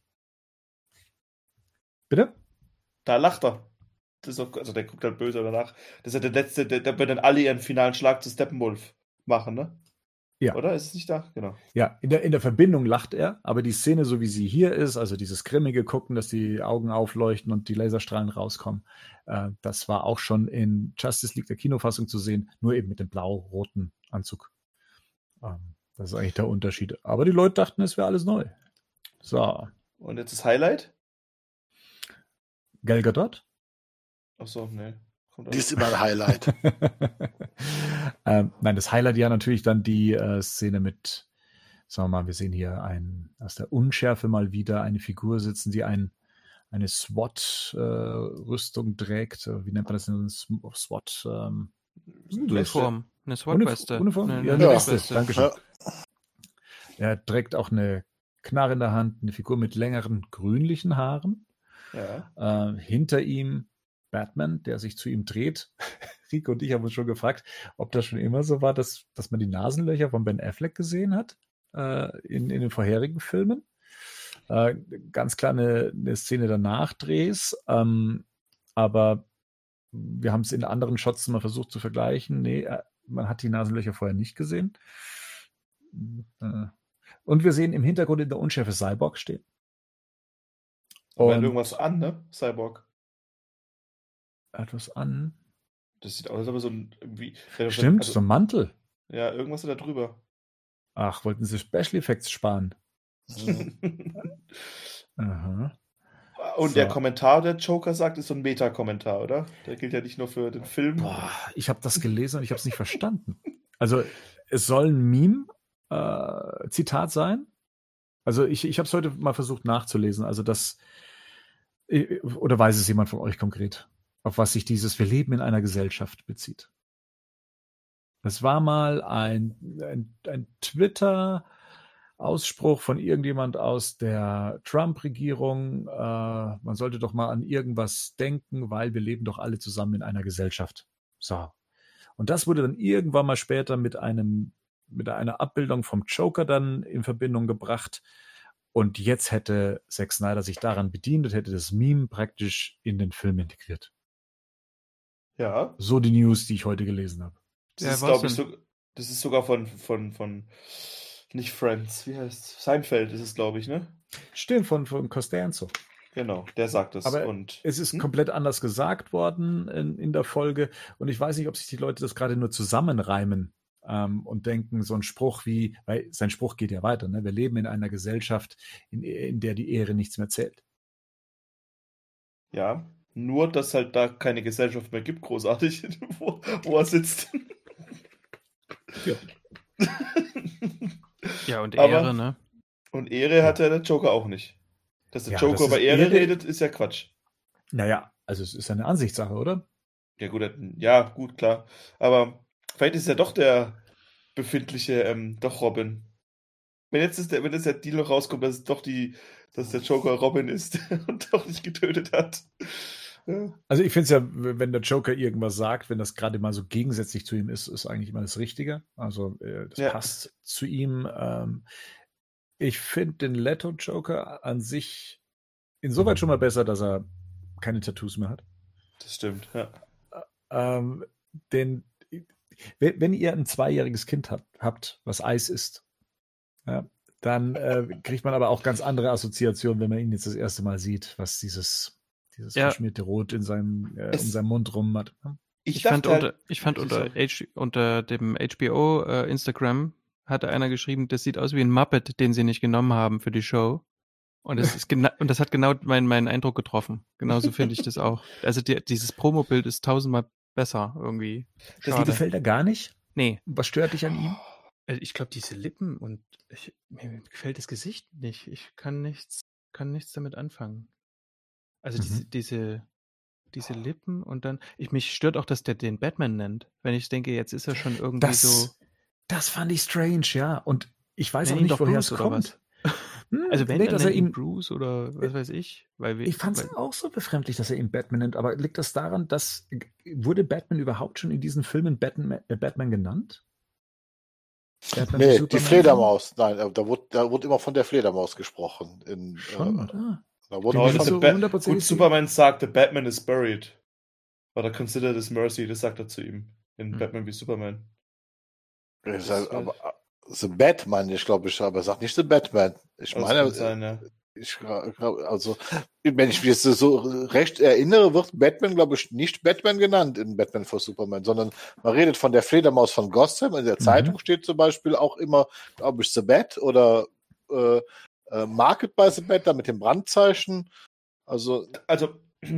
Speaker 1: Bitte?
Speaker 3: Da lacht er. Das ist auch, also der guckt halt böse danach. Das ist ja der letzte, der, der wird dann alle ihren finalen Schlag zu Steppenwolf machen, ne?
Speaker 1: Ja.
Speaker 3: Oder? Ist es nicht da? Genau.
Speaker 1: Ja, in der, in der Verbindung lacht er, aber die Szene, so wie sie hier ist, also dieses grimmige Gucken, dass die Augen aufleuchten und die Laserstrahlen rauskommen, äh, das war auch schon in Justice League der Kinofassung zu sehen, nur eben mit dem blau-roten Anzug. Ähm, das ist eigentlich der Unterschied. Aber die Leute dachten, es wäre alles neu. So,
Speaker 3: Und jetzt das Highlight?
Speaker 1: Gal Gadot?
Speaker 3: Achso, nee. Kommt
Speaker 2: die ist immer ein Highlight.
Speaker 1: ähm, nein, das Highlight ja natürlich dann die äh, Szene mit, sagen wir mal, wir sehen hier ein, aus der Unschärfe mal wieder eine Figur sitzen, die ein, eine SWAT-Rüstung trägt. Wie nennt man das denn? SWAT? Ähm,
Speaker 4: Uniform. Eine
Speaker 1: Unif-
Speaker 4: SWAT-Weste.
Speaker 1: Uniform?
Speaker 4: Eine,
Speaker 1: Ja,
Speaker 4: eine
Speaker 2: eine
Speaker 1: Weste.
Speaker 4: Weste.
Speaker 1: Dankeschön.
Speaker 2: Ja.
Speaker 1: Er trägt auch eine Knarre in der Hand, eine Figur mit längeren grünlichen Haaren.
Speaker 3: Ja.
Speaker 1: Äh, hinter ihm Batman, der sich zu ihm dreht. Rico und ich haben uns schon gefragt, ob das schon immer so war, dass, dass man die Nasenlöcher von Ben Affleck gesehen hat äh, in, in den vorherigen Filmen. Äh, ganz klar eine, eine Szene der Nachdrehs, ähm, aber wir haben es in anderen Shots mal versucht zu vergleichen. Nee, äh, man hat die Nasenlöcher vorher nicht gesehen. Äh, und wir sehen im Hintergrund in der Unschärfe Cyborg stehen.
Speaker 3: Aber er hat
Speaker 1: Und
Speaker 3: irgendwas an, ne? Cyborg.
Speaker 1: er hat was an.
Speaker 3: Das sieht aus, als ob er so ein. Irgendwie, der-
Speaker 1: Stimmt,
Speaker 3: also,
Speaker 1: so ein Mantel.
Speaker 3: Ja, irgendwas ist da drüber.
Speaker 1: Ach, wollten sie Special Effects sparen? Aha.
Speaker 3: Und
Speaker 1: So.
Speaker 3: der Kommentar, der Joker sagt, ist so ein Meta-Kommentar, oder? Der gilt ja nicht nur für den Film.
Speaker 1: Boah, ich habe das gelesen und ich habe es nicht verstanden. Also, es soll ein Meme-Zitat sein. Also, ich, ich habe es heute mal versucht nachzulesen. Also, das. Oder weiß es jemand von euch konkret, auf was sich dieses Wir leben in einer Gesellschaft bezieht? Das war mal ein, ein, ein Twitter-Ausspruch von irgendjemand aus der Trump-Regierung. Äh, man sollte doch mal an irgendwas denken, weil wir leben doch alle zusammen in einer Gesellschaft. So. Und das wurde dann irgendwann mal später mit einem, mit einer Abbildung vom Joker dann in Verbindung gebracht. Und jetzt hätte Zack Snyder sich daran bedient und hätte das Meme praktisch in den Film integriert.
Speaker 3: Ja.
Speaker 1: So die News, die ich heute gelesen habe.
Speaker 3: Das
Speaker 4: Ja,
Speaker 3: ist,
Speaker 4: was
Speaker 3: glaube ich,
Speaker 4: denn?
Speaker 3: so, das ist sogar von, von, von, nicht Friends, wie heißt Seinfeld ist es, glaube ich, ne?
Speaker 1: Stimmt, von, von Costanzo.
Speaker 3: Genau, der sagt das.
Speaker 1: Aber
Speaker 3: und
Speaker 1: es ist
Speaker 3: Hm?
Speaker 1: komplett anders gesagt worden in, in der Folge. Und ich weiß nicht, ob sich die Leute das gerade nur zusammenreimen ähm, und denken, so ein Spruch wie, weil sein Spruch geht ja weiter, ne? Wir leben in einer Gesellschaft, in, in der die Ehre nichts mehr zählt.
Speaker 3: Ja, nur, dass halt da keine Gesellschaft mehr gibt, großartig, wo, wo er sitzt.
Speaker 1: Ja.
Speaker 4: Ja, und
Speaker 3: Aber-
Speaker 4: Ehre, ne?
Speaker 3: Und Ehre hat ja der Joker auch nicht. Dass der
Speaker 1: Ja,
Speaker 3: Joker
Speaker 1: das
Speaker 3: über
Speaker 1: ist
Speaker 3: Ehre,
Speaker 1: Ehre-
Speaker 3: redet, ist ja Quatsch.
Speaker 1: Naja, also es ist eine Ansichtssache, oder?
Speaker 3: Ja gut, er- ja, gut, klar. Aber vielleicht ist ja doch der befindliche, ähm, doch Robin. Wenn jetzt, ist der, wenn jetzt der Deal noch rauskommt, dass es doch die, dass der Joker Robin ist und doch nicht getötet hat. Ja.
Speaker 1: Also ich finde es ja, wenn der Joker irgendwas sagt, wenn das gerade mal so gegensätzlich zu ihm ist, ist eigentlich immer das Richtige. Also äh, das
Speaker 3: Ja.
Speaker 1: passt zu ihm. Ähm, ich finde den Leto-Joker an sich insoweit schon mal besser, dass er keine Tattoos mehr hat.
Speaker 3: Das stimmt, ja.
Speaker 1: Ähm, den, wenn, wenn ihr ein zweijähriges Kind habt, habt was Eis isst, ja, dann äh, kriegt man aber auch ganz andere Assoziationen, wenn man ihn jetzt das erste Mal sieht, was dieses, dieses
Speaker 4: Ja.
Speaker 1: verschmierte Rot in seinem, äh, um
Speaker 3: Es-
Speaker 1: seinen Mund rum hat.
Speaker 3: Ich,
Speaker 4: Ich fand,
Speaker 3: dachte halt,
Speaker 4: unter, ich fand
Speaker 3: es ist
Speaker 4: unter,
Speaker 3: so-
Speaker 4: H, unter dem H B O äh, Instagram hatte einer geschrieben, das sieht aus wie ein Muppet, den sie nicht genommen haben für die Show. Und das, ist gena- und das hat genau meinen, meinen Eindruck getroffen. Genauso finde ich das auch. Also die, dieses Promo-Bild ist tausendmal besser irgendwie.
Speaker 3: Das
Speaker 1: Dir
Speaker 4: Schade.
Speaker 1: gefällt er gar nicht?
Speaker 4: Nee.
Speaker 1: Was stört dich an ihm?
Speaker 4: Äh, Ich glaube, diese Lippen und ich, mir gefällt das Gesicht nicht. Ich kann nichts, kann nichts damit anfangen. Also
Speaker 1: Mhm.
Speaker 4: diese, diese, diese Lippen und dann, ich, mich stört auch, dass der den Batman nennt. Wenn ich denke, jetzt ist er schon irgendwie
Speaker 1: Das,
Speaker 4: so.
Speaker 1: das fand ich strange, ja. Und ich weiß
Speaker 4: Nenn
Speaker 1: auch
Speaker 4: ihn
Speaker 1: nicht,
Speaker 4: doch
Speaker 1: woher
Speaker 4: Bruce
Speaker 1: es
Speaker 4: oder
Speaker 1: kommt. Hm,
Speaker 4: Also wenn,
Speaker 1: nee,
Speaker 4: dann
Speaker 1: dass er
Speaker 4: nennt ihn
Speaker 1: ihn,
Speaker 4: Bruce oder was weiß ich. Weil wir,
Speaker 1: ich fand es
Speaker 4: weil,
Speaker 1: auch so befremdlich, dass er ihn Batman nennt. Aber liegt das daran, dass wurde Batman überhaupt schon in diesen Filmen Batman, äh, Batman genannt? Batman wie
Speaker 2: Nee, die
Speaker 1: Superman?
Speaker 2: Fledermaus. Nein, äh, da wurde, da wurde immer von der Fledermaus gesprochen. In,
Speaker 1: Schon,
Speaker 2: äh,
Speaker 1: oder?
Speaker 2: da
Speaker 1: Den
Speaker 2: wurde
Speaker 3: Genau,
Speaker 1: ich
Speaker 3: das
Speaker 1: so
Speaker 3: ist der Ba-
Speaker 1: hundertprozentig
Speaker 3: gut,
Speaker 1: sicher.
Speaker 3: Superman sagt, the Batman is buried. Oder consider this mercy, das sagt er zu ihm. In
Speaker 4: Hm.
Speaker 3: Batman wie Superman.
Speaker 2: Ich
Speaker 3: Das
Speaker 2: sag,
Speaker 3: wär-
Speaker 2: aber, äh, The Batman, ich glaube, ich aber sagt nicht The Batman. Ich
Speaker 3: Aber das
Speaker 2: meine,
Speaker 3: kann sein, ja.
Speaker 2: ich glaube, also, wenn ich mich jetzt so recht erinnere, wird Batman, glaube ich, nicht Batman genannt in Batman vor Superman, sondern man redet von der Fledermaus von Gotham. In der
Speaker 1: Mhm.
Speaker 2: Zeitung steht zum Beispiel auch immer, glaube ich, The Bat oder äh, äh, Market by The Bat, da mit dem Brandzeichen. Also,
Speaker 3: Also,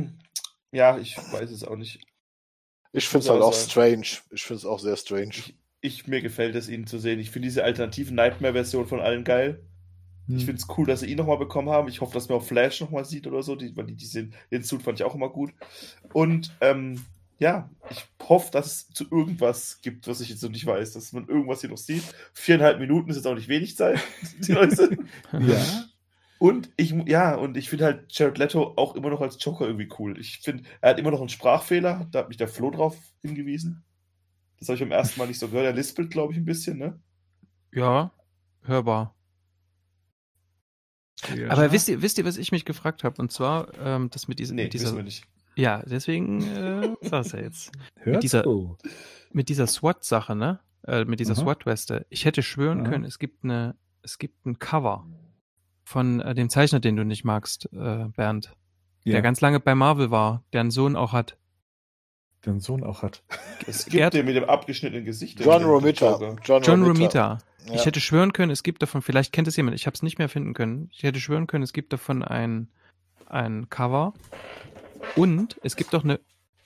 Speaker 3: ja, ich weiß es auch nicht.
Speaker 2: ich finde es
Speaker 3: muss
Speaker 2: halt
Speaker 3: aber
Speaker 2: auch
Speaker 3: sagen-
Speaker 2: strange. Ich finde es auch sehr strange.
Speaker 3: Ich, ich, mir gefällt es, ihn zu sehen. Ich finde diese alternativen Nightmare-Version von allen geil.
Speaker 1: Hm.
Speaker 3: Ich finde es cool, dass sie ihn nochmal bekommen haben. Ich hoffe, dass man auch Flash nochmal sieht oder so, die, weil die, die den Suit fand ich auch immer gut. Und ähm, ja, ich hoffe, dass es zu irgendwas gibt, was ich jetzt noch nicht weiß, dass man irgendwas hier noch sieht. Viereinhalb Minuten ist jetzt auch nicht wenig Zeit. Die Leute.
Speaker 1: Ja.
Speaker 3: Und ich, ja, und ich finde halt Jared Leto auch immer noch als Joker irgendwie cool. Ich finde, er hat immer noch einen Sprachfehler, da hat mich der Flo drauf hingewiesen. Das habe ich beim ersten Mal nicht so gehört. Er lispelt, glaube ich, ein bisschen, ne?
Speaker 4: Ja, hörbar.
Speaker 1: Ja.
Speaker 4: Aber wisst ihr, wisst ihr, was ich mich gefragt habe? Und zwar, ähm, das mit, diese,
Speaker 3: Nee,
Speaker 4: mit
Speaker 3: wissen
Speaker 4: dieser.
Speaker 3: wir nicht.
Speaker 4: Ja, deswegen äh, sag's ja jetzt.
Speaker 1: Hört
Speaker 4: dieser-
Speaker 1: so.
Speaker 4: Mit dieser SWAT-Sache, ne? Äh, mit dieser
Speaker 1: Aha.
Speaker 4: SWAT-Weste. Ich hätte schwören
Speaker 1: Aha.
Speaker 4: können, es gibt eine, es gibt ein Cover von äh, dem Zeichner, den du nicht magst, äh, Bernd.
Speaker 1: Ja,
Speaker 4: Der ganz lange bei Marvel war, der einen Sohn auch hat.
Speaker 1: der einen Sohn auch hat.
Speaker 3: Es gibt
Speaker 4: Gerd-
Speaker 3: den mit dem abgeschnittenen Gesicht.
Speaker 2: John
Speaker 3: den- den
Speaker 2: Romita.
Speaker 3: Joker.
Speaker 2: John,
Speaker 4: John
Speaker 2: Romita.
Speaker 4: Romita.
Speaker 2: Ja.
Speaker 4: Ich hätte schwören können, es gibt davon, vielleicht kennt es jemand, ich habe es nicht mehr finden können. Ich hätte schwören können, es gibt davon ein, ein Cover. Und es gibt doch eine.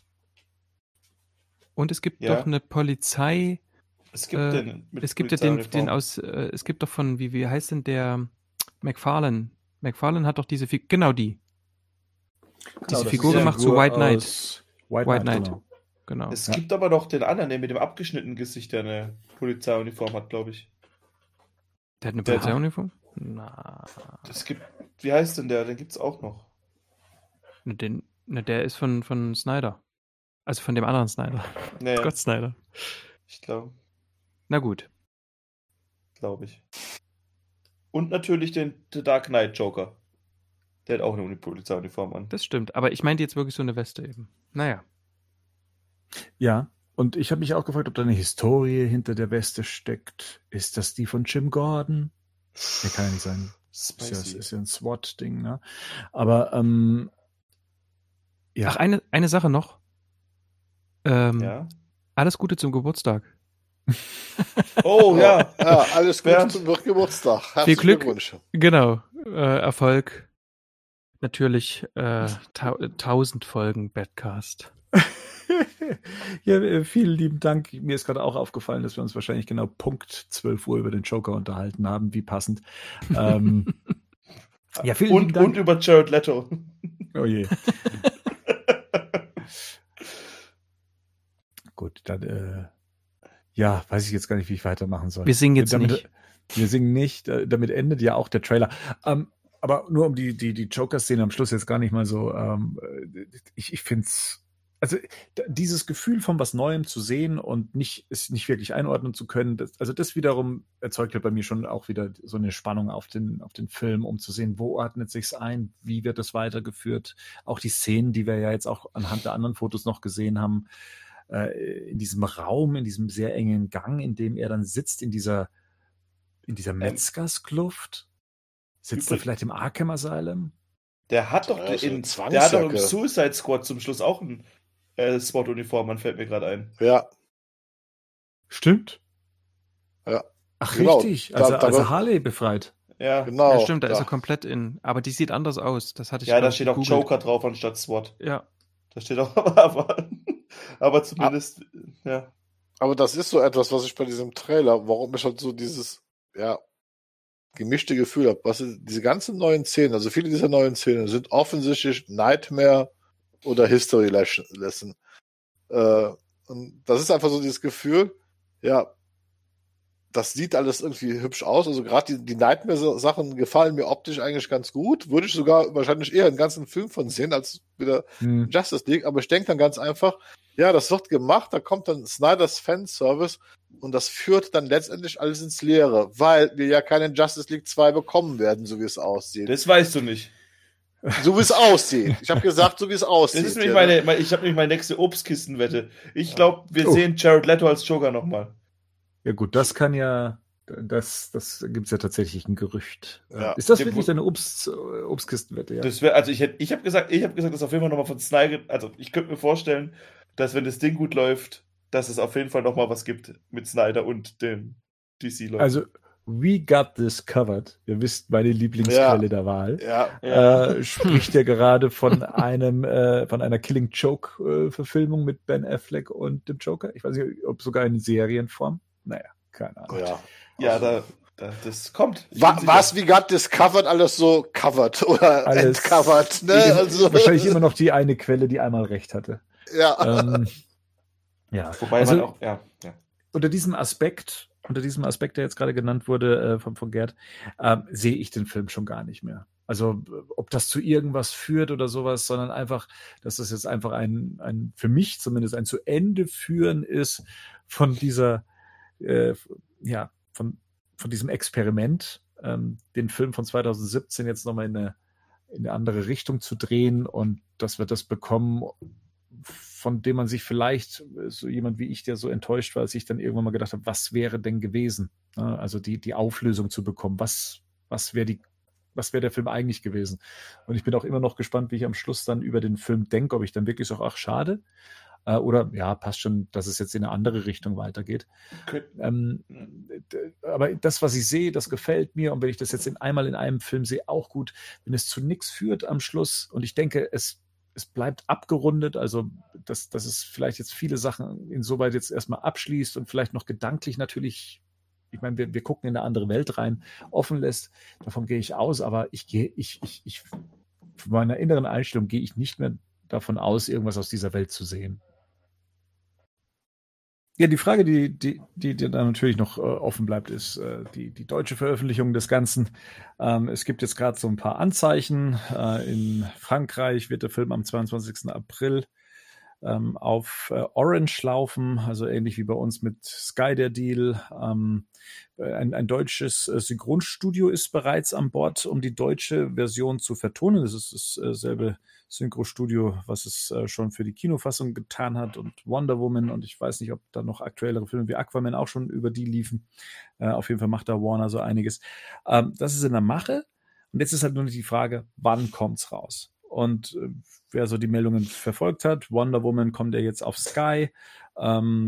Speaker 4: Und es gibt
Speaker 3: Ja.
Speaker 4: doch eine Polizei.
Speaker 3: Es gibt
Speaker 4: Äh,
Speaker 3: den mit
Speaker 4: Es gibt ja den,
Speaker 3: Polizeiuniform.
Speaker 4: den aus. Äh, es gibt doch von, wie, wie heißt denn der McFarlane? McFarlane hat doch diese Figur. Genau die.
Speaker 1: Genau,
Speaker 4: Diese
Speaker 1: das
Speaker 4: Figur
Speaker 1: ist die
Speaker 4: gemacht zu
Speaker 1: Figur
Speaker 4: White Knight.
Speaker 1: aus White,
Speaker 4: White
Speaker 1: Knight.
Speaker 4: Knight.
Speaker 1: Genau.
Speaker 4: Genau.
Speaker 3: Es
Speaker 1: Ja.
Speaker 3: gibt aber noch den anderen, der mit dem abgeschnittenen Gesicht, der eine Polizeiuniform hat, glaube ich.
Speaker 4: Der hat eine
Speaker 3: der-
Speaker 4: Polizeiuniform? Na.
Speaker 3: Es gibt, wie heißt denn der? Den gibt's auch noch.
Speaker 4: Ne, den, ne, der ist von, von Snyder. Also von dem anderen Snyder.
Speaker 3: Nee,
Speaker 4: Scott Snyder.
Speaker 3: ich glaube,
Speaker 4: Na gut.
Speaker 3: glaube ich. Und natürlich den The Dark Knight Joker. Der hat auch eine Polizeiuniform an.
Speaker 4: Das stimmt. Aber ich meinte jetzt wirklich so eine Weste eben. Naja.
Speaker 1: Ja, und ich habe mich auch gefragt, ob da eine Historie hinter der Weste steckt. Ist das die von Jim Gordon? Der kann ja nicht sein. Ist ja,
Speaker 3: Spicy.
Speaker 1: ist ja ein SWAT-Ding, ne? Aber, ähm, ja.
Speaker 4: Ach, eine, eine Sache noch. Ähm,
Speaker 3: Ja.
Speaker 4: Alles Gute zum Geburtstag.
Speaker 3: Oh ja.
Speaker 2: Ja, alles Gute
Speaker 3: Bernd.
Speaker 2: zum Geburtstag.
Speaker 4: Viel
Speaker 2: Herzlichen
Speaker 4: Glück.
Speaker 2: Glückwunsch.
Speaker 4: Genau. Äh, Erfolg. Natürlich äh, ta tausend Folgen Badcast.
Speaker 1: Ja, äh, vielen lieben Dank. Mir ist gerade auch aufgefallen, dass wir uns wahrscheinlich genau Punkt zwölf Uhr über den Joker unterhalten haben. Wie passend. Ähm, ja, vielen lieben
Speaker 3: Und,
Speaker 1: Dank.
Speaker 3: und über Jared Leto.
Speaker 1: Oh je. Gut, dann, äh, ja, weiß ich jetzt gar nicht, wie ich weitermachen soll.
Speaker 4: Wir singen jetzt
Speaker 1: damit,
Speaker 4: nicht.
Speaker 1: Wir singen nicht. äh, Damit endet ja auch der Trailer. Ähm, aber nur um die, die, die Joker-Szene am Schluss jetzt gar nicht mal so. Ähm, äh, ich ich finde es. Also d- dieses Gefühl von was Neuem zu sehen und nicht es nicht wirklich einordnen zu können, das, also das wiederum erzeugt halt bei mir schon auch wieder so eine Spannung auf den auf den Film, um zu sehen, wo ordnet sich's ein, wie wird es weitergeführt. Auch die Szenen, die wir ja jetzt auch anhand der anderen Fotos noch gesehen haben, äh, in diesem Raum, in diesem sehr engen Gang, in dem er dann sitzt, in dieser in dieser Metzgerskluft. Sitzt er
Speaker 3: Übrig-
Speaker 1: vielleicht im Arkham Asylum?
Speaker 3: Der hat doch
Speaker 2: Ja, so eine
Speaker 3: in, der hat doch im
Speaker 2: Zwangsjacke.
Speaker 3: Suicide Squad zum Schluss auch ein äh, Spot-Uniform, man fällt mir gerade ein.
Speaker 2: Ja,
Speaker 1: Stimmt.
Speaker 2: ja,
Speaker 1: Ach,
Speaker 2: Genau.
Speaker 1: richtig.
Speaker 2: Da-
Speaker 1: Also,
Speaker 2: da
Speaker 1: also
Speaker 2: wird-
Speaker 1: Harley befreit.
Speaker 3: Ja,
Speaker 2: genau.
Speaker 4: Ja, stimmt, da ist
Speaker 2: ja.
Speaker 4: er komplett in. Aber die sieht anders aus. Das hatte ich
Speaker 3: ja da
Speaker 4: glaub,
Speaker 3: steht auch
Speaker 4: gegoogelt.
Speaker 3: Joker drauf anstatt SWAT.
Speaker 4: Ja.
Speaker 3: Da steht auch, aber, aber zumindest, ja.
Speaker 2: Aber das ist so etwas, was ich bei diesem Trailer, warum ich halt so dieses, ja, gemischte Gefühl habe. Was ist, diese ganzen neuen Szenen, also viele dieser neuen Szenen sind offensichtlich Nightmare oder History Lesson. Äh, und das ist einfach so dieses Gefühl, ja, das sieht alles irgendwie hübsch aus. Also gerade die, die Nightmare-Sachen gefallen mir optisch eigentlich ganz gut. Würde ich sogar wahrscheinlich eher einen ganzen Film von sehen, als wieder
Speaker 1: Hm.
Speaker 2: Justice League. Aber ich denke dann ganz einfach, ja, das wird gemacht, da kommt dann Snyders Fanservice und das führt dann letztendlich alles ins Leere, weil wir ja keinen Justice League zwei bekommen werden, so wie es aussieht.
Speaker 3: Das weißt du nicht.
Speaker 2: So wie es aussieht. Ich habe gesagt, so wie es
Speaker 3: Das
Speaker 2: aussieht.
Speaker 3: ist nämlich
Speaker 2: ja,
Speaker 3: meine, meine ich habe nämlich meine nächste Obstkistenwette. Ich glaube, wir
Speaker 1: Oh.
Speaker 3: sehen Jared Leto als Joker nochmal.
Speaker 1: Ja gut, das kann ja, das, das gibt's ja tatsächlich ein Gerücht.
Speaker 2: Ja.
Speaker 1: Ist das
Speaker 3: Dem-
Speaker 1: wirklich deine Obst, Obstkistenwette? Ja.
Speaker 3: Das wäre, also ich hätte, ich habe gesagt, ich habe gesagt, dass auf jeden Fall nochmal von Snyder, also ich könnte mir vorstellen, dass wenn das Ding gut läuft, dass es auf jeden Fall nochmal was gibt mit Snyder und den D C-Leuten.
Speaker 1: Also, we got this covered. Ihr wisst, meine Lieblingsquelle der Wahl.
Speaker 2: ja,
Speaker 3: Ja.
Speaker 1: Äh, spricht ja gerade von einem, äh, von einer Killing Joke äh, Verfilmung mit Ben Affleck und dem Joker. Ich weiß nicht, ob sogar in Serienform. Naja, keine Ahnung.
Speaker 2: ja.
Speaker 3: ja, da, da, das kommt. Ich
Speaker 2: Wa
Speaker 3: bin
Speaker 2: was,
Speaker 3: sicher.
Speaker 2: wie got this covered, alles so covered oder
Speaker 1: Alles-
Speaker 2: entcovered, ne?
Speaker 1: Ich-
Speaker 2: Also,
Speaker 1: Wahrscheinlich immer noch die eine Quelle, die einmal recht hatte.
Speaker 2: ja.
Speaker 1: ähm, ja,
Speaker 3: Wobei
Speaker 1: also
Speaker 3: man auch, ja, ja.
Speaker 1: unter diesem Aspekt, unter diesem Aspekt, der jetzt gerade genannt wurde äh, von, von Gerd, ähm, sehe ich den Film schon gar nicht mehr. Also äh, ob das zu irgendwas führt oder sowas, sondern einfach, dass das jetzt einfach ein, ein für mich zumindest ein zu Ende führen ist von dieser, äh, ja, von, von diesem Experiment, ähm, den Film von zwanzig siebzehn jetzt nochmal in eine, in eine andere Richtung zu drehen und dass wir das bekommen, von dem man sich vielleicht, so jemand wie ich, der so enttäuscht war, als ich dann irgendwann mal gedacht habe, was wäre denn gewesen? Ja, also die, die Auflösung zu bekommen, was, was wäre die, was wäre der Film eigentlich gewesen? Und ich bin auch immer noch gespannt, wie ich am Schluss dann über den Film denke, ob ich dann wirklich sage, ach, schade. Äh, oder ja, passt schon, dass es jetzt in eine andere Richtung weitergeht.
Speaker 3: Kön-
Speaker 1: Ähm, d- aber das, was ich sehe, das gefällt mir. Und wenn ich das jetzt in einmal in einem Film sehe, auch gut. Wenn es zu nichts führt am Schluss, und ich denke, es, es bleibt abgerundet, also dass, dass es vielleicht jetzt viele Sachen insoweit jetzt erstmal abschließt und vielleicht noch gedanklich natürlich, ich meine, wir, wir gucken in eine andere Welt rein, offen lässt, davon gehe ich aus, aber ich gehe, ich, ich, ich, von meiner inneren Einstellung gehe ich nicht mehr davon aus, irgendwas aus dieser Welt zu sehen. Ja, die Frage, die, die, die, die dann natürlich noch äh, offen bleibt, ist äh, die, die deutsche Veröffentlichung des Ganzen. Ähm, es gibt jetzt gerade so ein paar Anzeichen. Äh, in Frankreich wird der Film am zweiundzwanzigsten April ähm, auf äh, Orange laufen, also ähnlich wie bei uns mit Sky der Deal. Ähm, ein, ein deutsches äh, Synchronstudio ist bereits an Bord, um die deutsche Version zu vertonen. Das ist dasselbe Synchrostudio, was es äh, schon für die Kinofassung getan hat und Wonder Woman, und ich weiß nicht, ob da noch aktuellere Filme wie Aquaman auch schon über die liefen. Äh, auf jeden Fall macht da Warner so einiges. Ähm, das ist in der Mache, und jetzt ist halt nur die Frage, wann kommt's raus? Und äh, wer so die Meldungen verfolgt hat, Wonder Woman kommt ja jetzt auf Sky. Ähm,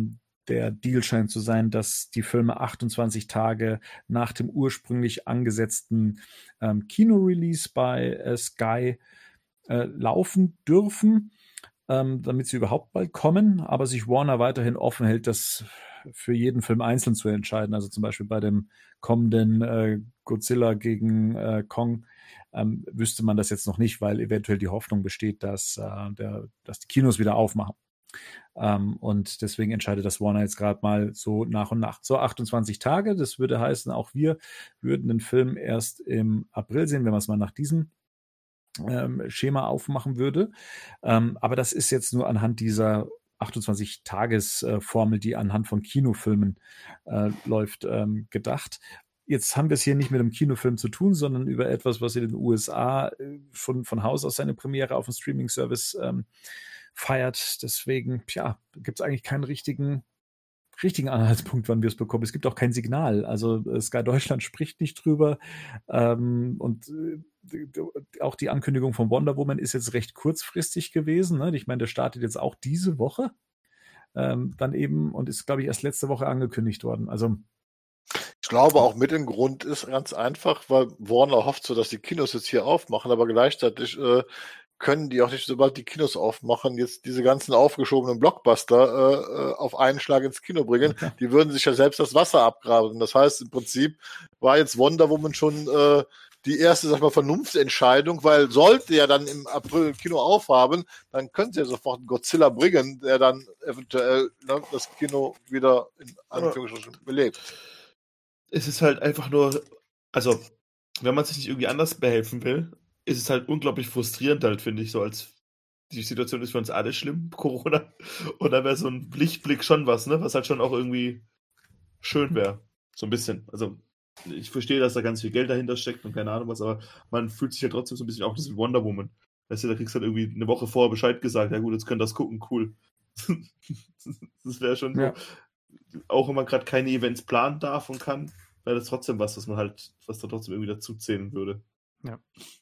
Speaker 1: der Deal scheint zu sein, dass die Filme achtundzwanzig Tage nach dem ursprünglich angesetzten ähm, Kino-Release bei äh, Sky äh, laufen dürfen, ähm, damit sie überhaupt bald kommen, aber sich Warner weiterhin offen hält, das für jeden Film einzeln zu entscheiden. Also zum Beispiel bei dem kommenden äh, Godzilla gegen äh, Kong ähm, wüsste man das jetzt noch nicht, weil eventuell die Hoffnung besteht, dass, äh, der, dass die Kinos wieder aufmachen. Ähm, und deswegen entscheidet das Warner jetzt gerade mal so nach und nach. So achtundzwanzig Tage, das würde heißen, auch wir würden den Film erst im April sehen, wenn man es mal nach diesem ähm, Schema aufmachen würde. Ähm, aber das ist jetzt nur anhand dieser achtundzwanzig-Tages-Formel, die anhand von Kinofilmen äh, läuft, ähm, gedacht. Jetzt haben wir es hier nicht mit einem Kinofilm zu tun, sondern über etwas, was in den U S A äh, schon von Haus aus seine Premiere auf dem Streaming-Service ähm, feiert. Deswegen, ja, gibt es eigentlich keinen richtigen, richtigen Anhaltspunkt, wann wir es bekommen. Es gibt auch kein Signal. Also äh, Sky Deutschland spricht nicht drüber. Ähm, und äh, auch die Ankündigung von Wonder Woman ist jetzt recht kurzfristig gewesen. Ne? Ich meine, der startet jetzt auch diese Woche. Ähm, dann eben und ist, glaube ich, erst letzte Woche angekündigt worden. Also
Speaker 2: ich glaube auch mit dem Grund ist ganz einfach, weil Warner hofft so, dass die Kinos jetzt hier aufmachen, aber gleichzeitig äh, können die auch nicht, sobald die Kinos aufmachen, jetzt diese ganzen aufgeschobenen Blockbuster äh, auf einen Schlag ins Kino bringen.
Speaker 1: Ja.
Speaker 2: Die würden sich ja selbst das Wasser abgraben. Das heißt, im Prinzip war jetzt Wonder Woman schon äh, die erste, sag ich mal, Vernunftentscheidung, weil sollte ja dann im April Kino aufhaben, dann könnte ja sofort einen Godzilla bringen, der dann eventuell ne, das Kino wieder in Anführungsstrichen belebt.
Speaker 3: Es ist halt einfach nur, also, wenn man sich nicht irgendwie anders behelfen will, ist es halt unglaublich frustrierend halt, finde ich, so als die Situation ist für uns alle schlimm, Corona, und dann wäre so ein Lichtblick schon was, ne, was halt schon auch irgendwie schön wäre, so ein bisschen, also ich verstehe, dass da ganz viel Geld dahinter steckt und keine Ahnung was, aber man fühlt sich ja trotzdem so ein bisschen auch das wie Wonder Woman, weißt du, da kriegst du halt irgendwie eine Woche vorher Bescheid gesagt, ja gut, jetzt könnt ihr das gucken, cool. Das wäre schon
Speaker 1: ja.
Speaker 3: so, auch wenn man gerade keine Events planen darf und kann, wäre das trotzdem was, was man halt, was da trotzdem irgendwie dazu zählen würde.
Speaker 4: Ja.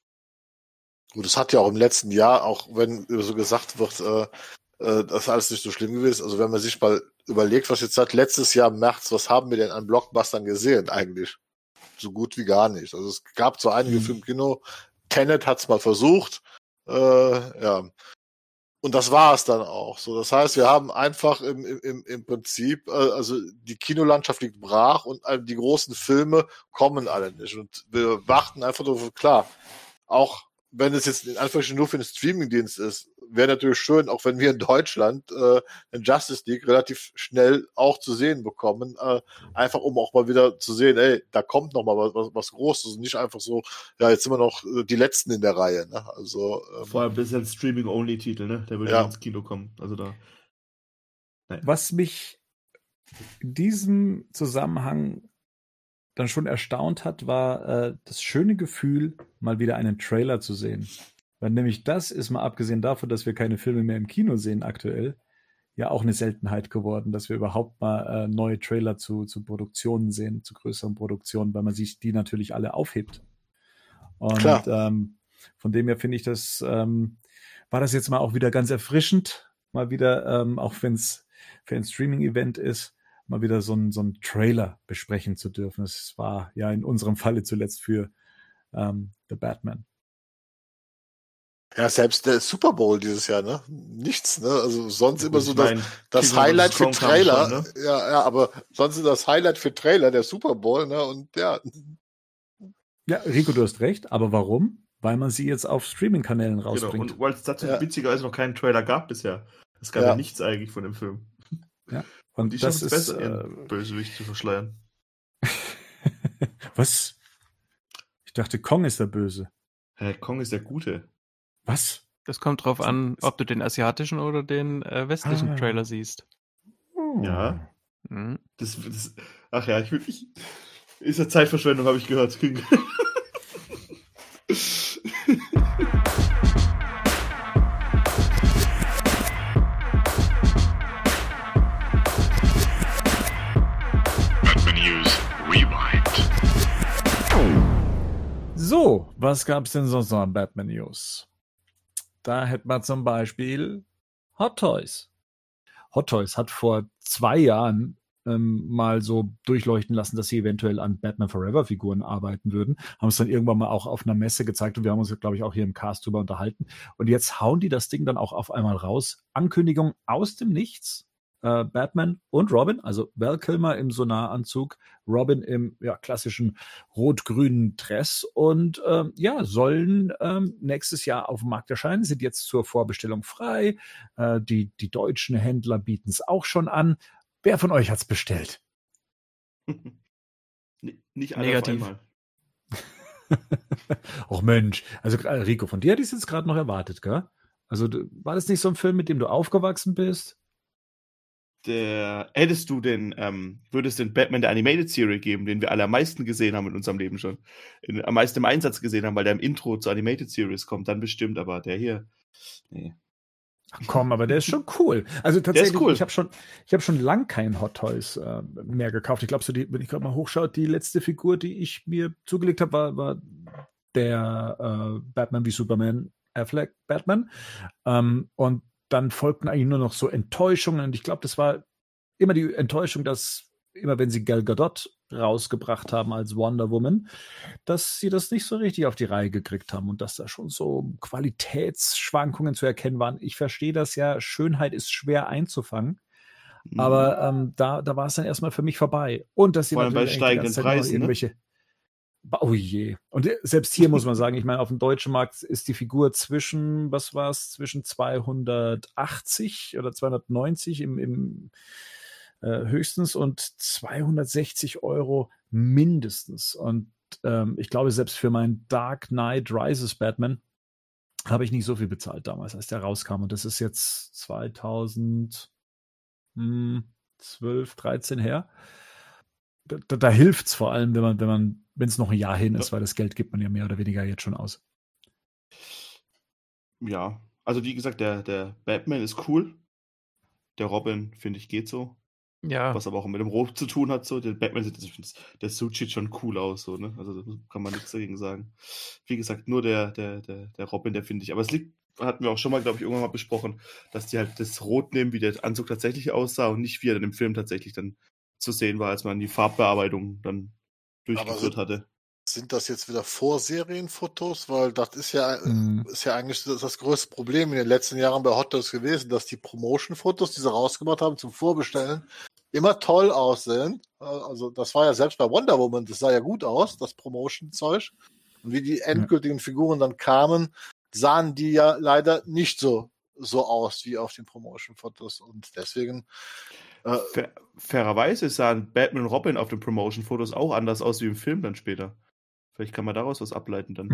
Speaker 2: Gut, das hat ja auch im letzten Jahr, auch wenn so gesagt wird, äh, äh, das ist alles nicht so schlimm gewesen. Also wenn man sich mal überlegt, was jetzt seit letztes Jahr im März, was haben wir denn an Blockbustern gesehen eigentlich? So gut wie gar nicht. Also es gab so einige
Speaker 1: Mhm.
Speaker 2: Filme im Kino. Tenet hat's mal versucht. Äh, ja. Und das war es dann auch. So, das heißt, wir haben einfach im, im, im Prinzip, äh, also die Kinolandschaft liegt brach und äh, die großen Filme kommen alle nicht. Und wir warten einfach darauf, klar, auch wenn es jetzt in Anführungsstrichen nur für den Streamingdienst ist, wäre natürlich schön, auch wenn wir in Deutschland äh, den Justice League relativ schnell auch zu sehen bekommen, äh, einfach um auch mal wieder zu sehen, ey, da kommt noch mal was, was, was Großes und nicht einfach so, ja, jetzt sind wir noch äh, die Letzten in der Reihe, ne? Also ähm,
Speaker 3: Vor allem, das ist ja ein Streaming-Only-Titel, ne? Der würde
Speaker 2: Ja.
Speaker 3: ja ins Kino kommen. Also da.
Speaker 1: Was mich in diesem Zusammenhang dann schon erstaunt hat, war äh, das schöne Gefühl, mal wieder einen Trailer zu sehen. Weil nämlich das ist mal abgesehen davon, dass wir keine Filme mehr im Kino sehen aktuell, ja auch eine Seltenheit geworden, dass wir überhaupt mal äh, neue Trailer zu, zu Produktionen sehen, zu größeren Produktionen, weil man sich die natürlich alle aufhebt. Und
Speaker 2: Klar.
Speaker 1: ähm, von dem her finde ich das, ähm, war das jetzt mal auch wieder ganz erfrischend, mal wieder, ähm, auch wenn es für ein Streaming-Event ist, mal wieder so einen so einen Trailer besprechen zu dürfen. Das war ja in unserem Falle zuletzt für ähm, The Batman.
Speaker 2: Ja, selbst der Super Bowl dieses Jahr, ne? Nichts, ne? Also sonst
Speaker 3: Ja,
Speaker 2: immer
Speaker 3: gut,
Speaker 2: so
Speaker 3: ich
Speaker 2: das,
Speaker 3: mein,
Speaker 2: das
Speaker 3: Kingdom of
Speaker 2: Highlight
Speaker 3: the
Speaker 2: für
Speaker 3: Throne kam
Speaker 2: Trailer.
Speaker 3: schon,
Speaker 2: Ja, ja, aber sonst ist das Highlight für Trailer der Super Bowl, ne? Und ja,
Speaker 1: Ja, Rico, du hast recht. Aber warum? Weil man sie jetzt auf Streaming-Kanälen
Speaker 3: Genau.
Speaker 1: rausbringt.
Speaker 3: Und weil es dazu
Speaker 2: Ja.
Speaker 3: witzigerweise noch keinen Trailer gab bisher. Es gab ja,
Speaker 2: Ja.
Speaker 3: nichts eigentlich von dem Film.
Speaker 1: Ja.
Speaker 3: Und,
Speaker 1: Und
Speaker 3: die
Speaker 1: das
Speaker 3: schaffen es
Speaker 1: ist
Speaker 3: besser,
Speaker 1: äh,
Speaker 3: ihren Bösewicht zu verschleiern.
Speaker 1: was? Ich dachte, Kong ist der Böse.
Speaker 3: Hä, Kong ist der Gute.
Speaker 1: Was?
Speaker 4: Das kommt drauf an, ob du den asiatischen oder den äh, westlichen
Speaker 1: Ah.
Speaker 4: Trailer siehst.
Speaker 1: Hm.
Speaker 3: Ja.
Speaker 4: Mhm.
Speaker 3: Das, das, ach ja, ich will nicht. Ist ja Zeitverschwendung, habe ich gehört.
Speaker 5: Batman News Rewind.
Speaker 1: So, was gab's denn sonst noch an Batman News? Da hätten wir zum Beispiel Hot Toys. Hot Toys hat vor zwei Jahren ähm, mal so durchleuchten lassen, dass sie eventuell an Batman Forever Figuren arbeiten würden. Haben es dann irgendwann mal auch auf einer Messe gezeigt und wir haben uns, glaube ich, auch hier im Cast drüber unterhalten. Und jetzt hauen die das Ding dann auch auf einmal raus. Ankündigung aus dem Nichts. Äh, Batman und Robin, also Val Kilmer im Sonaranzug, Robin im ja, klassischen rot-grünen Dress und ähm, ja, sollen ähm, nächstes Jahr auf dem Markt erscheinen, sind jetzt zur Vorbestellung frei. Äh, die, die deutschen Händler bieten es auch schon an. Wer von euch hat's bestellt?
Speaker 3: Nicht alle
Speaker 4: Negativ.
Speaker 3: auf einmal.
Speaker 1: Och Mensch, also äh, Rico, von dir hätte ich es jetzt gerade noch erwartet, gell? Also du, war das nicht so ein Film, mit dem du aufgewachsen bist?
Speaker 3: Der, hättest du den, ähm, würdest den Batman der Animated Series geben, den wir alle am meisten gesehen haben in unserem Leben schon, in, am meisten im Einsatz gesehen haben, weil der im Intro zur Animated Series kommt, dann bestimmt, aber der hier, nee.
Speaker 1: Ach komm, aber der ist schon cool. Also tatsächlich,
Speaker 3: cool.
Speaker 1: ich habe schon, ich habe schon lang keinen Hot Toys äh, mehr gekauft. Ich glaube, so die, wenn ich gerade mal hochschaue, die letzte Figur, die ich mir zugelegt habe, war, war der äh, Batman wie Superman Affleck Batman. Ähm, und dann folgten eigentlich nur noch so Enttäuschungen. Und ich glaube, das war immer die Enttäuschung, dass immer wenn sie Gal Gadot rausgebracht haben als Wonder Woman, dass sie das nicht so richtig auf die Reihe gekriegt haben und dass da schon so Qualitätsschwankungen zu erkennen waren. Ich verstehe das ja, Schönheit ist schwer einzufangen,
Speaker 3: Mhm.
Speaker 1: aber ähm, da, da war es dann erstmal für mich vorbei. Und dass sie
Speaker 3: Vor allem bei
Speaker 1: natürlich eigentlich die ganze
Speaker 3: steigenden
Speaker 1: Zeit noch
Speaker 3: Preisen, ne?
Speaker 1: irgendwelche Oh je. Und selbst hier muss man sagen, ich meine, auf dem deutschen Markt ist die Figur zwischen, was war es, zwischen zweihundertachtzig oder zweihundertneunzig im, im äh, höchstens und zweihundertsechzig Euro mindestens. Und ähm, ich glaube, selbst für meinen Dark Knight Rises Batman habe ich nicht so viel bezahlt damals, als der rauskam. Und das ist jetzt zweitausendzwölf, dreizehn her. Da, da, da hilft es vor allem, wenn man, wenn man, wenn es noch ein Jahr hin ist,
Speaker 3: Ja.
Speaker 1: weil das Geld gibt man ja mehr oder weniger jetzt schon aus.
Speaker 3: Ja, also wie gesagt, der, der Batman ist cool. Der Robin, finde ich, geht so.
Speaker 4: Ja,
Speaker 3: Was aber auch mit dem Rot zu tun hat, so. Der Batman sieht, ich finde, der Suit sieht schon cool aus, so, ne? Also da kann man nichts dagegen sagen. Wie gesagt, nur der, der, der, der Robin, der finde ich. Aber es liegt, hatten wir auch schon mal, glaube ich, irgendwann mal besprochen, dass die halt das Rot nehmen, wie der Anzug tatsächlich aussah und nicht wie er dann im Film tatsächlich dann zu sehen war, als man die Farbbearbeitung dann durchgeführt
Speaker 2: Aber
Speaker 3: hatte.
Speaker 2: Sind das jetzt wieder Vorserienfotos? Weil das ist ja,
Speaker 1: Mhm.
Speaker 2: ist ja eigentlich das, das größte Problem in den letzten Jahren bei Hot Toys gewesen, dass die Promotion-Fotos, die sie rausgebracht haben zum Vorbestellen, immer toll aussehen. Also das war ja selbst bei Wonder Woman, das sah ja gut aus, das Promotion-Zeug. Und wie die endgültigen Figuren dann kamen, sahen die ja leider nicht so, so aus wie auf den Promotion-Fotos. Und deswegen äh,
Speaker 3: Fair, fairerweise sahen Batman und Robin auf den Promotion-Fotos auch anders aus wie im Film dann später. Vielleicht kann man daraus was ableiten dann.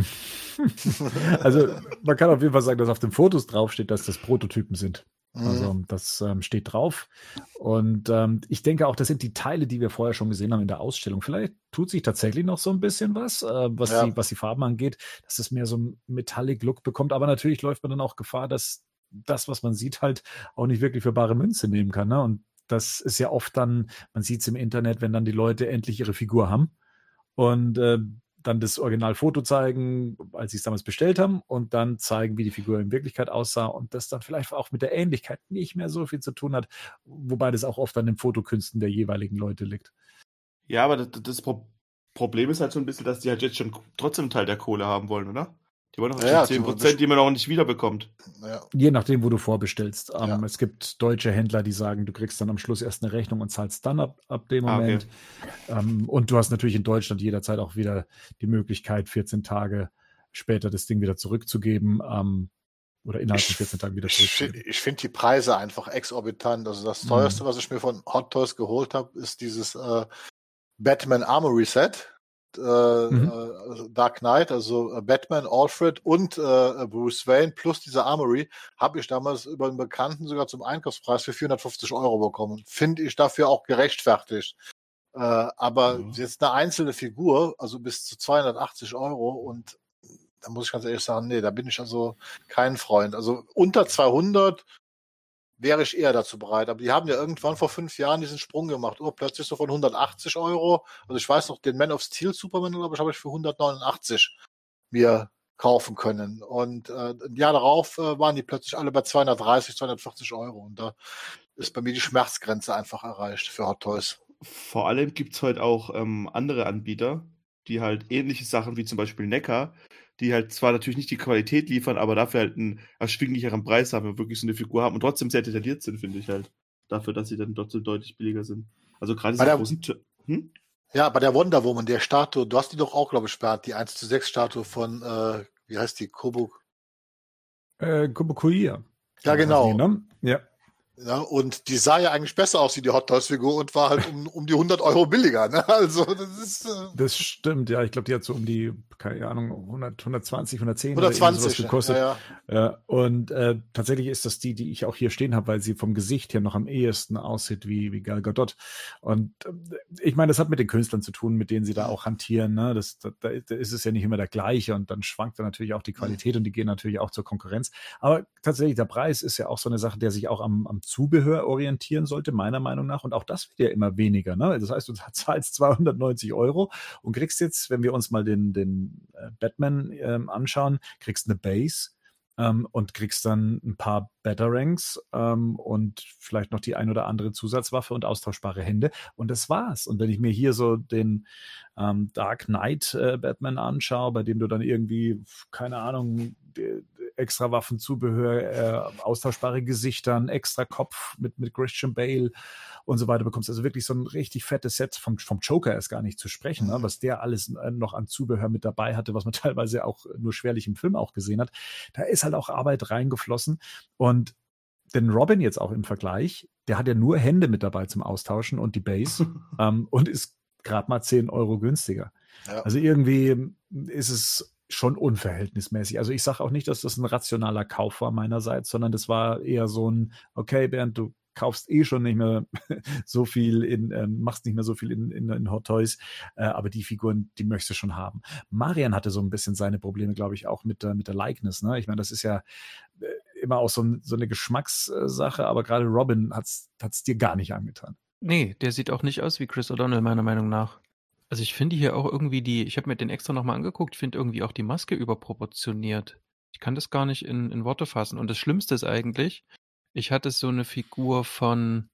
Speaker 1: Also man kann auf jeden Fall sagen, dass auf den Fotos draufsteht, dass das Prototypen sind.
Speaker 2: Mhm.
Speaker 1: Also das ähm, steht drauf. Und ähm, ich denke auch, das sind die Teile, die wir vorher schon gesehen haben in der Ausstellung. Vielleicht tut sich tatsächlich noch so ein bisschen was, äh, was,
Speaker 2: Ja.
Speaker 1: die, was die Farben angeht, dass es mehr so einen Metallic-Look bekommt. Aber natürlich läuft man dann auch Gefahr, dass das, was man sieht, halt auch nicht wirklich für bare Münze nehmen kann. Ne? Und das ist ja oft dann, man sieht es im Internet, wenn dann die Leute endlich ihre Figur haben und äh, dann das Originalfoto zeigen, als sie es damals bestellt haben und dann zeigen, wie die Figur in Wirklichkeit aussah und das dann vielleicht auch mit der Ähnlichkeit nicht mehr so viel zu tun hat, wobei das auch oft an den Fotokünsten der jeweiligen Leute liegt.
Speaker 3: Ja, aber das, das Pro- Problem ist halt so ein bisschen, dass die halt jetzt schon trotzdem einen Teil der Kohle haben wollen, oder? Die wollen doch
Speaker 2: Ja,
Speaker 3: schon
Speaker 2: die
Speaker 3: zehn
Speaker 2: wollen
Speaker 3: Prozent, die man auch nicht wiederbekommt.
Speaker 2: ja.
Speaker 1: Je nachdem, wo du vorbestellst. Ähm,
Speaker 2: Ja.
Speaker 1: Es gibt deutsche Händler, die sagen, du kriegst dann am Schluss erst eine Rechnung und zahlst dann ab, ab dem
Speaker 3: Ah, okay.
Speaker 1: Moment. Ähm, und du hast natürlich in Deutschland jederzeit auch wieder die Möglichkeit, vierzehn Tage später das Ding wieder zurückzugeben ähm, oder innerhalb von vierzehn Tagen wieder
Speaker 2: Ich,
Speaker 1: zurückzugeben.
Speaker 2: ich finde die Preise einfach exorbitant. Also das
Speaker 1: Mhm.
Speaker 2: teuerste, was ich mir von Hot Toys geholt habe, ist dieses äh, Batman Armory Set. Äh,
Speaker 1: Mhm.
Speaker 2: äh, Dark Knight, also äh, Batman, Alfred und äh, Bruce Wayne plus diese Armory habe ich damals über einen Bekannten sogar zum Einkaufspreis für vierhundertfünfzig Euro bekommen. Finde ich dafür auch gerechtfertigt. Äh, aber
Speaker 3: Ja.
Speaker 2: jetzt eine einzelne Figur, also bis zu zweihundertachtzig Euro und da muss ich ganz ehrlich sagen, nee, da bin ich also kein Freund. Also unter zweihundert wäre ich eher dazu bereit. Aber die haben ja irgendwann vor fünf Jahren diesen Sprung gemacht. Oh, plötzlich so von hundertachtzig Euro. Also ich weiß noch, den Man of Steel Superman, glaube ich, habe ich für hundertneunundachtzig mir kaufen können. Und äh, ein Jahr darauf äh, waren die plötzlich alle bei zweihundertdreißig, zweihundertvierzig Euro. Und da ist bei mir die Schmerzgrenze einfach erreicht für Hot Toys.
Speaker 3: Vor allem gibt es halt auch ähm, andere Anbieter, die halt ähnliche Sachen wie zum Beispiel Neckar, die halt zwar natürlich nicht die Qualität liefern, aber dafür halt einen erschwinglicheren Preis haben und wirklich so eine Figur haben und trotzdem sehr detailliert sind, finde ich halt. Dafür, dass sie dann trotzdem deutlich billiger sind. Also gerade
Speaker 2: Bei
Speaker 3: diese
Speaker 2: der-
Speaker 3: großen... Tö- Hm?
Speaker 2: Ja, bei der Wonder Woman, der Statue, du hast die doch auch, glaube ich, Bernd, die eins zu sechs Statue von, äh, wie heißt die, Kobo?
Speaker 1: Äh, Kubokuia.
Speaker 2: Ja, genau.
Speaker 1: Ne? Ja.
Speaker 2: Ja, und die sah ja eigentlich besser aus wie die Hot Toys Figur und war halt um, um die hundert Euro billiger. Ne? Also das ist äh,
Speaker 1: Das stimmt, ja. Ich glaube, die hat so um die, keine Ahnung, hundert, hundertzwanzig, hundertzehn
Speaker 2: hundertzwanzig
Speaker 1: oder irgendwie sowas gekostet.
Speaker 2: Ja, ja.
Speaker 1: Ja, und äh, tatsächlich ist das die, die ich auch hier stehen habe, weil sie vom Gesicht her noch am ehesten aussieht wie, wie Gal Gadot. Und äh, ich meine, das hat mit den Künstlern zu tun, mit denen sie da auch hantieren. Ne? Das, da, da ist es ja nicht immer der gleiche und dann schwankt dann natürlich auch die Qualität und die gehen natürlich auch zur Konkurrenz. Aber tatsächlich, der Preis ist ja auch so eine Sache, der sich auch am, am Zubehör orientieren sollte, meiner Meinung nach. Und auch das wird ja immer weniger. Ne? Das heißt, du zahlst zweihundertneunzig Euro und kriegst jetzt, wenn wir uns mal den, den äh, Batman ähm, anschauen, kriegst eine Base ähm, und kriegst dann ein paar Batarangs ähm, und vielleicht noch die ein oder andere Zusatzwaffe und austauschbare Hände. Und das war's. Und wenn ich mir hier so den ähm, Dark Knight äh, Batman anschaue, bei dem du dann irgendwie, keine Ahnung, die, extra Waffenzubehör, äh, austauschbare Gesichter, ein extra Kopf mit, mit Christian Bale und so weiter bekommst. Also wirklich so ein richtig fettes Set vom, vom Joker erst gar nicht zu sprechen, ne? Was der alles noch an Zubehör mit dabei hatte, was man teilweise auch nur schwerlich im Film auch gesehen hat. Da ist halt auch Arbeit reingeflossen. Und den Robin jetzt auch im Vergleich, der hat ja nur Hände mit dabei zum Austauschen und die Base ähm, und ist gerade mal zehn Euro günstiger.
Speaker 2: Ja.
Speaker 1: Also irgendwie ist es schon unverhältnismäßig. Also ich sage auch nicht, dass das ein rationaler Kauf war meinerseits, sondern das war eher so ein, okay, Bernd, du kaufst eh schon nicht mehr so viel in, ähm, machst nicht mehr so viel in, in, in Hot Toys, äh, aber die Figuren, die möchtest du schon haben. Marian hatte so ein bisschen seine Probleme, glaube ich, auch mit der, mit der Likeness. Ne? Ich meine, das ist ja äh, immer auch so, ein, so eine Geschmackssache, aber gerade Robin hat's, hat's dir gar nicht angetan.
Speaker 4: Nee, der sieht auch nicht aus wie Chris O'Donnell, meiner Meinung nach. Also ich finde hier auch irgendwie die, ich habe mir den extra nochmal angeguckt, finde irgendwie auch die Maske überproportioniert. Ich kann das gar nicht in, in Worte fassen. Und das Schlimmste ist eigentlich, ich hatte so eine Figur von,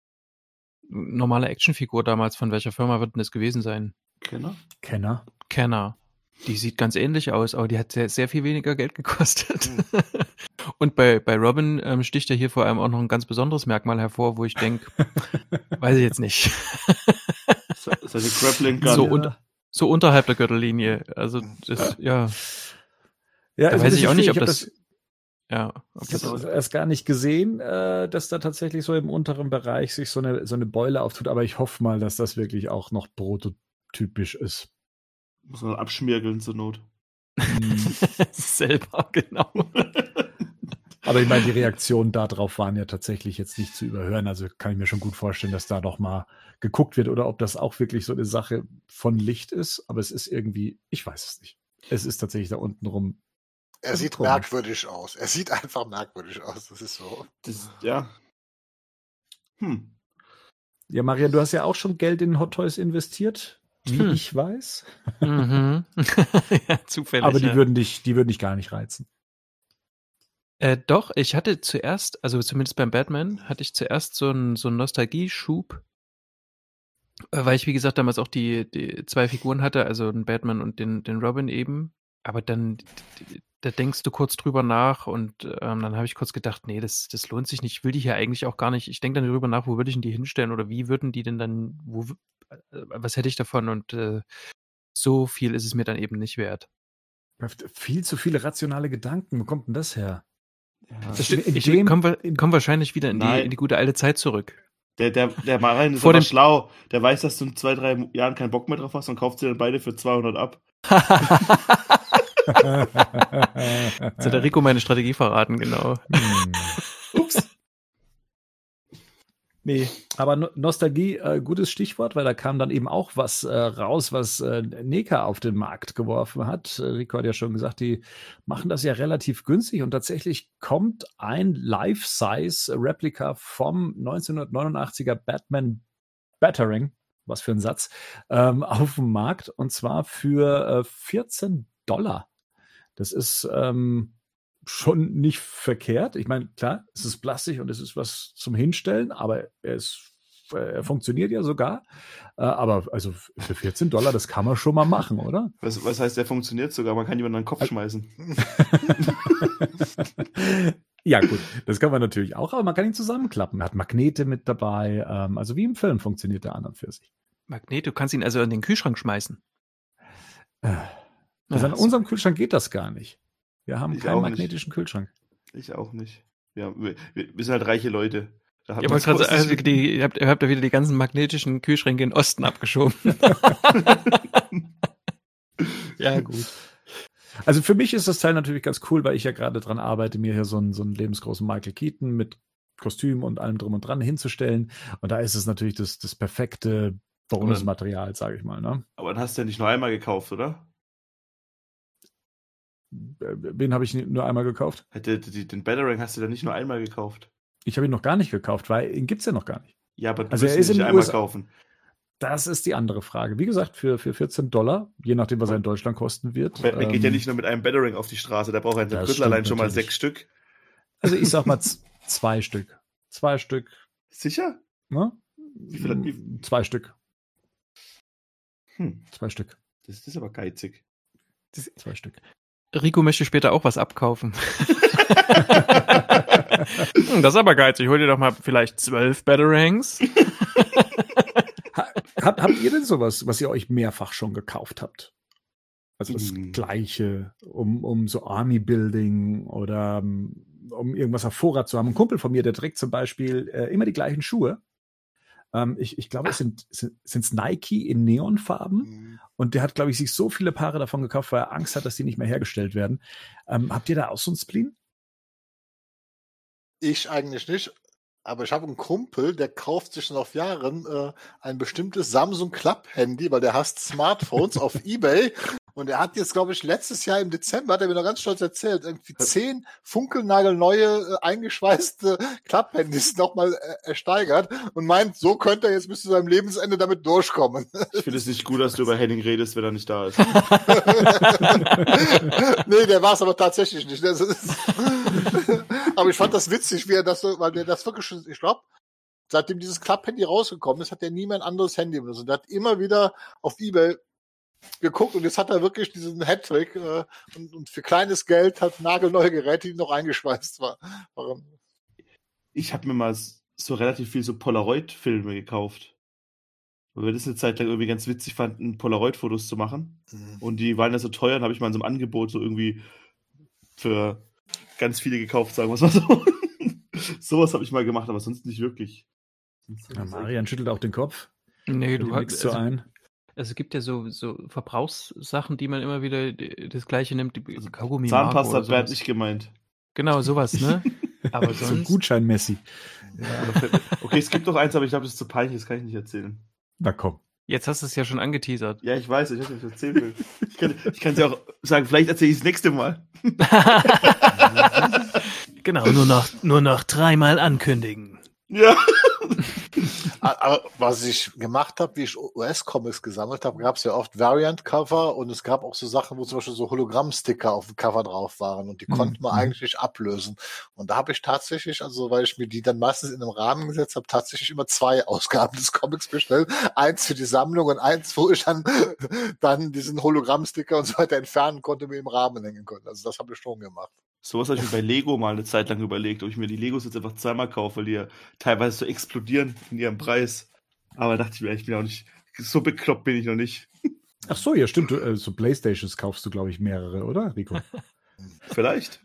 Speaker 4: normale Actionfigur damals, von welcher Firma wird denn das gewesen sein?
Speaker 3: Kenner?
Speaker 1: Kenner.
Speaker 4: Kenner. Die sieht ganz ähnlich aus, aber die hat sehr, sehr viel weniger Geld gekostet. Und bei, bei Robin ähm, sticht ja hier vor allem auch noch ein ganz besonderes Merkmal hervor, wo ich denke, weiß ich jetzt nicht.
Speaker 3: Seine Grappling Gun.
Speaker 4: So, unter, so unterhalb der Gürtellinie. Also das, ja.
Speaker 1: Ja,
Speaker 4: Da
Speaker 1: also
Speaker 4: weiß
Speaker 1: das
Speaker 4: ich auch
Speaker 1: ist-
Speaker 4: nicht, ob
Speaker 1: hab
Speaker 4: das, ja, ob
Speaker 1: Ich habe
Speaker 4: das
Speaker 1: das erst gar nicht gesehen, äh, dass da tatsächlich so im unteren Bereich sich so eine, so eine Beule auftut, aber ich hoffe mal, dass das wirklich auch noch prototypisch ist.
Speaker 3: Muss man abschmirgeln zur Not.
Speaker 4: selber, genau.
Speaker 1: Aber ich meine, die Reaktionen darauf waren ja tatsächlich jetzt nicht zu überhören. Also kann ich mir schon gut vorstellen, dass da noch mal geguckt wird oder ob das auch wirklich so eine Sache von Licht ist. Aber es ist irgendwie, ich weiß es nicht. Es ist tatsächlich da unten rum.
Speaker 2: Er
Speaker 1: Das ist
Speaker 2: sieht
Speaker 1: komisch.
Speaker 2: merkwürdig aus. Er sieht einfach merkwürdig aus. Das ist so.
Speaker 3: Das, ja. Hm.
Speaker 1: Ja, Maria, du hast ja auch schon Geld in Hot Toys investiert, wie
Speaker 4: Hm.
Speaker 1: ich weiß.
Speaker 4: Mhm. Ja, zufällig.
Speaker 1: Aber die
Speaker 4: ja.
Speaker 1: würden dich, die würden dich gar nicht reizen.
Speaker 4: Äh, doch, ich hatte zuerst, also zumindest beim Batman, hatte ich zuerst so einen so einen Nostalgieschub, äh, weil ich, wie gesagt, damals auch die, die zwei Figuren hatte, also den Batman und den, den Robin eben. Aber dann, d- d- da denkst du kurz drüber nach und ähm, dann habe ich kurz gedacht, nee, das, das lohnt sich nicht. Ich will die hier eigentlich auch gar nicht. Ich denke dann darüber nach, wo würde ich denn die hinstellen oder wie würden die denn dann, wo, w- äh, was hätte ich davon? Und äh, so viel ist es mir dann eben nicht wert.
Speaker 1: Viel zu viele rationale Gedanken. Wo kommt denn das her?
Speaker 3: Ja.
Speaker 1: Das stimmt. In
Speaker 4: Ich
Speaker 1: dem-
Speaker 4: komme komm wahrscheinlich wieder in die,
Speaker 3: Nein.
Speaker 4: in die gute alte Zeit zurück.
Speaker 3: Der, der, der Marian ist
Speaker 4: Vor
Speaker 3: aber
Speaker 4: dem-
Speaker 3: schlau. Der weiß, dass du in zwei, drei Jahren keinen Bock mehr drauf hast und kauft sie dann beide für zweihundert ab.
Speaker 4: Jetzt hat der Rico meine Strategie verraten, genau.
Speaker 1: Hm.
Speaker 3: Ups.
Speaker 1: Nee, aber no Nostalgie, äh, gutes Stichwort, weil da kam dann eben auch was äh, raus, was äh, Neka auf den Markt geworfen hat. Äh, Rico hat ja schon gesagt, die machen das ja relativ günstig und tatsächlich kommt ein Life-Size-Replika vom neunzehnhundertneunundachtziger Batman Batarang, was für ein Satz, ähm, auf dem Markt und zwar für äh, vierzehn Dollar. Das ist ähm, schon nicht verkehrt. Ich meine, klar, es ist Plastik und es ist was zum Hinstellen, aber er ist er funktioniert ja sogar. Äh, aber also für vierzehn Dollar, das kann man schon mal machen, oder?
Speaker 3: Was, was heißt, der funktioniert sogar? Man kann jemanden an den Kopf schmeißen.
Speaker 1: Ja, gut, das kann man natürlich auch, aber man kann ihn zusammenklappen. Er hat Magnete mit dabei. Ähm, also wie im Film funktioniert der an und für sich.
Speaker 4: Magnet, du kannst ihn also in den Kühlschrank schmeißen.
Speaker 1: Äh, also
Speaker 4: Ah,
Speaker 1: an unserem Kühlschrank geht das gar nicht. Wir haben
Speaker 3: Ich
Speaker 1: keinen
Speaker 3: auch nicht.
Speaker 1: magnetischen Kühlschrank.
Speaker 3: Ich auch nicht. Ja, wir, wir sind halt reiche Leute. Da haben
Speaker 4: Ich
Speaker 3: wir
Speaker 4: wollte gerade
Speaker 3: das
Speaker 4: sagen, also
Speaker 3: große-
Speaker 4: die, ihr, habt, ihr habt da wieder die ganzen magnetischen Kühlschränke in den Osten abgeschoben. Ja, gut.
Speaker 1: Also für mich ist das Teil natürlich ganz cool, weil ich ja gerade dran arbeite, mir hier so einen, so einen lebensgroßen Michael Keaton mit Kostüm und allem drum und dran hinzustellen. Und da ist es natürlich das, das perfekte Bonusmaterial, sage ich mal. Ne?
Speaker 3: Aber dann hast du ja nicht nur einmal gekauft, oder?
Speaker 1: Wen habe ich nur einmal gekauft?
Speaker 3: Hätte die- Den Batarang hast du dann nicht nur einmal gekauft.
Speaker 1: Ich habe ihn noch gar nicht gekauft, weil ihn gibt es ja noch gar nicht.
Speaker 3: Ja, aber du
Speaker 1: Also
Speaker 3: wirst
Speaker 1: er
Speaker 3: ihn
Speaker 1: ist in
Speaker 3: nicht
Speaker 1: den
Speaker 3: einmal
Speaker 1: U S A.
Speaker 3: kaufen.
Speaker 1: Das ist die andere Frage. Wie gesagt, für, für vierzehn Dollar, je nachdem, was er in Deutschland kosten wird.
Speaker 3: Man, man geht ja
Speaker 1: ähm,
Speaker 3: nicht nur mit einem Batarang auf die Straße, da braucht ein
Speaker 1: Das
Speaker 3: Drittel
Speaker 1: stimmt
Speaker 3: allein schon mal
Speaker 1: natürlich.
Speaker 3: sechs Stück.
Speaker 1: Also ich sag mal z- zwei Stück. Zwei Stück.
Speaker 3: Sicher?
Speaker 1: Ne?
Speaker 3: viel- wie-
Speaker 1: Zwei Stück.
Speaker 3: Hm,
Speaker 1: Zwei Stück.
Speaker 3: das, das ist aber geizig.
Speaker 1: Zwei Stück.
Speaker 4: Rico möchte später auch was abkaufen. Hm, das ist aber geizig. Hol dir doch mal vielleicht zwölf Batarangs.
Speaker 1: Ha, habt, habt ihr denn sowas, was ihr euch mehrfach schon gekauft habt? Also das
Speaker 3: Hm.
Speaker 1: Gleiche, um, um so Army-Building oder um, um irgendwas auf Vorrat zu haben. Ein Kumpel von mir, der trägt zum Beispiel äh, immer die gleichen Schuhe. Ähm, ich, ich glaube, es sind es Nike in Neonfarben.
Speaker 2: Mhm.
Speaker 1: Und der hat, glaube ich, sich so viele Paare davon gekauft, weil er Angst hat, dass die nicht mehr hergestellt werden. Ähm, habt ihr da auch so ein Spleen?
Speaker 2: Ich eigentlich nicht. Aber ich habe einen Kumpel, der kauft sich schon auf Jahren äh, ein bestimmtes Samsung Club-Handy, weil der hasst Smartphones auf eBay. Und er hat jetzt, glaube ich, letztes Jahr im Dezember, hat er mir noch ganz stolz erzählt, irgendwie zehn funkelnagelneue, äh, eingeschweißte Club-Handys nochmal äh, ersteigert und meint, so könnte er jetzt bis zu seinem Lebensende damit durchkommen.
Speaker 3: Ich finde es nicht gut, dass du über Henning redest, wenn er nicht da ist.
Speaker 2: Nee, der war es aber tatsächlich nicht. Das ist aber ich fand das witzig, wie er das so, weil der das wirklich schon, ich glaube, seitdem dieses Club-Handy rausgekommen ist, hat er nie mehr ein anderes Handy benutzt. Und der hat immer wieder auf eBay geguckt und jetzt hat er wirklich diesen Hattrick äh, und, und für kleines Geld hat nagelneue Geräte, die noch eingeschweißt war, waren.
Speaker 3: Ich habe mir mal so relativ viel so Polaroid-Filme gekauft. Weil wir das eine Zeit lang irgendwie ganz witzig fanden, Polaroid-Fotos zu machen. Und die waren ja so teuer, dann habe ich mal in so einem Angebot so irgendwie für ganz viele gekauft, sagen wir es mal so. Sowas habe ich mal gemacht, aber sonst nicht wirklich.
Speaker 1: Ja, Marian schüttelt auch den Kopf.
Speaker 4: Nee, du
Speaker 1: Fällt ihm nichts
Speaker 4: hast.
Speaker 1: zu
Speaker 4: Also,
Speaker 1: ein.
Speaker 4: also es gibt ja so, so Verbrauchssachen, die man immer wieder d- das Gleiche nimmt. Die
Speaker 3: Also
Speaker 4: Kaugummi
Speaker 3: Zahnpasta
Speaker 4: oder
Speaker 3: hat Bernd
Speaker 4: sowas.
Speaker 3: nicht gemeint.
Speaker 4: Genau, sowas, ne? Aber
Speaker 1: So ein
Speaker 4: sonst.
Speaker 1: Gutschein-Messi.
Speaker 3: Oder fällt- Okay, es gibt doch eins, aber ich glaube, das ist zu peinlich, das kann ich nicht erzählen.
Speaker 1: Na komm.
Speaker 4: Jetzt hast du es ja schon angeteasert.
Speaker 3: Ja, ich weiß, ich weiß nicht, was ich erzählen will. Ich kann, ich kann es ja auch sagen, vielleicht erzähle ich es das nächste Mal.
Speaker 4: Genau, nur noch, nur noch dreimal ankündigen.
Speaker 3: Ja.
Speaker 2: Aber was ich gemacht habe, wie ich U S-Comics gesammelt habe, gab es ja oft Variant-Cover und es gab auch so Sachen, wo zum Beispiel so Hologramm-Sticker auf dem Cover drauf waren und die
Speaker 1: Mhm.
Speaker 2: konnte man
Speaker 1: Mhm.
Speaker 2: eigentlich nicht ablösen. Und da habe ich tatsächlich, also weil ich mir die dann meistens in einem Rahmen gesetzt habe, tatsächlich immer zwei Ausgaben des Comics bestellt. Eins für die Sammlung und eins, wo ich dann, dann diesen Hologramm-Sticker und so weiter entfernen konnte, mir im Rahmen hängen konnte. Also das habe ich schon gemacht.
Speaker 3: Sowas habe ich mir bei Lego mal eine Zeit lang überlegt, ob ich mir die Legos jetzt einfach zweimal kaufe, weil die ja teilweise so explodieren in ihrem Preis. Aber dachte ich mir, ich bin auch nicht, so bekloppt bin ich noch nicht.
Speaker 1: Ach so, ja, stimmt. Du, äh, so Playstations kaufst du, glaube ich, mehrere, oder, Rico?
Speaker 3: Vielleicht.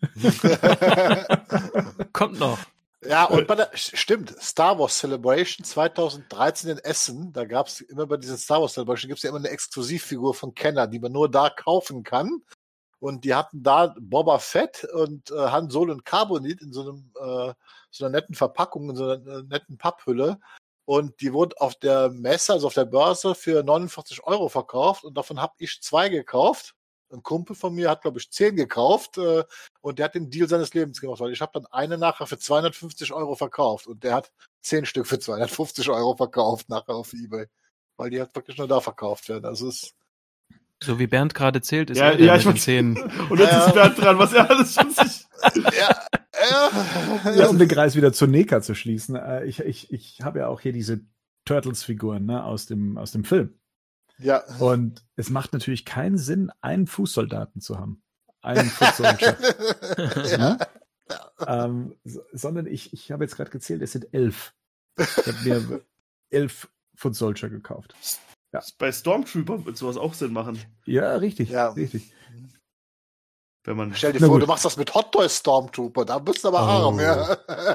Speaker 4: Kommt noch.
Speaker 2: Ja, und bei der, stimmt, Star Wars Celebration zweitausenddreizehn in Essen, da gab es immer bei diesen Star Wars Celebration, gibt es ja immer eine Exklusivfigur von Kenner, die man nur da kaufen kann. Und die hatten da Boba Fett und äh, Han Solo und Carbonite in so einem äh, so einer netten Verpackung, in so einer äh, netten Papphülle. Und die wurde auf der Messe, also auf der Börse, für neunundvierzig Euro verkauft. Und davon habe ich zwei gekauft. Ein Kumpel von mir hat, glaube ich, zehn gekauft. Äh, und der hat den Deal seines Lebens gemacht, weil ich habe dann eine nachher für zweihundertfünfzig Euro verkauft. Und der hat zehn Stück für zweihundertfünfzig Euro verkauft nachher auf eBay. Weil die halt wirklich nur da verkauft werden. Also es ist
Speaker 4: So wie Bernd gerade zählt, ist
Speaker 3: Ja,
Speaker 4: er der
Speaker 3: ja,
Speaker 4: mit
Speaker 3: ich
Speaker 4: den
Speaker 3: weiß-
Speaker 4: Zähnen.
Speaker 3: Und jetzt
Speaker 2: Ja.
Speaker 3: ist Bernd dran, was er alles schon sich.
Speaker 2: Ja, ja.
Speaker 1: Ja, um den Kreis wieder zu Neka zu schließen. Äh, ich ich, ich habe ja auch hier diese Turtles-Figuren, ne, aus dem, aus dem Film.
Speaker 2: Ja.
Speaker 1: Und es macht natürlich keinen Sinn, einen Fußsoldaten zu haben. Einen Foot Soldier.
Speaker 2: ja.
Speaker 1: Ne? ähm, so, sondern ich, ich habe jetzt gerade gezählt, es sind elf. Ich habe mir elf Foot Soldier gekauft. Ja.
Speaker 3: Bei Stormtrooper wird sowas auch Sinn machen.
Speaker 1: Ja, richtig.
Speaker 2: Ja.
Speaker 1: richtig.
Speaker 3: Wenn man.
Speaker 2: Stell dir
Speaker 1: Na
Speaker 2: vor,
Speaker 1: gut.
Speaker 2: du machst das mit Hot Toys Stormtrooper, da bist du aber
Speaker 1: Oh.
Speaker 2: arm, ja.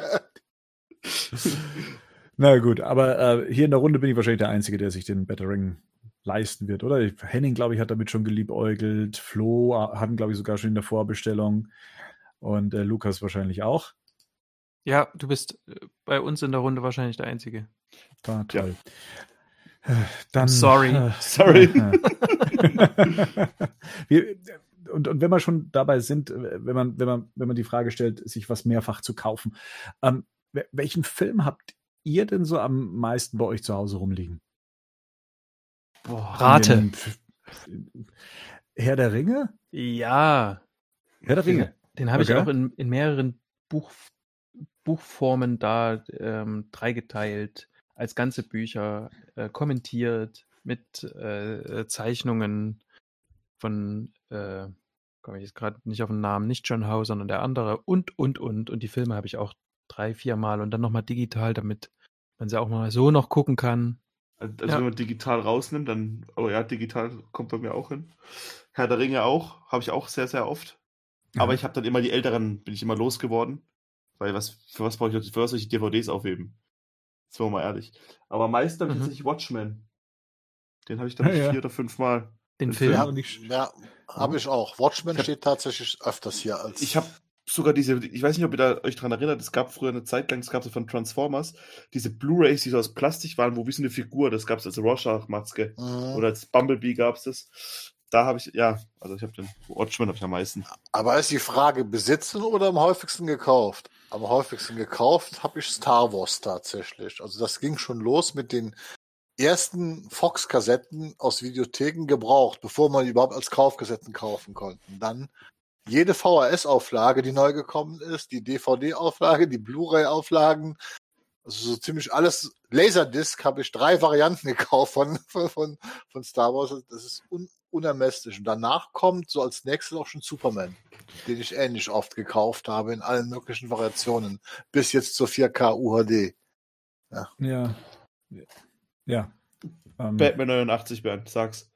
Speaker 1: Na gut, aber äh, hier in der Runde bin ich wahrscheinlich der Einzige, der sich den Battering leisten wird, oder? Henning, glaube ich, hat damit schon geliebäugelt. Flo äh, hatten, glaube ich, sogar schon in der Vorbestellung. Und äh, Lukas wahrscheinlich auch.
Speaker 4: Ja, du bist äh, bei uns in der Runde wahrscheinlich der Einzige.
Speaker 1: Da, toll. Äh, Dann,
Speaker 4: Sorry.
Speaker 1: Äh,
Speaker 3: Sorry.
Speaker 1: Wir, und, und wenn wir schon dabei sind, äh, wenn man, wenn man, wenn man die Frage stellt, sich was mehrfach zu kaufen, ähm, wel- welchen Film habt ihr denn so am meisten bei euch zu Hause rumliegen?
Speaker 4: Boah, Rate.
Speaker 1: Herr der Ringe?
Speaker 4: Ja,
Speaker 1: Herr der Ringe.
Speaker 4: den habe
Speaker 1: Okay.
Speaker 4: ich auch in, in mehreren Buch, Buchformen da ähm, dreigeteilt, als ganze Bücher, äh, kommentiert, mit äh, Zeichnungen von, äh, komme ich jetzt gerade nicht auf den Namen, nicht John Howe, sondern der andere und, und, und. Und die Filme habe ich auch drei, vier Mal und dann nochmal digital, damit man sie auch mal so noch gucken kann.
Speaker 3: Also
Speaker 4: Ja.
Speaker 3: wenn man digital rausnimmt, dann, oh ja, digital kommt bei mir auch hin. Herr der Ringe auch, habe ich auch sehr, sehr oft. Aber
Speaker 1: Ja.
Speaker 3: ich habe dann immer die älteren, bin ich immer losgeworden. Weil was, für was brauche ich, für was soll ich die D V Ds aufheben? Jetzt sind wir mal ehrlich. Aber meist habe ich
Speaker 4: Mhm.
Speaker 3: tatsächlich Watchmen. Den habe ich dann
Speaker 1: Ja, ja.
Speaker 3: vier oder fünf Mal.
Speaker 4: Den
Speaker 3: Den
Speaker 4: Film.
Speaker 2: Ja,
Speaker 1: und ich-
Speaker 2: ja habe ich auch. Watchmen
Speaker 3: Ich hab-
Speaker 2: steht tatsächlich öfters hier als.
Speaker 3: Ich habe sogar diese, ich weiß nicht, ob ihr da euch dran erinnert, es gab früher eine Zeit lang, es gab so von Transformers, diese Blu-Rays, die so aus Plastik waren, wo wie so eine Figur, das gab es als Rorschach-Maske.
Speaker 2: Mhm.
Speaker 3: Oder als Bumblebee gab es das. Da habe ich, ja, also ich habe den Watchmen habe ich am meisten.
Speaker 2: Aber ist die Frage, besitzen oder am häufigsten gekauft? Am häufigsten gekauft habe ich Star Wars tatsächlich. Also das ging schon los mit den ersten Fox-Kassetten aus Videotheken gebraucht, bevor man die überhaupt als Kaufkassetten kaufen konnten. Dann jede V H S-Auflage, die neu gekommen ist, die D V D-Auflage, die Blu-ray-Auflagen, also so ziemlich alles. Laserdisc habe ich drei Varianten gekauft von, von, von Star Wars. Das ist un, unermesslich. Und danach kommt so als nächstes auch schon Superman, den ich ähnlich oft gekauft habe in allen möglichen Variationen. Bis jetzt zur vier K U H D.
Speaker 1: Ja. Ja. Ähm,
Speaker 3: Batman neunundachtzig, Bernd, sag's.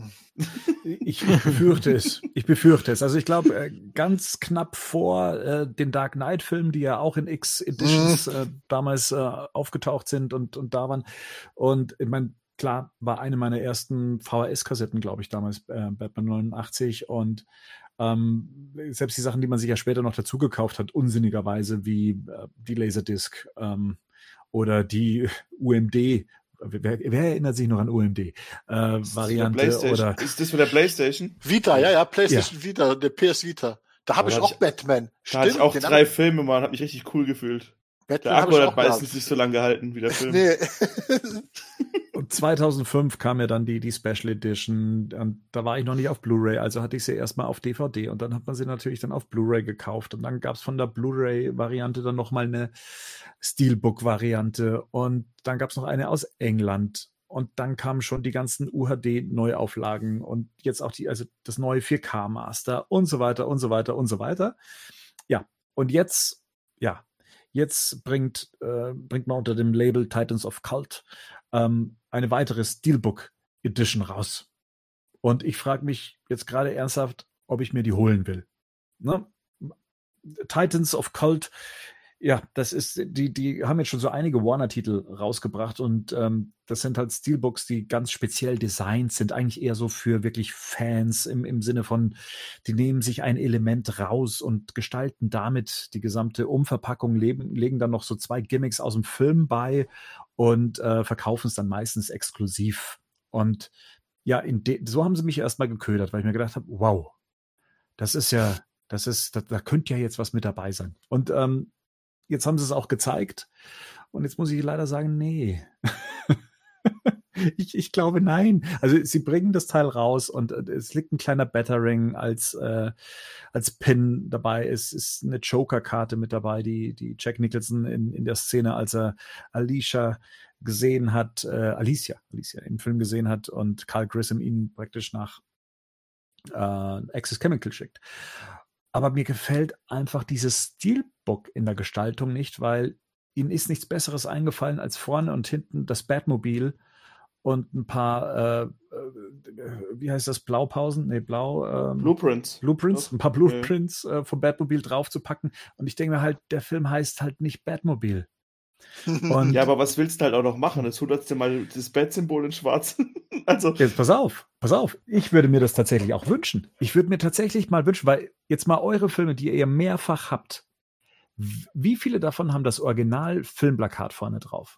Speaker 1: Ich befürchte es. Ich befürchte es. Also ich glaube, äh, ganz knapp vor äh, den Dark Knight-Filmen, die ja auch in X-Editions äh, damals äh, aufgetaucht sind und, und da waren. Und ich meine, klar, war eine meiner ersten V H S-Kassetten, glaube ich, damals, äh, Batman neunundachtzig. Und ähm, selbst die Sachen, die man sich ja später noch dazu gekauft hat, unsinnigerweise, wie äh, die Laserdisc ähm, oder die U M D. Wer, wer erinnert sich noch an U M D? Äh,
Speaker 3: Ist das
Speaker 1: Variante
Speaker 3: mit der PlayStation?
Speaker 1: oder
Speaker 3: Ist das mit der PlayStation?
Speaker 2: Vita, ja, ja, PlayStation Vita, der P S Vita. Da habe
Speaker 3: Da
Speaker 2: ich
Speaker 3: hatte
Speaker 2: auch
Speaker 3: ich-
Speaker 2: Batman.
Speaker 3: Da hatte ich auch
Speaker 2: den
Speaker 3: drei
Speaker 2: hab
Speaker 3: Filme, man hat mich richtig cool gefühlt.
Speaker 2: ich- Batman
Speaker 3: Der
Speaker 2: hab
Speaker 3: Akku
Speaker 2: ich
Speaker 3: hat
Speaker 2: auch
Speaker 3: meistens
Speaker 2: gehabt.
Speaker 3: nicht so lange gehalten wie der Film.
Speaker 2: Nee.
Speaker 1: Und zweitausendfünf kam ja dann die, die Special Edition. Und da war ich noch nicht auf Blu-ray, also hatte ich sie erstmal auf D V D. Und dann hat man sie natürlich dann auf Blu-ray gekauft. Und dann gab es von der Blu-ray-Variante dann nochmal eine Steelbook-Variante. Und dann gab es noch eine aus England. Und dann kamen schon die ganzen U H D-Neuauflagen und jetzt auch die, also das neue vier K-Master und so weiter und so weiter und so weiter. Ja, und jetzt, ja, jetzt bringt, äh, bringt man unter dem Label Titans of Cult ähm, eine weitere Steelbook Edition raus. Und ich frage mich jetzt gerade ernsthaft, ob ich mir die holen will. Ne? Titans of Cult, ja, das ist, die, die haben jetzt schon so einige Warner-Titel rausgebracht und ähm, das sind halt Steelbooks, die ganz speziell designt sind, eigentlich eher so für wirklich Fans im, im Sinne von, die nehmen sich ein Element raus und gestalten damit die gesamte Umverpackung, leben, legen dann noch so zwei Gimmicks aus dem Film bei und äh, verkaufen es dann meistens exklusiv. Und ja, in de- so haben sie mich erstmal geködert, weil ich mir gedacht habe, wow, das ist ja, das ist, da, da könnte ja jetzt was mit dabei sein. Und ähm, jetzt haben sie es auch gezeigt. Und jetzt muss ich leider sagen, nee. Ich, ich glaube, nein. Also sie bringen das Teil raus und äh, es liegt ein kleiner Battering als, äh, als Pin dabei. Es ist eine Joker-Karte mit dabei, die, die Jack Nicholson in, in der Szene, als er Alicia gesehen hat, äh, Alicia, Alicia im Film gesehen hat und Carl Grissom ihn praktisch nach äh, Access Chemical schickt. Aber mir gefällt einfach dieses Steelbook in der Gestaltung nicht, weil ihnen ist nichts Besseres eingefallen als vorne und hinten das Batmobil und ein paar, äh, wie heißt das, Blaupausen? Nee, Blau. Ähm,
Speaker 3: Blueprints.
Speaker 1: Blueprints,
Speaker 3: Doch.
Speaker 1: ein paar Blueprints ja. äh, vom Batmobil draufzupacken. Und ich denke mir halt, der Film heißt halt nicht Batmobil.
Speaker 3: Und ja, aber was willst du halt auch noch machen? Jetzt hundertst du mal das Bat-Symbol in schwarz. Also.
Speaker 1: Jetzt pass auf, pass auf. Ich würde mir das tatsächlich auch wünschen. Ich würde mir tatsächlich mal wünschen, weil jetzt mal eure Filme, die ihr mehrfach habt, wie viele davon haben das Original-Filmplakat vorne drauf?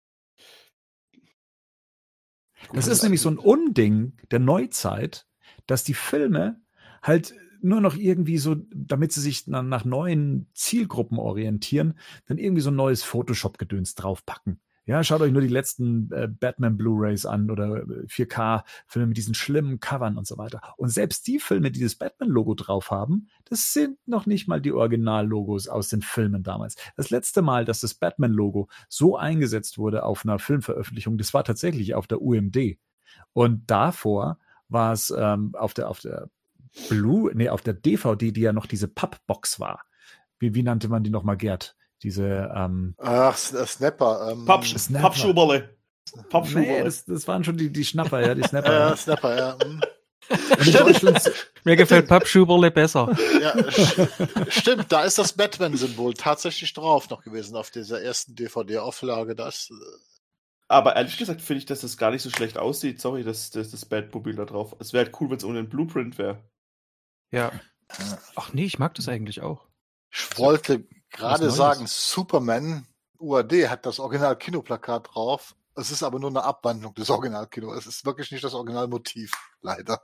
Speaker 1: Das ist nämlich so ein Unding der Neuzeit, dass die Filme halt nur noch irgendwie so, damit sie sich nach, nach neuen Zielgruppen orientieren, dann irgendwie so ein neues Photoshop-Gedöns draufpacken. Ja, schaut euch nur die letzten äh, Batman Blu-rays an oder vier K-Filme mit diesen schlimmen Covern und so weiter. Und selbst die Filme, die das Batman-Logo drauf haben, das sind noch nicht mal die Original-Logos aus den Filmen damals. Das letzte Mal, dass das Batman-Logo so eingesetzt wurde auf einer Filmveröffentlichung, das war tatsächlich auf der U M D. Und davor war es ähm, auf der auf der Blue, nee, auf der D V D, die ja noch diese Pappbox war. Wie, wie nannte man die nochmal, Gerd? Diese, ähm,
Speaker 2: Ach, Snapper. Ähm,
Speaker 3: Papp, Pappschuberle.
Speaker 1: Pappschuberle. Nee, das, das waren schon die, die Schnapper, ja, die Snapper.
Speaker 2: Ja, Snapper, ja. Hm.
Speaker 4: Stimmt. Mir gefällt Pappschuberle besser.
Speaker 2: Ja, stimmt, da ist das Batman-Symbol tatsächlich drauf noch gewesen auf dieser ersten D V D-Auflage. Das,
Speaker 3: aber ehrlich gesagt finde ich, dass das gar nicht so schlecht aussieht. Sorry, dass das, das Batmobil da drauf. Es wäre halt cool, wenn es ohne einen Blueprint wäre.
Speaker 4: Ja. Ach nee, ich mag das eigentlich auch.
Speaker 2: Ich wollte gerade sagen, Superman U A D hat das Original-Kinoplakat drauf. Es ist aber nur eine Abwandlung des Original-Kino. Es ist wirklich nicht das Originalmotiv, leider.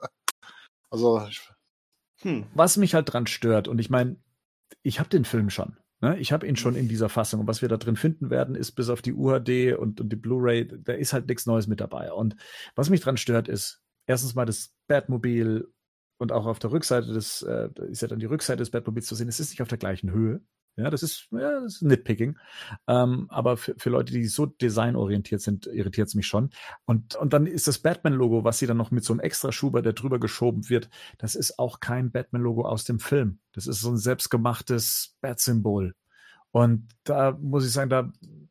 Speaker 2: Also, ich
Speaker 1: hm. Was mich halt dran stört, und ich meine, ich habe den Film schon. Ne? Ich habe ihn schon in dieser Fassung. Und was wir da drin finden werden, ist bis auf die U H D und, und die Blu-ray, da ist halt nichts Neues mit dabei. Und was mich dran stört, ist erstens mal das Batmobil und auch auf der Rückseite des, äh, ist ja dann die Rückseite des Batmobils zu sehen, es ist nicht auf der gleichen Höhe. Ja, das ist, ja, das ist Nitpicking. Ähm, aber für, für Leute, die so designorientiert sind, irritiert es mich schon. Und, und dann ist das Batman-Logo, was sie dann noch mit so einem extra Schuber, der drüber geschoben wird, das ist auch kein Batman-Logo aus dem Film. Das ist so ein selbstgemachtes Bat-Symbol. Und da muss ich sagen, da,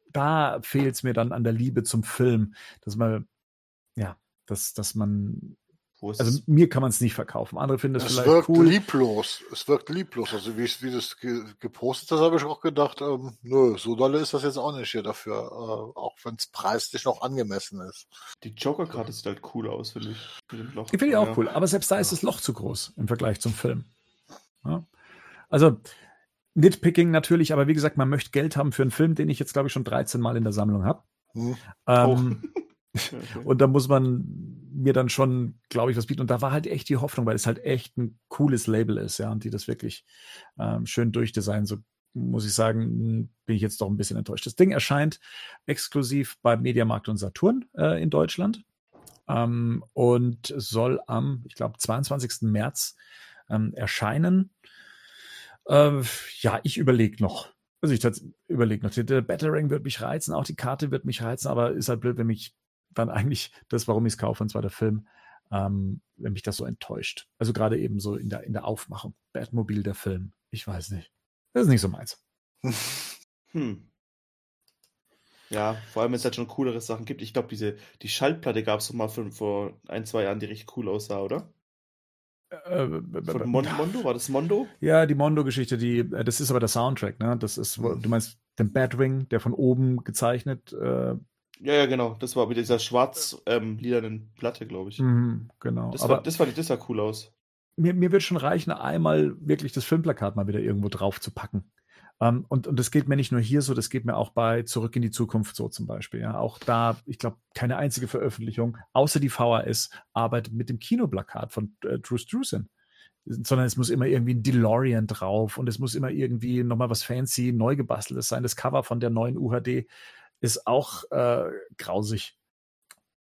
Speaker 1: da fehlt es mir dann an der Liebe zum Film, dass man, ja, dass, dass man, also mir kann man es nicht verkaufen. Andere finden das
Speaker 2: es
Speaker 1: vielleicht
Speaker 2: wirkt
Speaker 1: cool.
Speaker 2: lieblos. Es wirkt lieblos. Also wie, wie das ge gepostet hast, habe ich auch gedacht, ähm, nö, so dolle ist das jetzt auch nicht hier dafür, äh, auch wenn es preislich noch angemessen ist.
Speaker 3: Die Joker-Karte sieht halt cool aus, finde ich. Mit dem Loch.
Speaker 1: Die finde ich auch ja. cool, aber selbst da ist das Loch zu groß im Vergleich zum Film. Ja. Also Nitpicking natürlich, aber wie gesagt, man möchte Geld haben für einen Film, den ich jetzt, glaube ich, schon dreizehn Mal in der Sammlung habe. Hm. Ähm, oh. Okay. Und da muss man mir dann schon, glaube ich, was bieten. Und da war halt echt die Hoffnung, weil es halt echt ein cooles Label ist, ja, und die das wirklich ähm, schön durchdesignen. So muss ich sagen, bin ich jetzt doch ein bisschen enttäuscht. Das Ding erscheint exklusiv bei Mediamarkt und Saturn äh, in Deutschland ähm, und soll am, ich glaube, zweiundzwanzigsten März ähm, erscheinen. Äh, ja, ich überlege noch. Also ich überlege noch. Der Battering wird mich reizen, auch die Karte wird mich reizen, aber ist halt blöd, wenn mich dann eigentlich das, warum ich es kaufe, und zwar der Film, ähm, wenn mich das so enttäuscht. Also gerade eben so in der, in der Aufmachung. Batmobil, der Film. Ich weiß nicht. Das ist nicht so meins.
Speaker 3: Hm. Ja, vor allem, wenn es halt schon coolere Sachen gibt. Ich glaube, diese, die Schallplatte gab es doch mal für, vor ein, zwei Jahren, die richtig cool aussah, oder?
Speaker 1: Äh,
Speaker 3: Von Mon Mondo? War das Mondo?
Speaker 1: Ja, die Mondo-Geschichte, die, das ist aber der Soundtrack, ne? Das ist, du meinst den Batwing, der von oben gezeichnet, äh,
Speaker 3: ja, ja, genau. Das war mit dieser schwarz-lilanen ähm, Platte, glaube ich.
Speaker 1: Mhm, genau.
Speaker 3: Das,
Speaker 1: aber
Speaker 3: war, das, war, das sah cool aus.
Speaker 1: Mir, mir wird schon reichen, einmal wirklich das Filmplakat mal wieder irgendwo drauf zu packen. Um, und, und das geht mir nicht nur hier so, das geht mir auch bei Zurück in die Zukunft so zum Beispiel. Ja, auch da, ich glaube, keine einzige Veröffentlichung, außer die V H S, arbeitet mit dem Kinoplakat von äh, Drew Struzan. Sondern es muss immer irgendwie ein DeLorean drauf und es muss immer irgendwie nochmal was fancy, neu gebasteltes sein. Das Cover von der neuen U H D ist auch äh, grausig.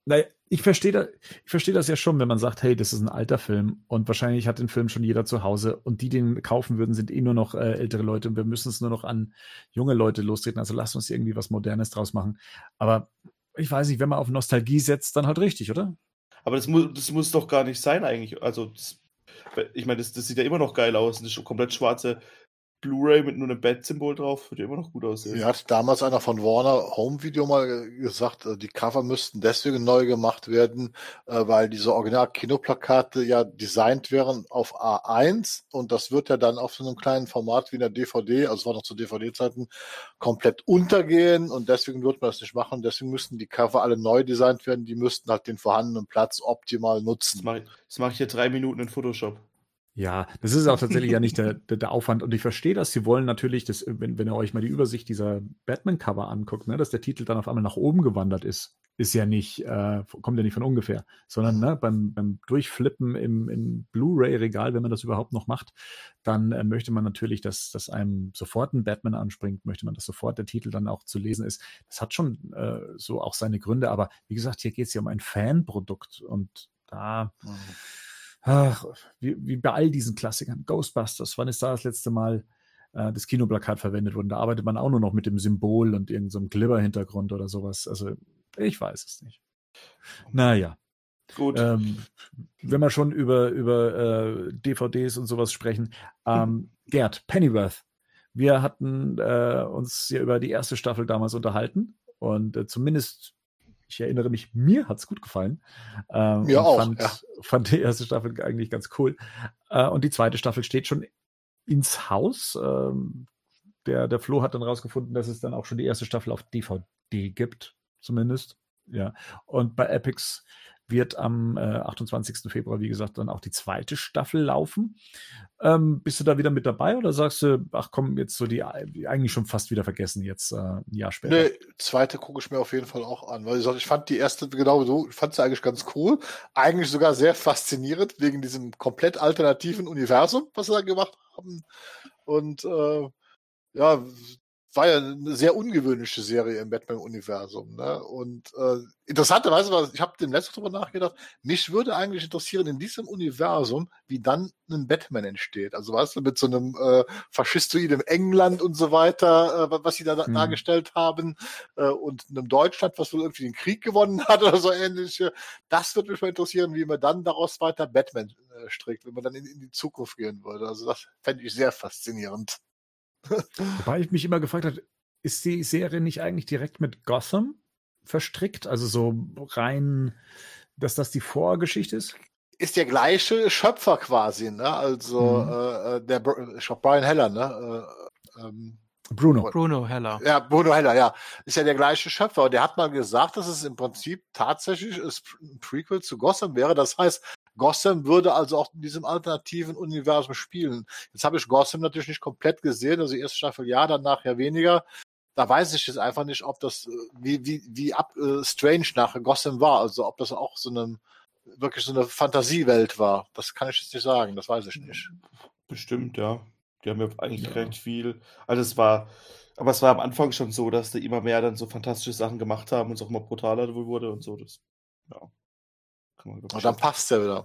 Speaker 1: Naja, ich verstehe da, ich verstehe das ja schon, wenn man sagt, hey, das ist ein alter Film und wahrscheinlich hat den Film schon jeder zu Hause und die, die den kaufen würden, sind eh nur noch äh, ältere Leute und wir müssen es nur noch an junge Leute lostreten. Also lasst uns irgendwie was Modernes draus machen. Aber ich weiß nicht, wenn man auf Nostalgie setzt, dann halt richtig, oder?
Speaker 3: Aber das muss, das muss doch gar nicht sein eigentlich. Also, das, ich meine, das, das sieht ja immer noch geil aus. Eine sch- komplett schwarze Blu-ray mit nur einem Bat-Symbol drauf. Würde ja immer noch gut aussehen.
Speaker 2: Mir hat damals einer von Warner Home Video mal äh, gesagt, äh, die Cover müssten deswegen neu gemacht werden, äh, weil diese Original-Kinoplakate ja designt wären auf A eins und das wird ja dann auf so einem kleinen Format wie in der D V D, also es war noch zu D V D-Zeiten, komplett untergehen und deswegen wird man das nicht machen. Deswegen müssten die Cover alle neu designt werden. Die müssten halt den vorhandenen Platz optimal
Speaker 3: Das
Speaker 2: nutzen.
Speaker 3: mache ich, das mach ich hier drei Minuten in Photoshop.
Speaker 1: Ja, das ist auch tatsächlich ja nicht der, der, der Aufwand. Und ich verstehe das. Sie wollen natürlich, dass, wenn, wenn ihr euch mal die Übersicht dieser Batman-Cover anguckt, ne, dass der Titel dann auf einmal nach oben gewandert ist, ist ja nicht, äh, kommt ja nicht von ungefähr, sondern ne, beim, beim Durchflippen im, im Blu-ray-Regal, wenn man das überhaupt noch macht, dann äh, möchte man natürlich, dass, dass einem sofort ein Batman anspringt, möchte man, dass sofort der Titel dann auch zu lesen ist. Das hat schon äh, so auch seine Gründe, aber wie gesagt, hier geht es ja um ein Fanprodukt und da
Speaker 2: Mhm.
Speaker 1: Ach, wie, wie bei all diesen Klassikern. Ghostbusters, wann ist da das letzte Mal äh, das Kinoplakat verwendet worden? Da arbeitet man auch nur noch mit dem Symbol und irgendeinem so Glibber-Hintergrund oder sowas. Also, ich weiß es nicht. Naja.
Speaker 3: Gut.
Speaker 1: Ähm, wenn wir schon über, über äh, D V Ds und sowas sprechen. Ähm, Gerd, Pennyworth. Wir hatten äh, uns ja über die erste Staffel damals unterhalten und äh, zumindest ich erinnere mich, mir hat's gut gefallen. Ähm,
Speaker 2: Mir
Speaker 1: und
Speaker 2: auch,
Speaker 1: fand,
Speaker 2: ja.
Speaker 1: fand die erste Staffel eigentlich ganz cool. Äh, und die zweite Staffel steht schon ins Haus. Ähm, der, der Flo hat dann rausgefunden, dass es dann auch schon die erste Staffel auf D V D gibt, zumindest. Ja. Und bei Epix wird am äh, achtundzwanzigsten Februar, wie gesagt, dann auch die zweite Staffel laufen. Ähm, bist du da wieder mit dabei oder sagst du, ach komm, jetzt so die eigentlich schon fast wieder vergessen, jetzt äh, ein Jahr später?
Speaker 2: Nee, zweite gucke ich mir auf jeden Fall auch an, weil ich, sag, ich fand die erste genau so, ich fand sie eigentlich ganz cool, eigentlich sogar sehr faszinierend wegen diesem komplett alternativen Universum, was sie da gemacht haben und äh, ja, war ja eine sehr ungewöhnliche Serie im Batman-Universum, ne? Und äh, interessanterweise, war, ich habe dem letzten drüber nachgedacht, mich würde eigentlich interessieren in diesem Universum, wie dann ein Batman entsteht. Also weißt du, mit so einem äh, faschistoiden England und so weiter, äh, was sie da
Speaker 1: Hm.
Speaker 2: dargestellt haben, äh, und einem Deutschland, was wohl irgendwie den Krieg gewonnen hat oder so ähnliche. Das würde mich mal interessieren, wie man dann daraus weiter Batman äh, strickt, wenn man dann in, in die Zukunft gehen würde. Also das fände ich sehr faszinierend.
Speaker 1: Wobei ich mich immer gefragt habe, ist die Serie nicht eigentlich direkt mit Gotham verstrickt? Also so rein, dass das die Vorgeschichte ist?
Speaker 2: Ist der gleiche Schöpfer quasi, ne? Also
Speaker 1: Mhm.
Speaker 2: äh, der Br- ich glaub, Brian Heller, ne? Äh, ähm,
Speaker 1: Bruno.
Speaker 4: Bruno Heller.
Speaker 2: ja, Bruno Heller, ja, ist ja der gleiche Schöpfer. Und der hat mal gesagt, dass es im Prinzip tatsächlich ein Prequel zu Gotham wäre. Das heißt, Gotham würde also auch in diesem alternativen Universum spielen. Jetzt habe ich Gotham natürlich nicht komplett gesehen, also die erste Staffel ja, danach ja weniger. Da weiß ich jetzt einfach nicht, ob das, äh, wie, wie, wie ab, äh, strange nach Gotham war. Also ob das auch so eine, wirklich so eine Fantasiewelt war. Das kann ich jetzt nicht sagen, das weiß ich nicht.
Speaker 3: Bestimmt, ja. Die haben ja eigentlich
Speaker 1: Ja.
Speaker 3: recht viel. Also es war, aber es war am Anfang schon so, dass die immer mehr dann so fantastische Sachen gemacht haben und es auch immer brutaler wurde und so. Das, ja. Kann man, glaub ich,
Speaker 2: Und dann
Speaker 3: schon-
Speaker 2: passt ja wieder.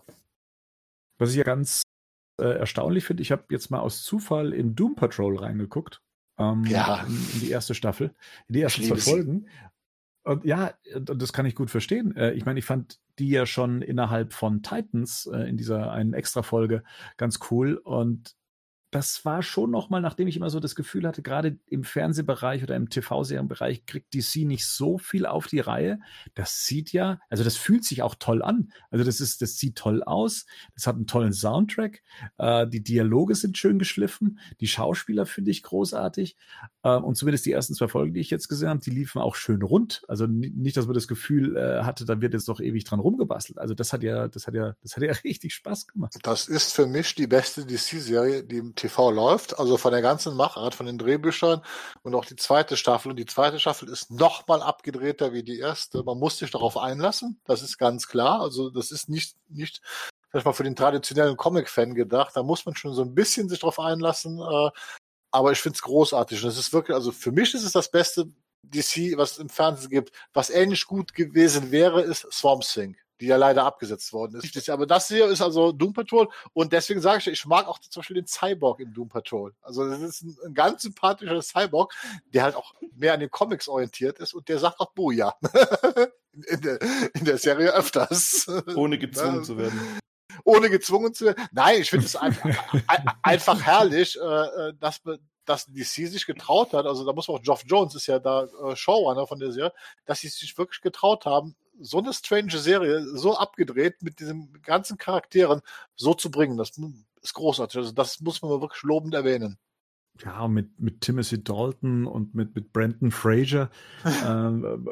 Speaker 1: Was ich ja ganz äh, erstaunlich finde, ich habe jetzt mal aus Zufall in Doom Patrol reingeguckt. Ähm,
Speaker 2: Ja.
Speaker 1: in, in die erste Staffel, in die ersten
Speaker 2: Ich
Speaker 1: zwei
Speaker 2: liebe sie.
Speaker 1: Folgen. Und ja, und das kann ich gut verstehen. Äh, Ich meine, ich fand die ja schon innerhalb von Titans äh, in dieser einen Extra-Folge ganz cool. Und das war schon noch mal, nachdem ich immer so das Gefühl hatte, gerade im Fernsehbereich oder im T V-Serienbereich kriegt D C nicht so viel auf die Reihe. Das sieht ja, also das fühlt sich auch toll an. Also das ist, das sieht toll aus. Das hat einen tollen Soundtrack. Äh, die Dialoge sind schön geschliffen. Die Schauspieler finde ich großartig. Äh, und zumindest die ersten zwei Folgen, die ich jetzt gesehen habe, die liefen auch schön rund. Also ni- nicht, dass man das Gefühl äh, hatte, da wird jetzt doch ewig dran rumgebastelt. Also das hat ja, das hat ja, das hat ja richtig Spaß gemacht.
Speaker 2: Das ist für mich die beste D C-Serie, die im T V läuft. Also von der ganzen Machart, von den Drehbüchern und auch die zweite Staffel. Und die zweite Staffel ist noch mal abgedrehter wie die erste. Man muss sich darauf einlassen. Das ist ganz klar. Also das ist nicht, nicht vielleicht mal für den traditionellen Comic-Fan gedacht. Da muss man schon so ein bisschen sich darauf einlassen. Äh, aber ich finde es großartig. Und es ist wirklich, also für mich ist es das Beste, D C, was es im Fernsehen gibt, was ähnlich gut gewesen wäre, ist Swamp Thing, die ja leider abgesetzt worden ist. Aber das hier ist also Doom Patrol und deswegen sage ich, ich mag auch zum Beispiel den Cyborg in Doom Patrol. Also das ist ein, ein ganz sympathischer Cyborg, der halt auch mehr an den Comics orientiert ist und der sagt auch Boja. in, in, der, in der Serie öfters.
Speaker 3: Ohne gezwungen zu werden.
Speaker 2: Ohne gezwungen zu werden. Nein, ich finde es einfach, einfach herrlich, äh, dass, dass D C sich getraut hat, also da muss man auch, Geoff Jones ist ja da äh, Showrunner von der Serie, dass sie sich wirklich getraut haben, so eine strange Serie, so abgedreht mit diesen ganzen Charakteren so zu bringen. Das ist großartig. Also das muss man wirklich lobend erwähnen.
Speaker 1: Ja, mit, mit Timothy Dalton und mit, mit Brendan Fraser ähm,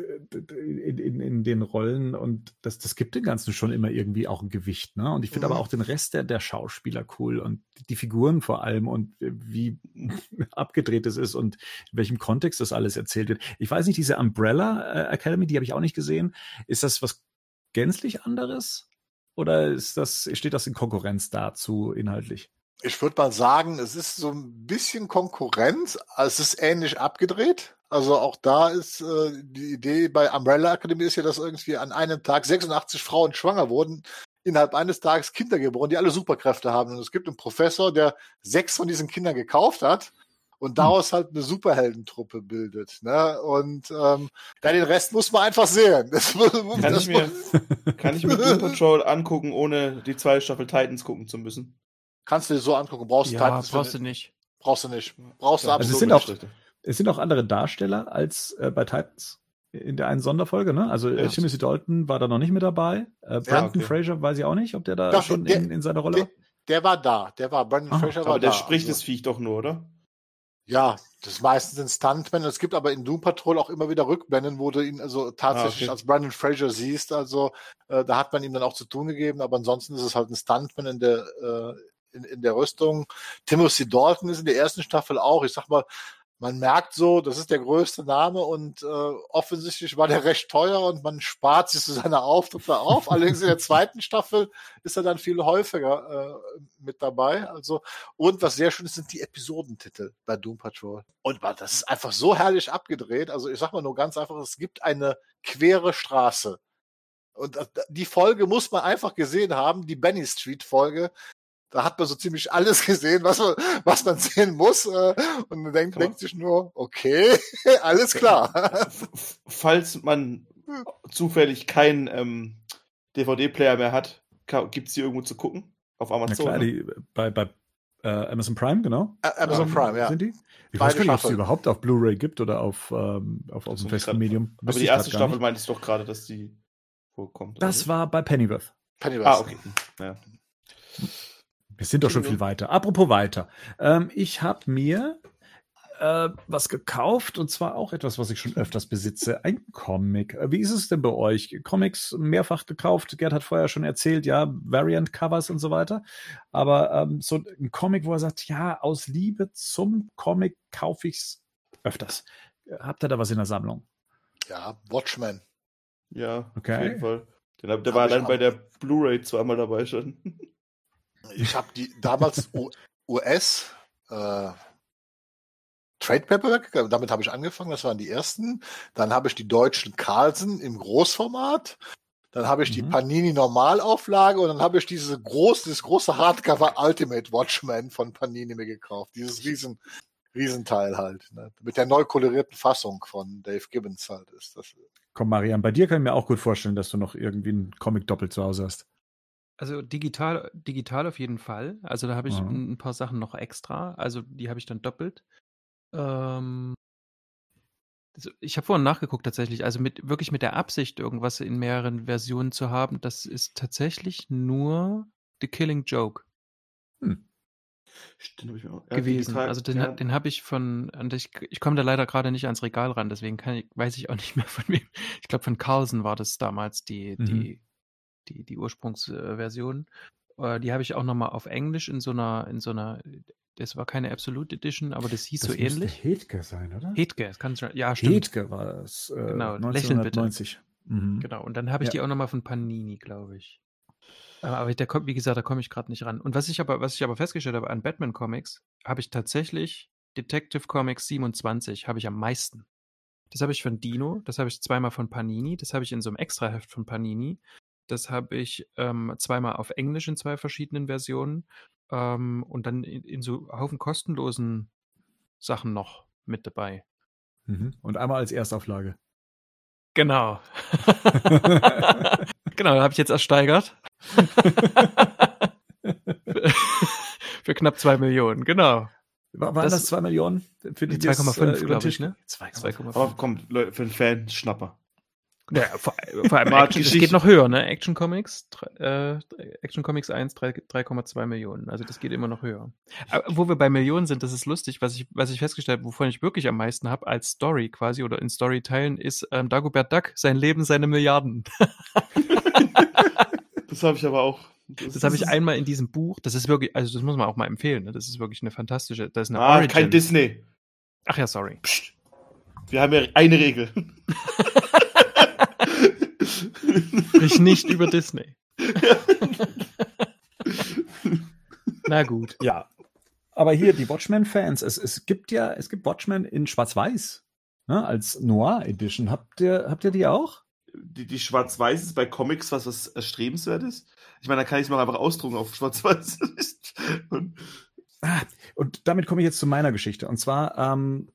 Speaker 1: in, in, in den Rollen und das, das gibt dem Ganzen schon immer irgendwie auch ein Gewicht, ne? Und ich finde
Speaker 2: Mhm.
Speaker 1: aber auch den Rest der, der Schauspieler cool und die Figuren vor allem und wie abgedreht es ist und in welchem Kontext das alles erzählt wird. Ich weiß nicht, diese Umbrella Academy, die habe ich auch nicht gesehen. Ist das was gänzlich anderes? Oder ist das, steht das in Konkurrenz dazu inhaltlich?
Speaker 2: Ich würde mal sagen, es ist so ein bisschen Konkurrenz, es ist ähnlich abgedreht. Also auch da ist äh, die Idee bei Umbrella Academy ist ja, dass irgendwie an einem Tag sechsundachtzig Frauen schwanger wurden, innerhalb eines Tages Kinder geboren, die alle Superkräfte haben. Und es gibt einen Professor, der sechs von diesen Kindern gekauft hat und daraus halt eine Superheldentruppe bildet. Ne? Und ähm, ja, den Rest muss man einfach sehen. Das,
Speaker 3: Kann
Speaker 2: das
Speaker 3: ich mir, kann ich mir Doom Patrol angucken, ohne die zweite Staffel Titans gucken zu müssen?
Speaker 2: Kannst du dir so angucken. Brauchst du
Speaker 4: Ja,
Speaker 2: Titans für
Speaker 4: brauchst du
Speaker 2: den-
Speaker 4: nicht.
Speaker 2: Brauchst du nicht. Brauchst du
Speaker 3: Ja,
Speaker 1: Also es
Speaker 2: absolut
Speaker 1: sind
Speaker 2: nicht.
Speaker 1: auch, es sind auch andere Darsteller als äh, bei Titans in der einen Sonderfolge, ne? Also äh,
Speaker 3: Ja.
Speaker 1: Timothy Dalton war da noch nicht mit dabei. Äh, Brendan
Speaker 3: okay.
Speaker 1: Fraser weiß ich auch nicht, ob der da
Speaker 2: Doch,
Speaker 1: schon
Speaker 2: der-
Speaker 1: in, in seiner Rolle
Speaker 2: Der,
Speaker 1: war.
Speaker 2: der war da. Der war. Brandon
Speaker 1: Aha.
Speaker 2: Fraser war
Speaker 3: Aber der
Speaker 2: da.
Speaker 3: spricht
Speaker 2: also.
Speaker 3: das Viech doch nur, oder?
Speaker 2: Ja, das ist meistens ein Stuntman. Es gibt aber in Doom Patrol auch immer wieder Rückblenden, wo du ihn also tatsächlich
Speaker 3: Ah, okay.
Speaker 2: als Brandon Fraser siehst. Also äh, da hat man ihm dann auch zu tun gegeben, aber ansonsten ist es halt ein Stuntman in der äh, in, in der Rüstung. Timothy Dalton ist in der ersten Staffel auch. Ich sag mal, man merkt so, das ist der größte Name und äh, offensichtlich war der recht teuer und man spart sich so seine Auftritte auf. Allerdings in der zweiten Staffel ist er dann viel häufiger äh, mit dabei. Also und was sehr schön ist, sind die Episodentitel bei Doom Patrol. Und man, das ist einfach so herrlich abgedreht. Also ich sag mal nur ganz einfach, es gibt eine quere Straße. Und das- die Folge muss man einfach gesehen haben, die Benny Street Folge. Da hat man so ziemlich alles gesehen, was man, was man sehen muss. äh, Und man denkt,
Speaker 3: Kann man-
Speaker 2: denkt sich nur, okay, alles klar.
Speaker 3: F- f- Falls man zufällig keinen ähm, D V D-Player mehr hat, gibt es die irgendwo zu gucken? Auf
Speaker 1: Na
Speaker 3: Amazon?
Speaker 1: klar,
Speaker 3: ne?
Speaker 1: die, bei, bei äh, Amazon Prime, genau.
Speaker 2: Amazon
Speaker 1: Ähm,
Speaker 2: Prime, ja.
Speaker 1: Sind die? Ich
Speaker 2: Beide
Speaker 1: weiß gar nicht, ob es die
Speaker 2: Staffeln.
Speaker 1: überhaupt auf Blu-ray gibt oder auf, ähm, auf, auf
Speaker 3: Das
Speaker 1: dem
Speaker 3: muss
Speaker 1: festen
Speaker 3: grad-
Speaker 1: Medium.
Speaker 3: Aber
Speaker 1: Wüsste
Speaker 3: die
Speaker 1: ich
Speaker 3: erste
Speaker 1: grad gar
Speaker 3: Staffel
Speaker 1: nicht.
Speaker 3: meintest du doch gerade, dass die vorkommt. oder
Speaker 1: Das
Speaker 3: nicht?
Speaker 1: war bei Pennyworth.
Speaker 2: Pennyworth.
Speaker 3: Ah, okay. Ja.
Speaker 1: Wir sind doch schon viel weiter. Apropos weiter. Ähm, ich habe mir äh, was gekauft und zwar auch etwas, was ich schon öfters besitze. Ein Comic. Äh, Wie ist es denn bei euch? Comics mehrfach gekauft. Gerd hat vorher schon erzählt, ja, Variant-Covers und so weiter. Aber ähm, so ein Comic, wo er sagt, ja, aus Liebe zum Comic kaufe ich's öfters. Habt ihr da was in der Sammlung?
Speaker 2: Ja, Watchmen.
Speaker 3: Ja,
Speaker 1: Okay.
Speaker 3: auf jeden Fall. Der, der
Speaker 2: Hab
Speaker 3: war
Speaker 2: ich
Speaker 3: allein
Speaker 2: auch.
Speaker 3: bei der Blu-ray zweimal dabei schon.
Speaker 2: Ich habe die damals U- US äh, Trade Paperback, damit habe ich angefangen, das waren die ersten. Dann habe ich die deutschen Carlsen im Großformat. Dann habe ich die
Speaker 1: Mhm.
Speaker 2: Panini Normalauflage und dann habe ich diese große, dieses große Hardcover Ultimate Watchmen von Panini mir gekauft. Dieses riesen, Riesenteil halt. Ne? Mit der neu kolorierten Fassung von Dave Gibbons halt ist das.
Speaker 1: Komm, Marian, bei dir kann ich mir auch gut vorstellen, dass du noch irgendwie einen Comic doppelt zu Hause hast.
Speaker 4: Also digital, digital auf jeden Fall. Also da habe ich
Speaker 1: Mhm.
Speaker 4: ein ein paar Sachen noch extra. Also die habe ich dann doppelt. Ähm, also ich habe vorhin nachgeguckt tatsächlich. Also mit wirklich mit der Absicht, irgendwas in mehreren Versionen zu haben, das ist tatsächlich nur The Killing Joke
Speaker 3: Stimmt, hab ich mir auch- ja,
Speaker 4: gewesen.
Speaker 3: digital-
Speaker 4: Also den,
Speaker 3: ja,
Speaker 4: ha- den habe ich von, und ich, ich komme da leider gerade nicht ans Regal ran, deswegen kann ich, weiß ich auch nicht mehr von wem. Ich glaube von Carlsen war das damals die,
Speaker 1: Mhm.
Speaker 4: die, die, die Ursprungsversion. Äh, die habe ich auch nochmal auf Englisch in so einer, in so einer, das war keine Absolute Edition, aber das hieß so ähnlich.
Speaker 1: Hedke sein, oder?
Speaker 4: Hedge, das kann schon, ja, stimmt.
Speaker 1: Hedke war das. Äh,
Speaker 4: Genau, lächeln bitte.
Speaker 1: neunzehnhundertneunzig. Mhm.
Speaker 4: Genau, und dann habe ich
Speaker 1: Ja.
Speaker 4: die auch nochmal von Panini, glaube ich. Äh, Aber da kommt, wie gesagt, da komme ich gerade nicht ran. Und was ich aber, was ich aber festgestellt habe an Batman Comics, habe ich tatsächlich Detective Comics siebenundzwanzig, habe ich am meisten. Das habe ich von Dino, das habe ich zweimal von Panini, das habe ich in so einem Extraheft von Panini. Das habe ich ähm, zweimal auf Englisch in zwei verschiedenen Versionen ähm, und dann in, in so Haufen kostenlosen Sachen noch mit dabei.
Speaker 1: Mhm. Und einmal als Erstauflage.
Speaker 4: Genau. Genau, da habe ich jetzt ersteigert. Für knapp zwei Millionen, genau.
Speaker 1: War, waren das,
Speaker 4: Das-
Speaker 1: zwei Millionen? Für die, die
Speaker 4: zwei
Speaker 1: es,
Speaker 4: Komma fünf,
Speaker 1: äh, über den
Speaker 4: glaube
Speaker 1: Tisch
Speaker 4: ich, ne?
Speaker 1: zwei Komma
Speaker 4: zwei
Speaker 1: fünf.
Speaker 4: Komma fünf.
Speaker 3: Aber komm, Leute, für einen Fan, Schnapper.
Speaker 4: Ja, vor, vor allem
Speaker 3: Mal
Speaker 4: Action, es
Speaker 3: Geschichte-
Speaker 4: geht noch höher, ne? Action Comics, äh, Action Comics eins, drei Komma zwei Millionen. Also das geht immer noch höher. Aber wo wir bei Millionen sind, das ist lustig, was ich, was ich festgestellt habe, wovon ich wirklich am meisten habe, als Story quasi oder in Story-Teilen, ist ähm, Dagobert Duck, sein Leben, seine Milliarden.
Speaker 3: Das habe ich aber auch.
Speaker 4: Das habe ich einmal in diesem Buch, das ist wirklich, also das muss man auch mal empfehlen, ne? Das ist wirklich eine fantastische, das ist eine
Speaker 3: Ah,
Speaker 4: Origin.
Speaker 3: kein Disney.
Speaker 4: Ach ja, sorry.
Speaker 3: Psst. Wir haben ja eine Regel.
Speaker 4: Sprich nicht über Disney. Na gut.
Speaker 1: Ja. Aber hier, die Watchmen-Fans, es, es gibt ja, es gibt Watchmen in Schwarz-Weiß, ne, als Noir-Edition. Habt ihr, habt ihr die auch?
Speaker 3: Die, die Schwarz-Weiß ist bei Comics was, was erstrebenswertes. Ich meine, da kann ich es mir auch einfach ausdrucken auf Schwarz-Weiß. Und
Speaker 1: Und damit komme ich jetzt zu meiner Geschichte. Und zwar, ähm,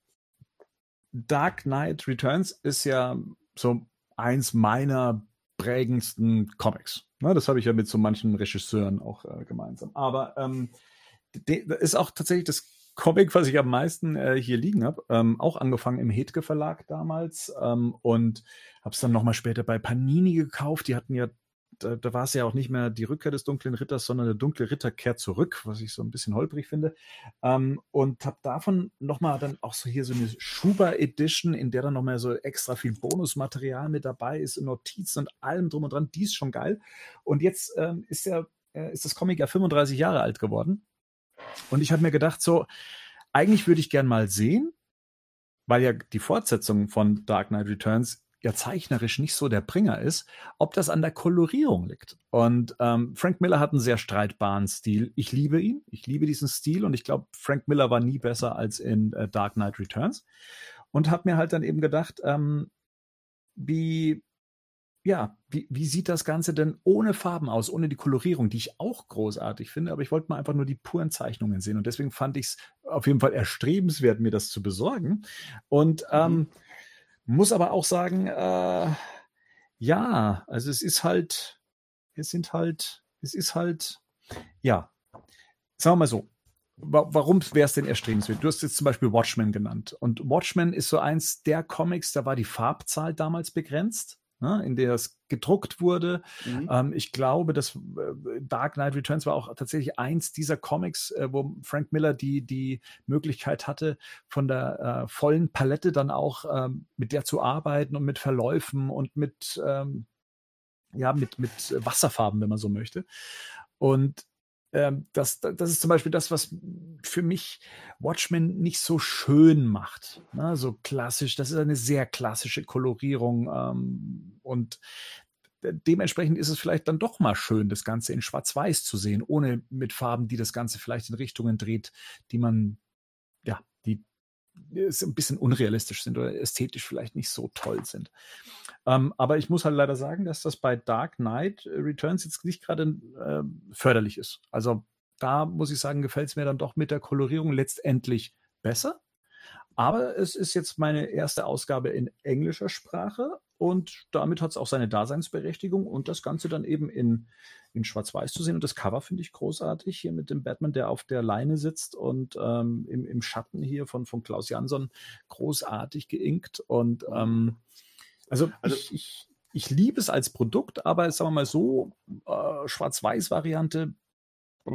Speaker 1: Dark Knight Returns ist ja so eins meiner prägendsten Comics. Ne, das habe ich ja mit so manchen Regisseuren auch äh, gemeinsam. Aber ähm, de- das ist auch tatsächlich das Comic, was ich am meisten äh, hier liegen habe. Ähm, auch angefangen im Hedke Verlag damals ähm, und habe es dann nochmal später bei Panini gekauft. Die hatten ja, da, da war es ja auch nicht mehr die Rückkehr des dunklen Ritters, sondern der dunkle Ritter kehrt zurück, was ich so ein bisschen holprig finde. Ähm, und habe davon nochmal dann auch so hier so eine Schuber Edition, in der dann nochmal so extra viel Bonusmaterial mit dabei ist, Notizen und allem drum und dran. Die ist schon geil. Und jetzt ähm, ist, der, äh, ist das Comic ja fünfunddreißig Jahre alt geworden. Und ich habe mir gedacht, so, eigentlich würde ich gern mal sehen, weil ja die Fortsetzung von Dark Knight Returns ja zeichnerisch nicht so der Bringer ist, ob das an der Kolorierung liegt. Und ähm, Frank Miller hat einen sehr streitbaren Stil. Ich liebe ihn, ich liebe diesen Stil und ich glaube, Frank Miller war nie besser als in äh, Dark Knight Returns. Und habe mir halt dann eben gedacht, ähm, wie ja, wie, wie sieht das Ganze denn ohne Farben aus, ohne die Kolorierung, die ich auch großartig finde, aber ich wollte mal einfach nur die puren Zeichnungen sehen und deswegen fand ich es auf jeden Fall erstrebenswert, mir das zu besorgen und ähm,
Speaker 3: Mhm.
Speaker 1: muss aber auch sagen, äh, ja, also es ist halt, es sind halt, es ist halt, ja, sagen wir mal so, wa- warum wäre es denn erstrebenswert? Du hast jetzt zum Beispiel Watchmen genannt und Watchmen ist so eins der Comics, da war die Farbzahl damals begrenzt, ne, in der es gedruckt wurde.
Speaker 3: Mhm.
Speaker 1: Ähm, ich glaube, dass äh, Dark Knight Returns war auch tatsächlich eins dieser Comics, äh, wo Frank Miller die, die Möglichkeit hatte, von der äh, vollen Palette dann auch ähm, mit der zu arbeiten und mit Verläufen und mit, ähm, ja, mit, mit Wasserfarben, wenn man so möchte. Und ähm, das, das ist zum Beispiel das, was für mich Watchmen nicht so schön macht. Ne? So klassisch, das ist eine sehr klassische Kolorierung ähm, und dementsprechend ist es vielleicht dann doch mal schön, das Ganze in Schwarz-Weiß zu sehen, ohne mit Farben, die das Ganze vielleicht in Richtungen dreht, die man, ja, die ein bisschen unrealistisch sind oder ästhetisch vielleicht nicht so toll sind. Ähm, aber ich muss halt leider sagen, dass das bei Dark Knight Returns jetzt nicht gerade äh, förderlich ist. Also da muss ich sagen, gefällt es mir dann doch mit der Kolorierung letztendlich besser. Aber es ist jetzt meine erste Ausgabe in englischer Sprache und damit hat es auch seine Daseinsberechtigung und das Ganze dann eben in, in Schwarz-Weiß zu sehen. Und das Cover finde ich großartig, hier mit dem Batman, der auf der Leine sitzt und ähm, im, im Schatten hier von, von Klaus Jansson großartig geinkt. Und ähm, also,
Speaker 3: Also-
Speaker 1: ich, ich, ich liebe es als Produkt, aber sagen wir mal so, äh, Schwarz-Weiß-Variante äh,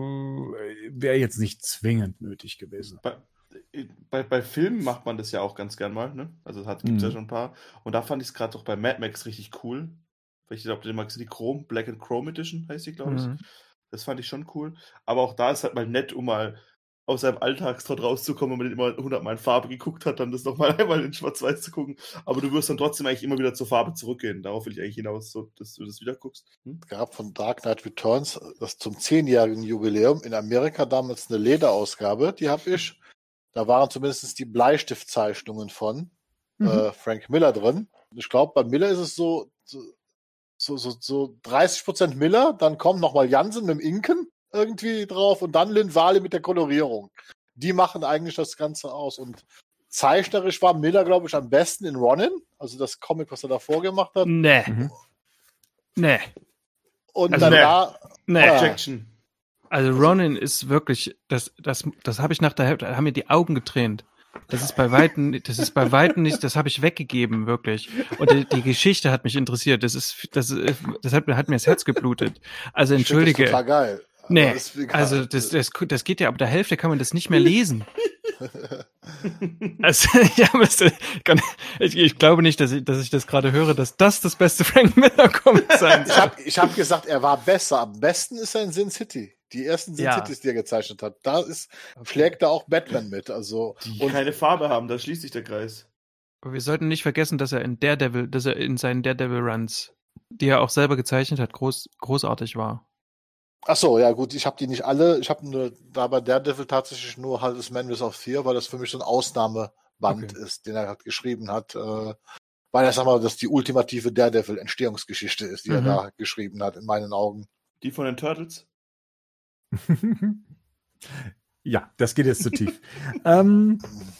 Speaker 1: wäre jetzt nicht zwingend nötig gewesen.
Speaker 3: Bei, bei, bei Filmen macht man das ja auch ganz gern mal, ne? Also es gibt es ja
Speaker 1: Mhm.
Speaker 3: schon ein paar. Und da fand ich es gerade doch bei Mad Max richtig cool. Ich glaube, den magst du, die Chrome, Black and Chrome Edition heißt die, glaube ich.
Speaker 4: Mhm.
Speaker 3: Das fand ich schon cool. Aber auch da ist halt mal nett, um mal aus seinem Alltagstrott rauszukommen, wenn man den immer hundertmal in Farbe geguckt hat, dann das nochmal einmal in Schwarz-Weiß zu gucken. Aber du wirst dann trotzdem eigentlich immer wieder zur Farbe zurückgehen. Darauf will ich eigentlich hinaus, so, dass du das wieder guckst. Hm?
Speaker 2: Es gab von Dark Knight Returns das zum zehnjährigen Jubiläum in Amerika damals eine Lederausgabe, die habe ich. Da waren zumindest die Bleistiftzeichnungen von. mhm. äh, Frank Miller drin. Ich glaube, bei Miller ist es so, so, so, so, so dreißig Prozent Miller, dann kommt nochmal Jansen mit dem Inken irgendwie drauf und dann Lynn Varley mit der Kolorierung. Die machen eigentlich das Ganze aus. Und zeichnerisch war Miller, glaube ich, am besten in Ronin, also das Comic, was er davor gemacht hat.
Speaker 4: Nee.
Speaker 1: Mhm.
Speaker 4: Nee.
Speaker 2: Und
Speaker 4: Also
Speaker 2: dann
Speaker 3: nee.
Speaker 2: war
Speaker 4: Nee.
Speaker 2: Ah.
Speaker 3: Objection.
Speaker 4: Also Ronin ist wirklich, das, das, das habe ich nach der Hälfte, da haben mir die Augen getränt. Das ist bei Weitem, das ist bei Weitem nicht, das habe ich weggegeben, wirklich. Und die, die Geschichte hat mich interessiert. Das ist, das, ist- das hat, mir- hat mir das Herz geblutet. Also
Speaker 2: ich find das
Speaker 4: entschuldige.
Speaker 2: total geil. Aber
Speaker 4: Nee,
Speaker 2: ist egal.
Speaker 4: also das, das, das geht ja, ab der Hälfte kann man das nicht mehr lesen. Also ja, müsste, kann, ich, ich glaube nicht, dass ich, dass ich das gerade höre, dass das das beste Frank Miller Comic sein
Speaker 2: Ich
Speaker 4: soll.
Speaker 2: habe ich hab gesagt, er war besser. Am besten ist er in Sin City. Die ersten Sin
Speaker 4: Ja.
Speaker 2: Cities, die er gezeichnet hat. Da ist, schlägt er auch Batman mit. Also,
Speaker 3: Die
Speaker 2: und
Speaker 3: keine Farbe haben, da schließt sich der Kreis.
Speaker 4: Aber wir sollten nicht vergessen, dass er in Daredevil, dass er in seinen Daredevil Runs, die er auch selber gezeichnet hat, groß, großartig war.
Speaker 2: ach so, ja gut, ich habe die nicht alle. Ich habe nur da bei Daredevil tatsächlich nur halt das Man of Fear, weil das für mich so ein Ausnahmeband
Speaker 4: Okay.
Speaker 2: ist, den er halt geschrieben hat. Äh, weil er, sag mal, das die ultimative Daredevil-Entstehungsgeschichte ist, die
Speaker 4: Mhm.
Speaker 2: er da geschrieben hat, in meinen Augen.
Speaker 3: Die von den Turtles?
Speaker 1: Ja, das geht jetzt zu tief. ähm,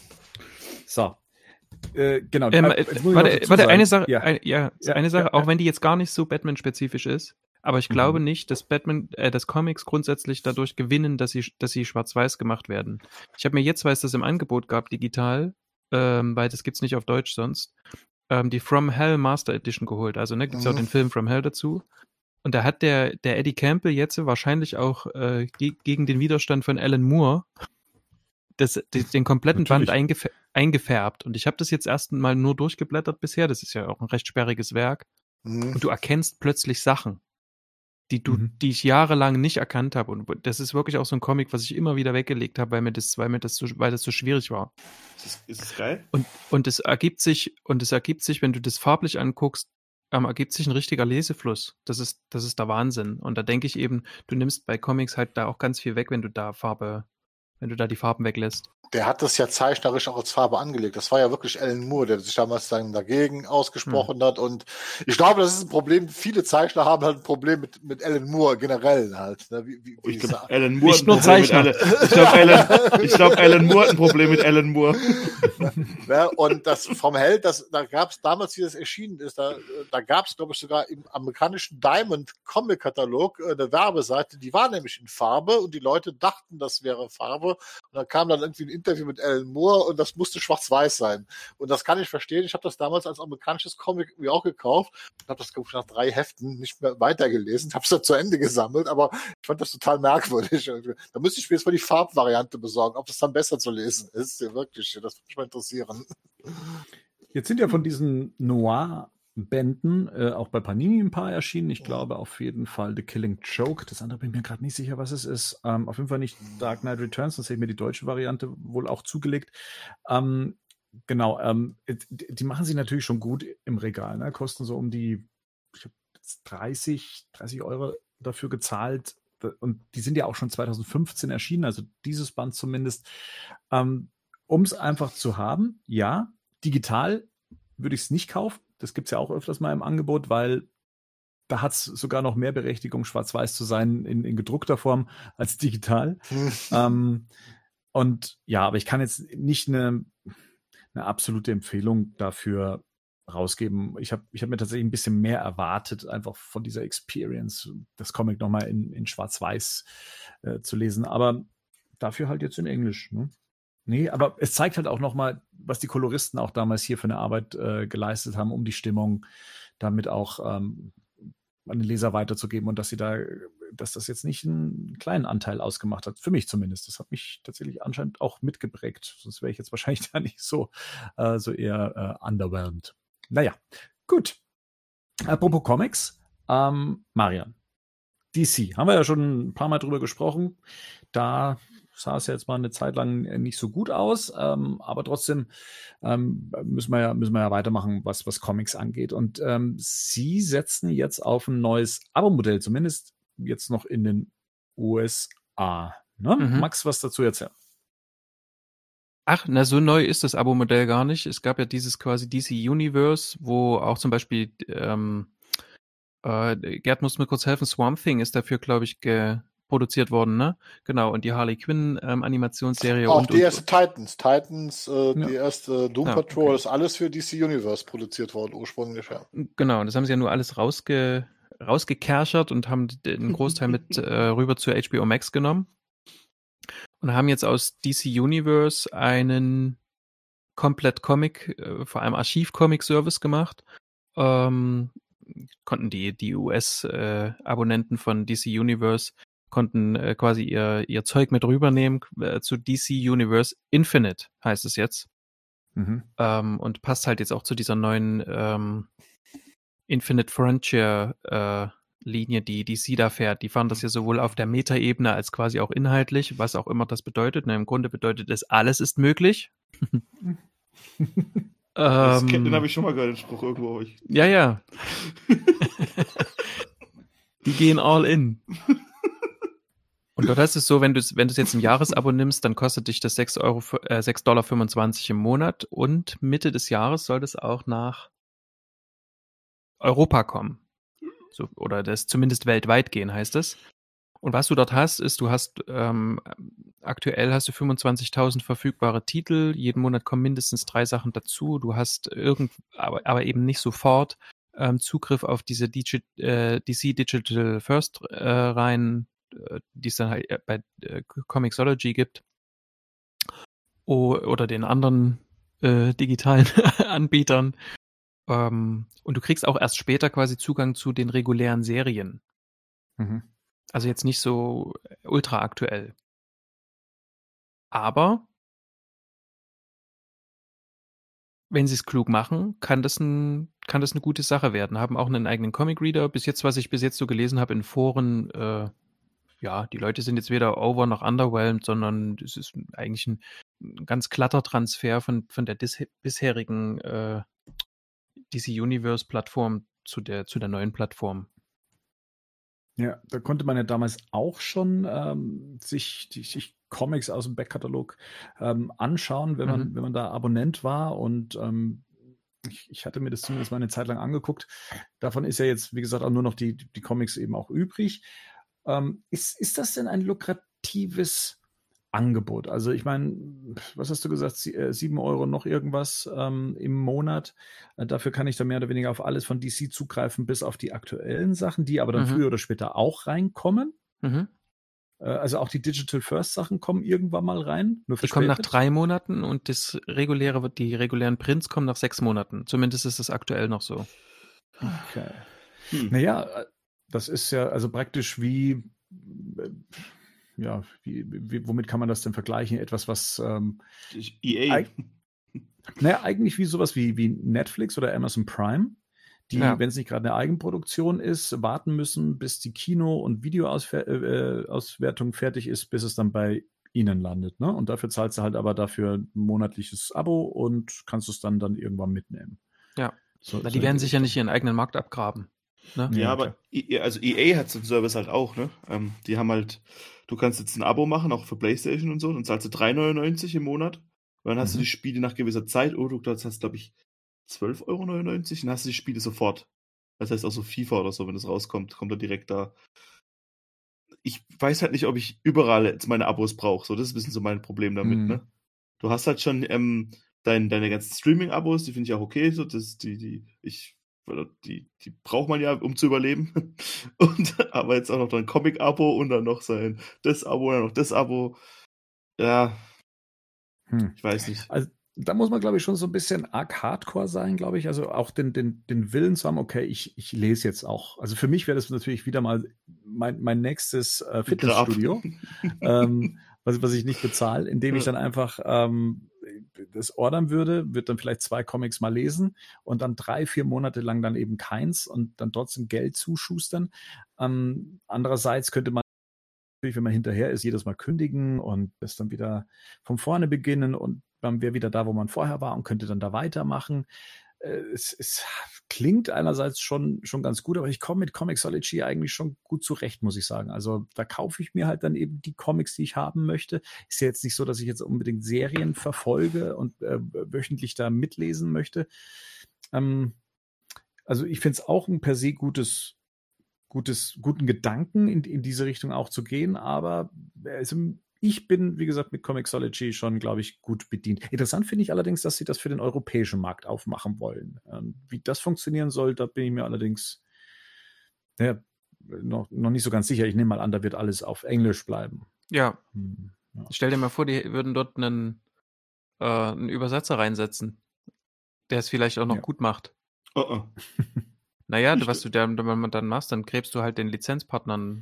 Speaker 1: so. Äh, genau.
Speaker 4: Ähm,
Speaker 1: äh,
Speaker 4: äh,
Speaker 1: jetzt muss ich noch
Speaker 4: warte,
Speaker 1: dazu
Speaker 4: warte,
Speaker 1: sagen-
Speaker 4: eine Sache,
Speaker 1: Ja.
Speaker 4: ein, ja,
Speaker 1: Ja,
Speaker 4: eine Sache,
Speaker 1: ja,
Speaker 4: auch
Speaker 1: ja.
Speaker 4: wenn die jetzt gar nicht so Batman-spezifisch ist, aber ich
Speaker 1: Mhm.
Speaker 4: glaube nicht, dass Batman, äh, dass Comics grundsätzlich dadurch gewinnen, dass sie, dass sie schwarz-weiß gemacht werden. Ich habe mir jetzt, weil es das im Angebot gab, digital, ähm, weil das gibt's nicht auf Deutsch sonst, ähm, die From Hell Master Edition geholt. Also, ne, gibt's ja auch
Speaker 2: Mhm.
Speaker 4: den Film From Hell dazu. Und da hat der, der Eddie Campbell jetzt wahrscheinlich auch äh, ge gegen den Widerstand von Alan Moore das, die, den kompletten Band
Speaker 1: Natürlich.
Speaker 4: eingef eingefärbt. Und ich habe das jetzt erst mal nur durchgeblättert bisher. Das ist ja auch ein recht sperriges Werk.
Speaker 2: Mhm.
Speaker 4: Und du erkennst plötzlich Sachen, die du,
Speaker 1: Mhm.
Speaker 4: die ich jahrelang nicht erkannt habe. Und das ist wirklich auch so ein Comic, was ich immer wieder weggelegt habe, weil mir das, weil mir das so, weil das so schwierig war.
Speaker 3: Ist es, ist es geil?
Speaker 4: Und, und es ergibt sich, und es ergibt sich, wenn du das farblich anguckst, ähm, ergibt sich ein richtiger Lesefluss. Das ist, das ist der Wahnsinn. Und da denke ich eben, du nimmst bei Comics halt da auch ganz viel weg, wenn du da Farbe, wenn du da die Farben weglässt.
Speaker 2: Der hat das ja zeichnerisch auch als Farbe angelegt. Das war ja wirklich Alan Moore, der sich damals dann dagegen ausgesprochen hat. Und ich glaube, das ist ein Problem. Viele Zeichner haben halt ein Problem mit, mit Alan Moore generell halt. Ne? Wie, wie, wie
Speaker 3: Ich glaube,
Speaker 2: sa-
Speaker 3: Alan Moore
Speaker 4: Nicht
Speaker 3: hat ein
Speaker 4: nur
Speaker 3: Problem mit
Speaker 4: Zeichner.
Speaker 3: Alan. Ich glaube, Alan, ich glaub, Alan Moore hat ein Problem mit Alan Moore.
Speaker 2: Ne? Und das vom Held, das, da gab es damals, wie das erschienen ist, da, da gab es, glaube ich, sogar im amerikanischen Diamond Comic Katalog äh, eine Werbeseite, die war nämlich in Farbe und die Leute dachten, das wäre Farbe. Und dann kam dann irgendwie ein Interview mit Alan Moore und das musste schwarz-weiß sein. Und das kann ich verstehen. Ich habe das damals als amerikanisches Comic irgendwie auch gekauft und habe das, glaube ich, nach drei Heften nicht mehr weitergelesen. Habe es dann zu Ende gesammelt, aber ich fand das total merkwürdig. Da müsste ich mir jetzt mal die Farbvariante besorgen, ob das dann besser zu lesen ist. Ja, wirklich, das würde mich mal interessieren.
Speaker 1: Jetzt sind ja von diesen Noir-Bänden äh, auch bei Panini ein paar erschienen. Ich glaube auf jeden Fall The Killing Joke. Das andere bin ich mir gerade nicht sicher, was es ist. Ähm, auf jeden Fall nicht Dark Knight Returns, sonst hätte ich mir die deutsche Variante wohl auch zugelegt. Ähm, genau, ähm, die, die machen sie natürlich schon gut im Regal. Ne? Kosten so um die ich hab jetzt dreißig, dreißig Euro dafür gezahlt. Und die sind ja auch schon zwanzig fünfzehn erschienen, also dieses Band zumindest. Ähm, um es einfach zu haben, ja, digital würde ich es nicht kaufen. Das gibt es ja auch öfters mal im Angebot, weil da hat es sogar noch mehr Berechtigung, schwarz-weiß zu sein in, in gedruckter Form als digital. ähm, und ja, aber ich kann jetzt nicht eine, eine absolute Empfehlung dafür rausgeben. Ich habe ich hab mir tatsächlich ein bisschen mehr erwartet, einfach von dieser Experience, das Comic nochmal in, in schwarz-weiß äh, zu lesen. Aber dafür halt jetzt in Englisch, ne? Nee, aber es zeigt halt auch nochmal, was die Koloristen auch damals hier für eine Arbeit äh, geleistet haben, um die Stimmung damit auch ähm, an den Leser weiterzugeben und dass sie da, dass das jetzt nicht einen kleinen Anteil ausgemacht hat, für mich zumindest. Das hat mich tatsächlich anscheinend auch mitgeprägt. Sonst wäre ich jetzt wahrscheinlich da nicht so, äh, so eher äh, underwhelmed. Naja, gut. Apropos Comics, ähm, Marian, D C, haben wir ja schon ein paar Mal drüber gesprochen. Da sah es ja jetzt mal eine Zeit lang nicht so gut aus, ähm, aber trotzdem ähm, müssen wir ja müssen wir ja weitermachen, was was Comics angeht. Und ähm, sie setzen jetzt auf ein neues Abo-Modell, zumindest jetzt noch in den U S A. Ne?
Speaker 4: Mhm.
Speaker 1: Max, was dazu erzählen?
Speaker 4: Ach, na, so neu ist das Abo-Modell gar nicht. Es gab ja dieses quasi D C Universe, wo auch zum Beispiel, ähm, äh, Gerd muss mir kurz helfen, Swamp Thing ist dafür, glaube ich, ge produziert worden, ne? Genau, und die Harley Quinn ähm, Animationsserie
Speaker 2: Auch
Speaker 4: und,
Speaker 2: die
Speaker 4: und
Speaker 2: erste Titans, Titans, äh,
Speaker 1: Ja.
Speaker 2: die erste Doom
Speaker 4: Ja,
Speaker 2: Patrol,
Speaker 4: okay.
Speaker 2: ist alles für D C Universe produziert worden, ursprünglich, ja.
Speaker 4: Genau, und das haben sie ja nur alles rausge rausgekerchert und haben den Großteil mit äh, rüber zu H B O Max genommen und haben jetzt aus D C Universe einen komplett Comic, äh, vor allem Archiv-Comic-Service gemacht. Ähm, konnten die, die U S-Abonnenten äh, von D C Universe konnten äh, quasi ihr, ihr Zeug mit rübernehmen äh, zu D C Universe Infinite, heißt es jetzt.
Speaker 1: Mhm.
Speaker 4: Ähm, und passt halt jetzt auch zu dieser neuen ähm, Infinite Frontier äh, Linie, die D C da fährt. Die fahren das ja sowohl auf der Meta-Ebene als quasi auch inhaltlich, was auch immer das bedeutet. Na, im Grunde bedeutet es, alles ist möglich.
Speaker 3: Das
Speaker 4: ähm,
Speaker 3: kennt, den habe ich schon mal gehört, den Spruch irgendwo. Ich,
Speaker 4: Ja, ja. Die gehen all in. Und dort heißt es so, wenn du wenn du jetzt ein Jahresabo nimmst, dann kostet dich das sechs Euro, äh, sechs Dollar fünfundzwanzig im Monat und Mitte des Jahres soll das auch nach Europa kommen. So, oder das zumindest weltweit gehen, heißt es. Und was du dort hast, ist, du hast ähm, aktuell hast du fünfundzwanzigtausend verfügbare Titel, jeden Monat kommen mindestens drei Sachen dazu, du hast irgend, aber, aber eben nicht sofort ähm, Zugriff auf diese Digi äh, D C Digital First äh, Reihen, äh, die es dann halt bei äh, Comixology gibt o oder den anderen äh, digitalen Anbietern. Ähm, und du kriegst auch erst später quasi Zugang zu den regulären Serien.
Speaker 1: Mhm.
Speaker 4: Also jetzt nicht so ultra aktuell. Aber wenn sie es klug machen, kann das, ein, kann das eine gute Sache werden. Haben auch einen eigenen Comic-Reader. Bis jetzt, was ich bis jetzt so gelesen habe in Foren, äh, ja, die Leute sind jetzt weder over noch underwhelmed, sondern es ist eigentlich ein, ein ganz glatter Transfer von, von der dis bisherigen äh, D C Universe-Plattform zu der, zu der neuen Plattform.
Speaker 1: Ja, da konnte man ja damals auch schon ähm, sich, die, sich Comics aus dem Backkatalog ähm, anschauen, wenn man,
Speaker 4: Mhm.
Speaker 1: wenn man da Abonnent war. Und ähm, ich, ich hatte mir das zumindest mal eine Zeit lang angeguckt. Davon ist ja jetzt, wie gesagt, auch nur noch die, die Comics eben auch übrig. Ähm, ist, ist das denn ein lukratives Angebot? Also ich meine, was hast du gesagt, Sie- äh, sieben Euro noch irgendwas ähm, im Monat. Äh, dafür kann ich dann mehr oder weniger auf alles von D C zugreifen, bis auf die aktuellen Sachen, die aber dann
Speaker 4: Mhm.
Speaker 1: früher oder später auch reinkommen.
Speaker 4: Mhm.
Speaker 1: Äh, also auch die Digital First Sachen kommen irgendwann mal rein, nur
Speaker 4: Die kommen nach
Speaker 1: verspätet.
Speaker 4: drei Monaten und das reguläre, wird- die regulären Prints kommen nach sechs Monaten. Zumindest ist das aktuell noch so.
Speaker 1: Okay.
Speaker 3: hm.
Speaker 1: Naja, äh, das ist ja also praktisch wie, äh, ja, wie, wie, womit kann man das denn vergleichen? Etwas, was ähm,
Speaker 3: E A.
Speaker 1: Eig- Naja, eigentlich wie sowas wie, wie Netflix oder Amazon Prime, die,
Speaker 4: Ja.
Speaker 1: wenn es nicht gerade eine Eigenproduktion ist, warten müssen, bis die Kino- und Videoauswertung fertig ist, bis es dann bei ihnen landet. Ne? Und dafür zahlst du halt aber dafür ein monatliches Abo und kannst es dann, dann irgendwann mitnehmen.
Speaker 4: Ja.
Speaker 1: So,
Speaker 4: Na,
Speaker 1: so
Speaker 4: die
Speaker 1: in
Speaker 4: werden
Speaker 1: die
Speaker 4: sich ja
Speaker 1: Richtung.
Speaker 4: nicht ihren eigenen Markt abgraben. Ne?
Speaker 3: Ja,
Speaker 1: Ja,
Speaker 3: aber
Speaker 1: klar.
Speaker 3: E A, also E A hat so einen Service halt auch, ne? Ähm, die haben halt, du kannst jetzt ein Abo machen, auch für PlayStation und so, dann zahlst du drei neunundneunzig im Monat. Und dann hast
Speaker 1: Mhm.
Speaker 3: du die Spiele nach gewisser Zeit, oh, du hast, glaube ich, zwölf Euro neunundneunzig, und dann hast du die Spiele sofort. Das heißt auch so FIFA oder so, wenn das rauskommt, kommt er direkt da. Ich weiß halt nicht, ob ich überall jetzt meine Abos brauche. So, das ist ein bisschen so mein Problem damit,
Speaker 1: Mhm.
Speaker 3: ne? Du hast halt schon ähm, dein, deine ganzen Streaming-Abos, die finde ich auch okay. So, das, die, die, ich, die, die braucht man ja, um zu überleben. Und aber jetzt auch noch dein Comic-Abo und dann noch sein das Abo und dann noch das Abo. Ja,
Speaker 1: Hm.
Speaker 3: ich weiß nicht.
Speaker 1: Also da muss man, glaube ich, schon so ein bisschen arg hardcore sein, glaube ich. Also auch den, den, den Willen zu haben, okay, ich, ich lese jetzt auch. Also für mich wäre das natürlich wieder mal mein, mein nächstes äh, Fitnessstudio, ähm, was, was ich nicht bezahle, indem ich dann einfach ähm, das ordern würde, würde dann vielleicht zwei Comics mal lesen und dann drei, vier Monate lang dann eben keins und dann trotzdem Geld zuschustern. Ähm, andererseits könnte man natürlich, wenn man hinterher ist, jedes Mal kündigen und es dann wieder von vorne beginnen und man wäre wieder da, wo man vorher war und könnte dann da weitermachen. äh, es, es klingt einerseits schon, schon ganz gut, aber ich komme mit Comixology eigentlich schon gut zurecht, muss ich sagen. Also da kaufe ich mir halt dann eben die Comics, die ich haben möchte. Ist ja jetzt nicht so, dass ich jetzt unbedingt Serien verfolge und äh, wöchentlich da mitlesen möchte. Ähm, also ich finde es auch ein per se gutes, gutes, guten Gedanken, in, in diese Richtung auch zu gehen, aber also, ich bin, wie gesagt, mit Comixology schon, glaube ich, gut bedient. Interessant finde ich allerdings, dass sie das für den europäischen Markt aufmachen wollen. Ähm, wie das funktionieren soll, da bin ich mir allerdings ja, noch, noch nicht so ganz sicher. Ich nehme mal an, da wird alles auf Englisch bleiben.
Speaker 4: Ja.
Speaker 1: Hm, ja.
Speaker 4: Stell dir mal vor, die würden dort einen, äh, einen Übersetzer reinsetzen, der es vielleicht auch noch
Speaker 1: Ja.
Speaker 4: gut macht.
Speaker 3: Oh, oh.
Speaker 4: Naja, was du dann, wenn man dann machst, dann gräbst du halt den Lizenzpartnern.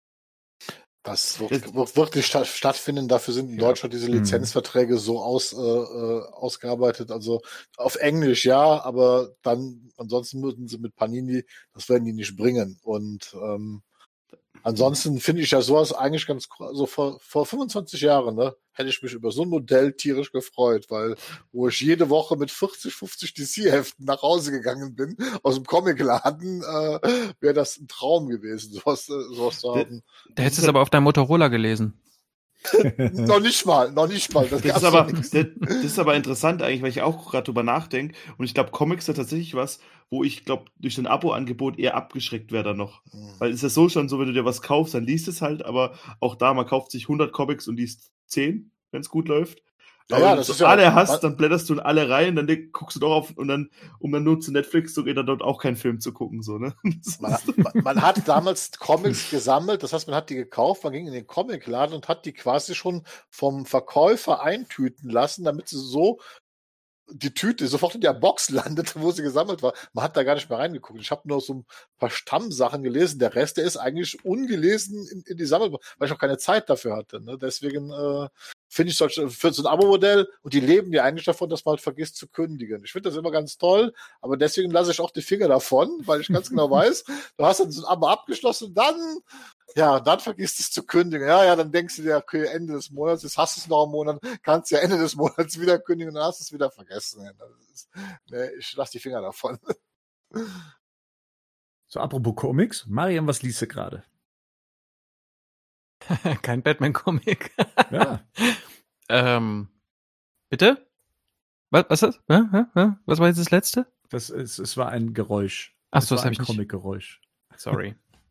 Speaker 2: Das wird, wird wirklich statt, stattfinden. Dafür sind in
Speaker 4: Ja.
Speaker 2: Deutschland diese
Speaker 1: Mhm.
Speaker 2: Lizenzverträge so aus, äh, äh, ausgearbeitet. Also auf Englisch ja, aber dann ansonsten müssen sie mit Panini, das werden die nicht bringen. Und ähm, ansonsten finde ich ja sowas eigentlich ganz cool. Also vor, vor fünfundzwanzig Jahren, ne, hätte ich mich über so ein Modell tierisch gefreut, weil wo ich jede Woche mit vierzig, fünfzig D C-Heften nach Hause gegangen bin, aus dem Comicladen, äh, wäre das ein Traum gewesen, sowas, äh, sowas zu haben.
Speaker 4: Da hättest du es aber auf deinem Motorola gelesen.
Speaker 2: noch nicht mal, noch nicht mal. Das,
Speaker 3: Das
Speaker 2: gab's
Speaker 3: ist, aber,
Speaker 2: noch nicht.
Speaker 3: das, das ist aber interessant eigentlich, weil ich auch gerade drüber nachdenke. Und ich glaube, Comics ist tatsächlich was, wo ich glaube, durch ein Abo-Angebot eher abgeschreckt wäre dann noch. Weil es ist ja so schon so, wenn du dir was kaufst, dann liest es halt, aber auch da, man kauft sich hundert Comics und liest zehn, wenn es gut läuft.
Speaker 2: Ja,
Speaker 3: Aber
Speaker 2: ja,
Speaker 3: wenn
Speaker 2: das
Speaker 3: du
Speaker 2: ist ja-
Speaker 3: alle hast,
Speaker 2: man-
Speaker 3: dann blätterst du in alle rein, dann denk- guckst du doch auf und dann, um dann nur zu Netflix zu gehen, dann dort auch keinen Film zu gucken, so, ne? Das
Speaker 2: Man,
Speaker 3: ist-
Speaker 2: man, man hat damals Comics gesammelt, das heißt, man hat die gekauft, man ging in den Comicladen und hat die quasi schon vom Verkäufer eintüten lassen, damit sie so die Tüte sofort in der Box landet, wo sie gesammelt war. Man hat da gar nicht mehr reingeguckt. Ich habe nur so ein paar Stammsachen gelesen. Der Rest, der ist eigentlich ungelesen in, in die Sammlung, weil ich auch keine Zeit dafür hatte. Ne? Deswegen äh, finde ich solche, für so ein Abo-Modell, und die leben ja eigentlich davon, dass man halt vergisst zu kündigen. Ich finde das immer ganz toll, aber deswegen lasse ich auch die Finger davon, weil ich ganz genau weiß, du hast dann so ein Abo abgeschlossen, dann ja, dann vergisst es zu kündigen. Ja, ja, dann denkst du dir, okay, Ende des Monats, jetzt hast du es noch einen Monat, kannst ja Ende des Monats wieder kündigen, dann hast du es wieder vergessen. Ja, das ist, ne, ich lasse die Finger davon.
Speaker 1: So, apropos Comics. Mariam, was liest du gerade?
Speaker 4: Kein Batman-Comic.
Speaker 1: Ja.
Speaker 4: ähm, bitte? Was, was ist das? Hä? Hä? Hä? Was war jetzt das letzte?
Speaker 1: Das ist, es war ein Geräusch.
Speaker 4: Ach
Speaker 1: Es
Speaker 4: so,
Speaker 1: war
Speaker 4: das hab
Speaker 1: ein
Speaker 4: ich nicht-
Speaker 1: Comic-Geräusch.
Speaker 4: Sorry.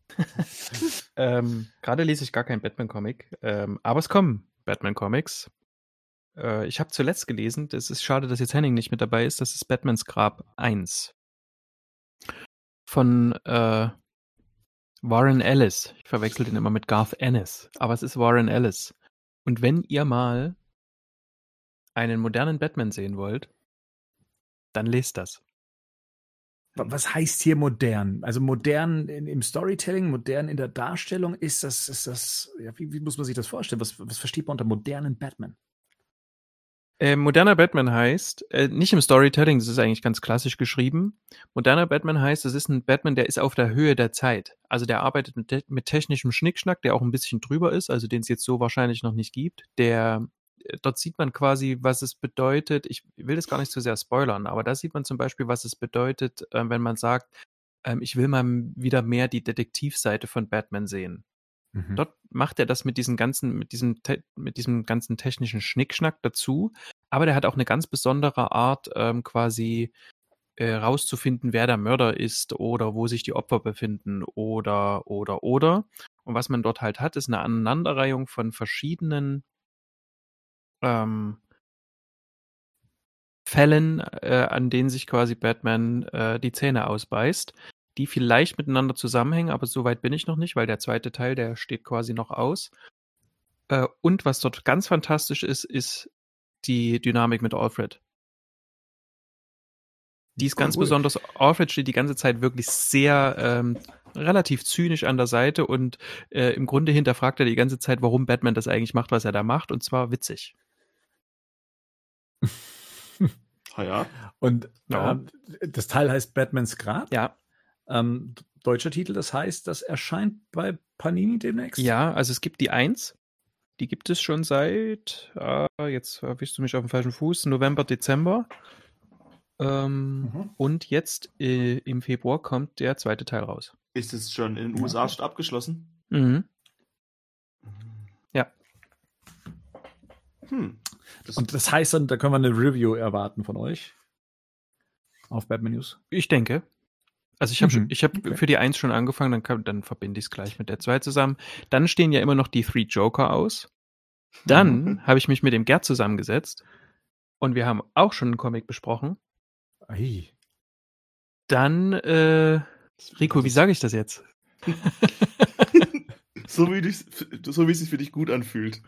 Speaker 4: ähm, Gerade lese ich gar keinen Batman-Comic, ähm, aber es kommen Batman-Comics. Äh, ich habe zuletzt gelesen, das ist schade, dass jetzt Henning nicht mit dabei ist, das ist Batmans Grab eins. Von äh, Warren Ellis. Ich verwechsel den immer mit Garth Ennis, aber es ist Warren Ellis. Und wenn ihr mal einen modernen Batman sehen wollt, dann lest das.
Speaker 1: Wa- Was heißt hier modern? Also modern in, im Storytelling, modern in der Darstellung, ist das, ist das, ja, wie, wie muss man sich das vorstellen? Was, was versteht man unter modernen Batman?
Speaker 4: Äh, moderner Batman heißt, äh, nicht im Storytelling, das ist eigentlich ganz klassisch geschrieben. Moderner Batman heißt, es ist ein Batman, der ist auf der Höhe der Zeit. Also der arbeitet mit, te- mit technischem Schnickschnack, der auch ein bisschen drüber ist, also den es jetzt so wahrscheinlich noch nicht gibt. Der, äh, dort sieht man quasi, was es bedeutet. Ich will das gar nicht zu sehr spoilern, aber da sieht man zum Beispiel, was es bedeutet, äh, wenn man sagt, ähm, ich will mal wieder mehr die Detektivseite von Batman sehen.
Speaker 1: Mhm.
Speaker 4: Dort macht er das mit diesem ganzen, mit diesem, te- mit diesem ganzen technischen Schnickschnack dazu. Aber der hat auch eine ganz besondere Art, ähm, quasi äh, rauszufinden, wer der Mörder ist oder wo sich die Opfer befinden oder, oder, oder. Und was man dort halt hat, ist eine Aneinanderreihung von verschiedenen ähm, Fällen, äh, an denen sich quasi Batman äh, die Zähne ausbeißt, die vielleicht miteinander zusammenhängen, aber so weit bin ich noch nicht, weil der zweite Teil, der steht quasi noch aus. Äh, und was dort ganz fantastisch ist, ist die Dynamik mit Alfred. Die ist ganz
Speaker 1: Cool.
Speaker 4: besonders, Alfred steht die ganze Zeit wirklich sehr ähm, relativ zynisch an der Seite und äh, im Grunde hinterfragt er die ganze Zeit, warum Batman das eigentlich macht, was er da macht, und zwar witzig.
Speaker 3: Ah ja.
Speaker 1: Und
Speaker 4: Ja.
Speaker 1: ähm, das Teil heißt Batmans Grab.
Speaker 4: Ja,
Speaker 1: Ähm, deutscher Titel, das heißt, das erscheint bei Panini demnächst.
Speaker 4: ja, also es gibt die eins, die gibt es schon seit, äh, jetzt erwischst du mich auf dem falschen Fuß, November, Dezember. Ähm,
Speaker 1: Mhm.
Speaker 4: Und jetzt äh, im Februar kommt der zweite Teil raus.
Speaker 3: Ist es schon in den U S A schon abgeschlossen?
Speaker 4: Mhm. Ja.
Speaker 3: Hm. Das,
Speaker 1: Und das heißt dann, da können wir eine Review erwarten von euch auf Batman News.
Speaker 4: Ich denke. Also ich habe
Speaker 1: Mhm.
Speaker 4: schon, ich habe
Speaker 1: Okay.
Speaker 4: für die eins schon angefangen, dann, kann, dann verbinde ich es gleich mit der zwei zusammen. Dann stehen ja immer noch die Three Joker aus. Dann habe ich mich mit dem Gerd zusammengesetzt und wir haben auch schon einen Comic besprochen.
Speaker 1: Ei.
Speaker 4: Dann, äh, Rico, wie sage ich das jetzt?
Speaker 3: so, wie dich, so wie es sich für dich gut anfühlt.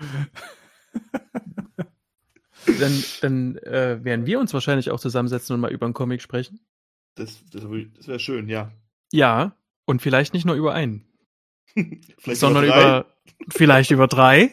Speaker 4: Dann, dann äh, werden wir uns wahrscheinlich auch zusammensetzen und mal über einen Comic sprechen.
Speaker 3: Das, das, das wäre schön, ja.
Speaker 4: Ja, und vielleicht nicht nur über einen,
Speaker 3: Vielleicht
Speaker 4: sondern
Speaker 3: über, drei.
Speaker 4: über vielleicht über drei.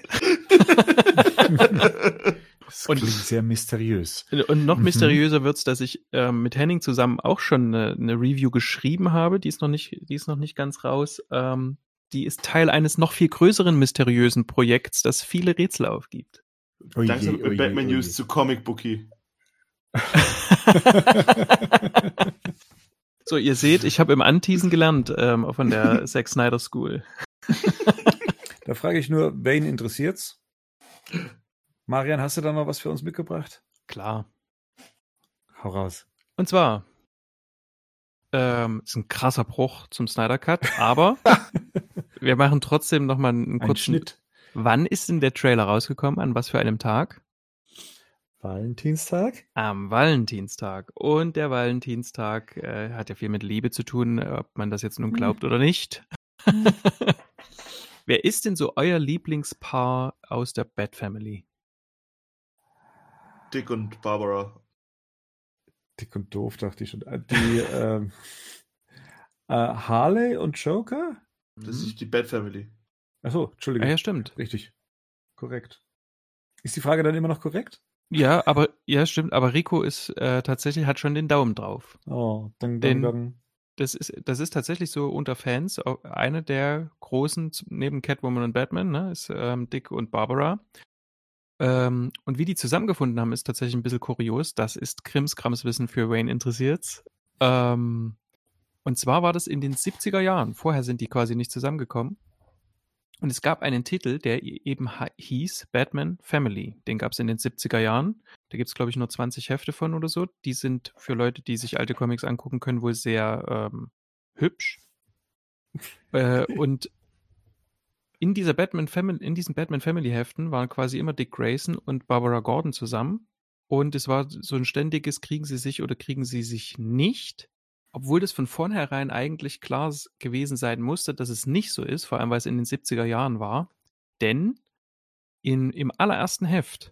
Speaker 1: Das
Speaker 4: Und-
Speaker 1: klingt sehr mysteriös.
Speaker 4: Und noch
Speaker 1: Mhm.
Speaker 4: mysteriöser wird's, dass ich ähm, mit Henning zusammen auch schon eine, eine Review geschrieben habe. Die ist noch nicht, die ist noch nicht ganz raus. Ähm, die ist Teil eines noch viel größeren mysteriösen Projekts, das viele Rätsel aufgibt.
Speaker 1: Oje,
Speaker 3: Langsam mit
Speaker 1: oje,
Speaker 3: Batman
Speaker 1: oje.
Speaker 3: News zu Comic Bookie.
Speaker 4: So, ihr seht, ich habe im Anteasen gelernt ähm, von der Zack Snyder School.
Speaker 1: Da frage ich nur, wen interessiert's? Marian, hast du da noch was für uns mitgebracht?
Speaker 4: Klar.
Speaker 1: Hau raus.
Speaker 4: Und zwar ähm, ist ein krasser Bruch zum Snyder Cut, aber wir machen trotzdem noch mal einen
Speaker 1: Ein
Speaker 4: kurzen
Speaker 1: Schnitt.
Speaker 4: Wann ist denn der Trailer rausgekommen? An was für einem Tag?
Speaker 1: Valentinstag?
Speaker 4: Am Valentinstag. Und der Valentinstag äh, hat ja viel mit Liebe zu tun, äh, ob man das jetzt nun glaubt oder nicht. Wer ist denn so euer Lieblingspaar aus der Bat Family?
Speaker 3: Dick und Barbara.
Speaker 1: Dick und doof, dachte ich schon. Äh, Die ähm, äh, Harley und Joker?
Speaker 3: Das ist die Bat Family.
Speaker 1: Achso, Entschuldigung.
Speaker 4: Ah, ja, stimmt.
Speaker 1: Richtig. Korrekt. Ist die Frage dann immer noch korrekt?
Speaker 4: Ja, aber ja, stimmt. Aber Rico ist äh, tatsächlich hat schon den Daumen drauf.
Speaker 1: Oh, dann,
Speaker 4: Den-
Speaker 1: dann, dann.
Speaker 4: Das ist, das ist tatsächlich so unter Fans auch eine der großen, z- neben Catwoman und Batman, ne, ist ähm, Dick und Barbara. Ähm, und wie die zusammengefunden haben, ist tatsächlich ein bisschen kurios. Das ist Krimskramswissen für Wayne interessiert's. Ähm, und zwar war das in den siebziger Jahren. Vorher sind die quasi nicht zusammengekommen. Und es gab einen Titel, der e- eben ha- hieß Batman Family. Den gab es in den siebziger Jahren. Da gibt es, glaube ich, nur zwanzig Hefte von oder so. Die sind für Leute, die sich alte Comics angucken können, wohl sehr ähm, hübsch. äh, und in dieser Batman Family, in diesen Batman Family Heften waren quasi immer Dick Grayson und Barbara Gordon zusammen. Und es war so ein ständiges, kriegen sie sich oder kriegen sie sich nicht. Obwohl das von vornherein eigentlich klar s- gewesen sein musste, dass es nicht so ist, vor allem weil es in den siebziger Jahren war. Denn in, im allerersten Heft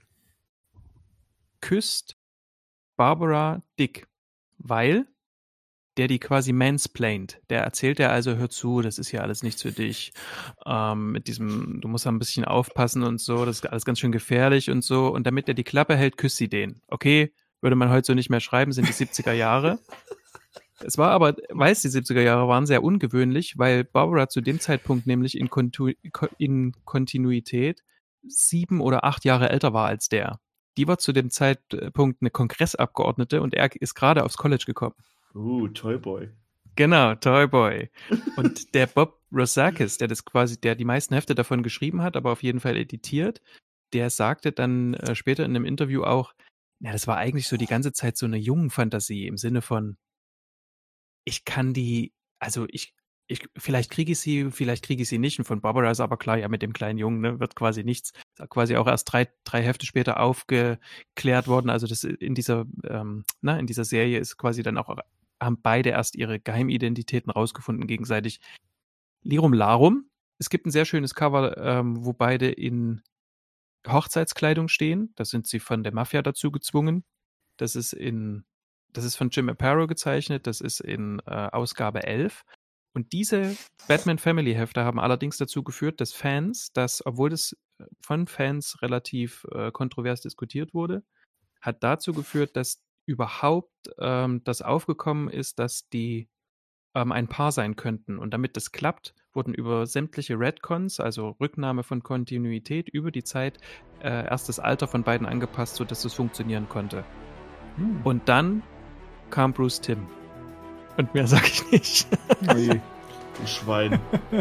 Speaker 4: küsst Barbara Dick, weil der die quasi mansplaint. Der erzählt ja also, hör zu, das ist ja alles nichts für dich. Ähm, mit diesem, du musst da ein bisschen aufpassen und so, das ist alles ganz schön gefährlich und so. Und damit er die Klappe hält, küsst sie den. Okay, würde man heute so nicht mehr schreiben, sind die siebziger Jahre. Es war aber, weil es die siebziger Jahre waren, sehr ungewöhnlich, weil Barbara zu dem Zeitpunkt nämlich in, Kontu in Kontinuität sieben oder acht Jahre älter war als der. Die war zu dem Zeitpunkt eine Kongressabgeordnete und er ist gerade aufs College gekommen.
Speaker 3: Uh, Toyboy.
Speaker 4: Genau, Toyboy. Und der Bob Rozakis, der das quasi, der die meisten Hefte davon geschrieben hat, aber auf jeden Fall editiert, der sagte dann äh, später in einem Interview auch, na, das war eigentlich so die ganze Zeit so eine Jungenfantasie im Sinne von, ich kann die, also ich, ich, vielleicht kriege ich sie, vielleicht kriege ich sie nicht. Und von Barbara ist aber klar, ja, mit dem kleinen Jungen, ne, wird quasi nichts. Ist quasi auch erst drei, drei Hefte später aufgeklärt worden. Also das in dieser, ähm, na, in dieser Serie ist quasi dann auch, haben beide erst ihre Geheimidentitäten rausgefunden gegenseitig. Lirum Larum. Es gibt ein sehr schönes Cover, ähm, wo beide in Hochzeitskleidung stehen. Da sind sie von der Mafia dazu gezwungen. Das ist in, das ist von Jim Aparo gezeichnet. Das ist in äh, Ausgabe elf. Und diese Batman Family Hefte haben allerdings dazu geführt, dass Fans, dass, obwohl das von Fans relativ äh, kontrovers diskutiert wurde, hat dazu geführt, dass überhaupt ähm, das aufgekommen ist, dass die ähm, ein Paar sein könnten. Und damit das klappt, wurden über sämtliche Retcons, also Rücknahme von Kontinuität über die Zeit, äh, erst das Alter von beiden angepasst, sodass das funktionieren konnte.
Speaker 1: Hm.
Speaker 4: Und dann kam Bruce Timm. Und mehr sag ich nicht.
Speaker 1: Nee.
Speaker 3: Du Schwein.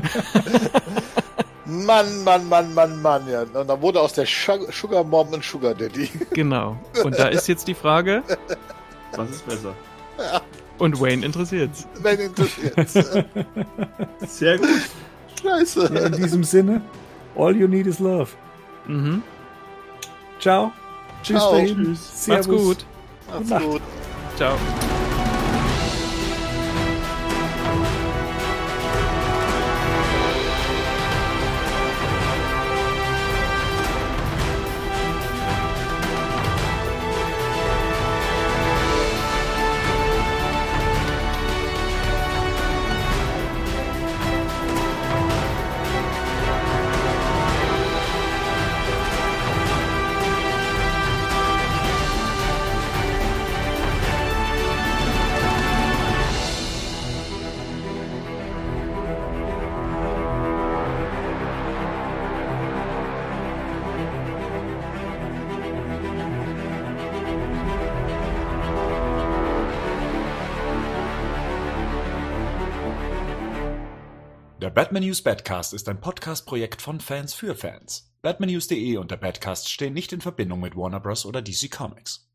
Speaker 2: Mann, Mann, Mann, Mann, Mann, ja. Und dann wurde aus der Sugar Mom ein Sugar Daddy.
Speaker 4: Genau. Und da ist jetzt die Frage.
Speaker 3: Was ist besser?
Speaker 4: Und Wayne interessiert's.
Speaker 2: Wenn interessiert's.
Speaker 3: Sehr gut.
Speaker 2: Scheiße.
Speaker 1: Ja, in diesem Sinne, all you need is love.
Speaker 4: Mhm.
Speaker 1: Ciao. Tschüss
Speaker 2: Ciao.
Speaker 1: dahin.
Speaker 3: Tschüss.
Speaker 4: Macht's
Speaker 1: Servus.
Speaker 4: gut.
Speaker 2: Macht's
Speaker 1: Nacht.
Speaker 2: gut.
Speaker 4: Ciao.
Speaker 6: Der Batman News Badcast ist ein Podcast-Projekt von Fans für Fans. Batman News punkt de und der Badcast stehen nicht in Verbindung mit Warner Bros. Oder D C Comics.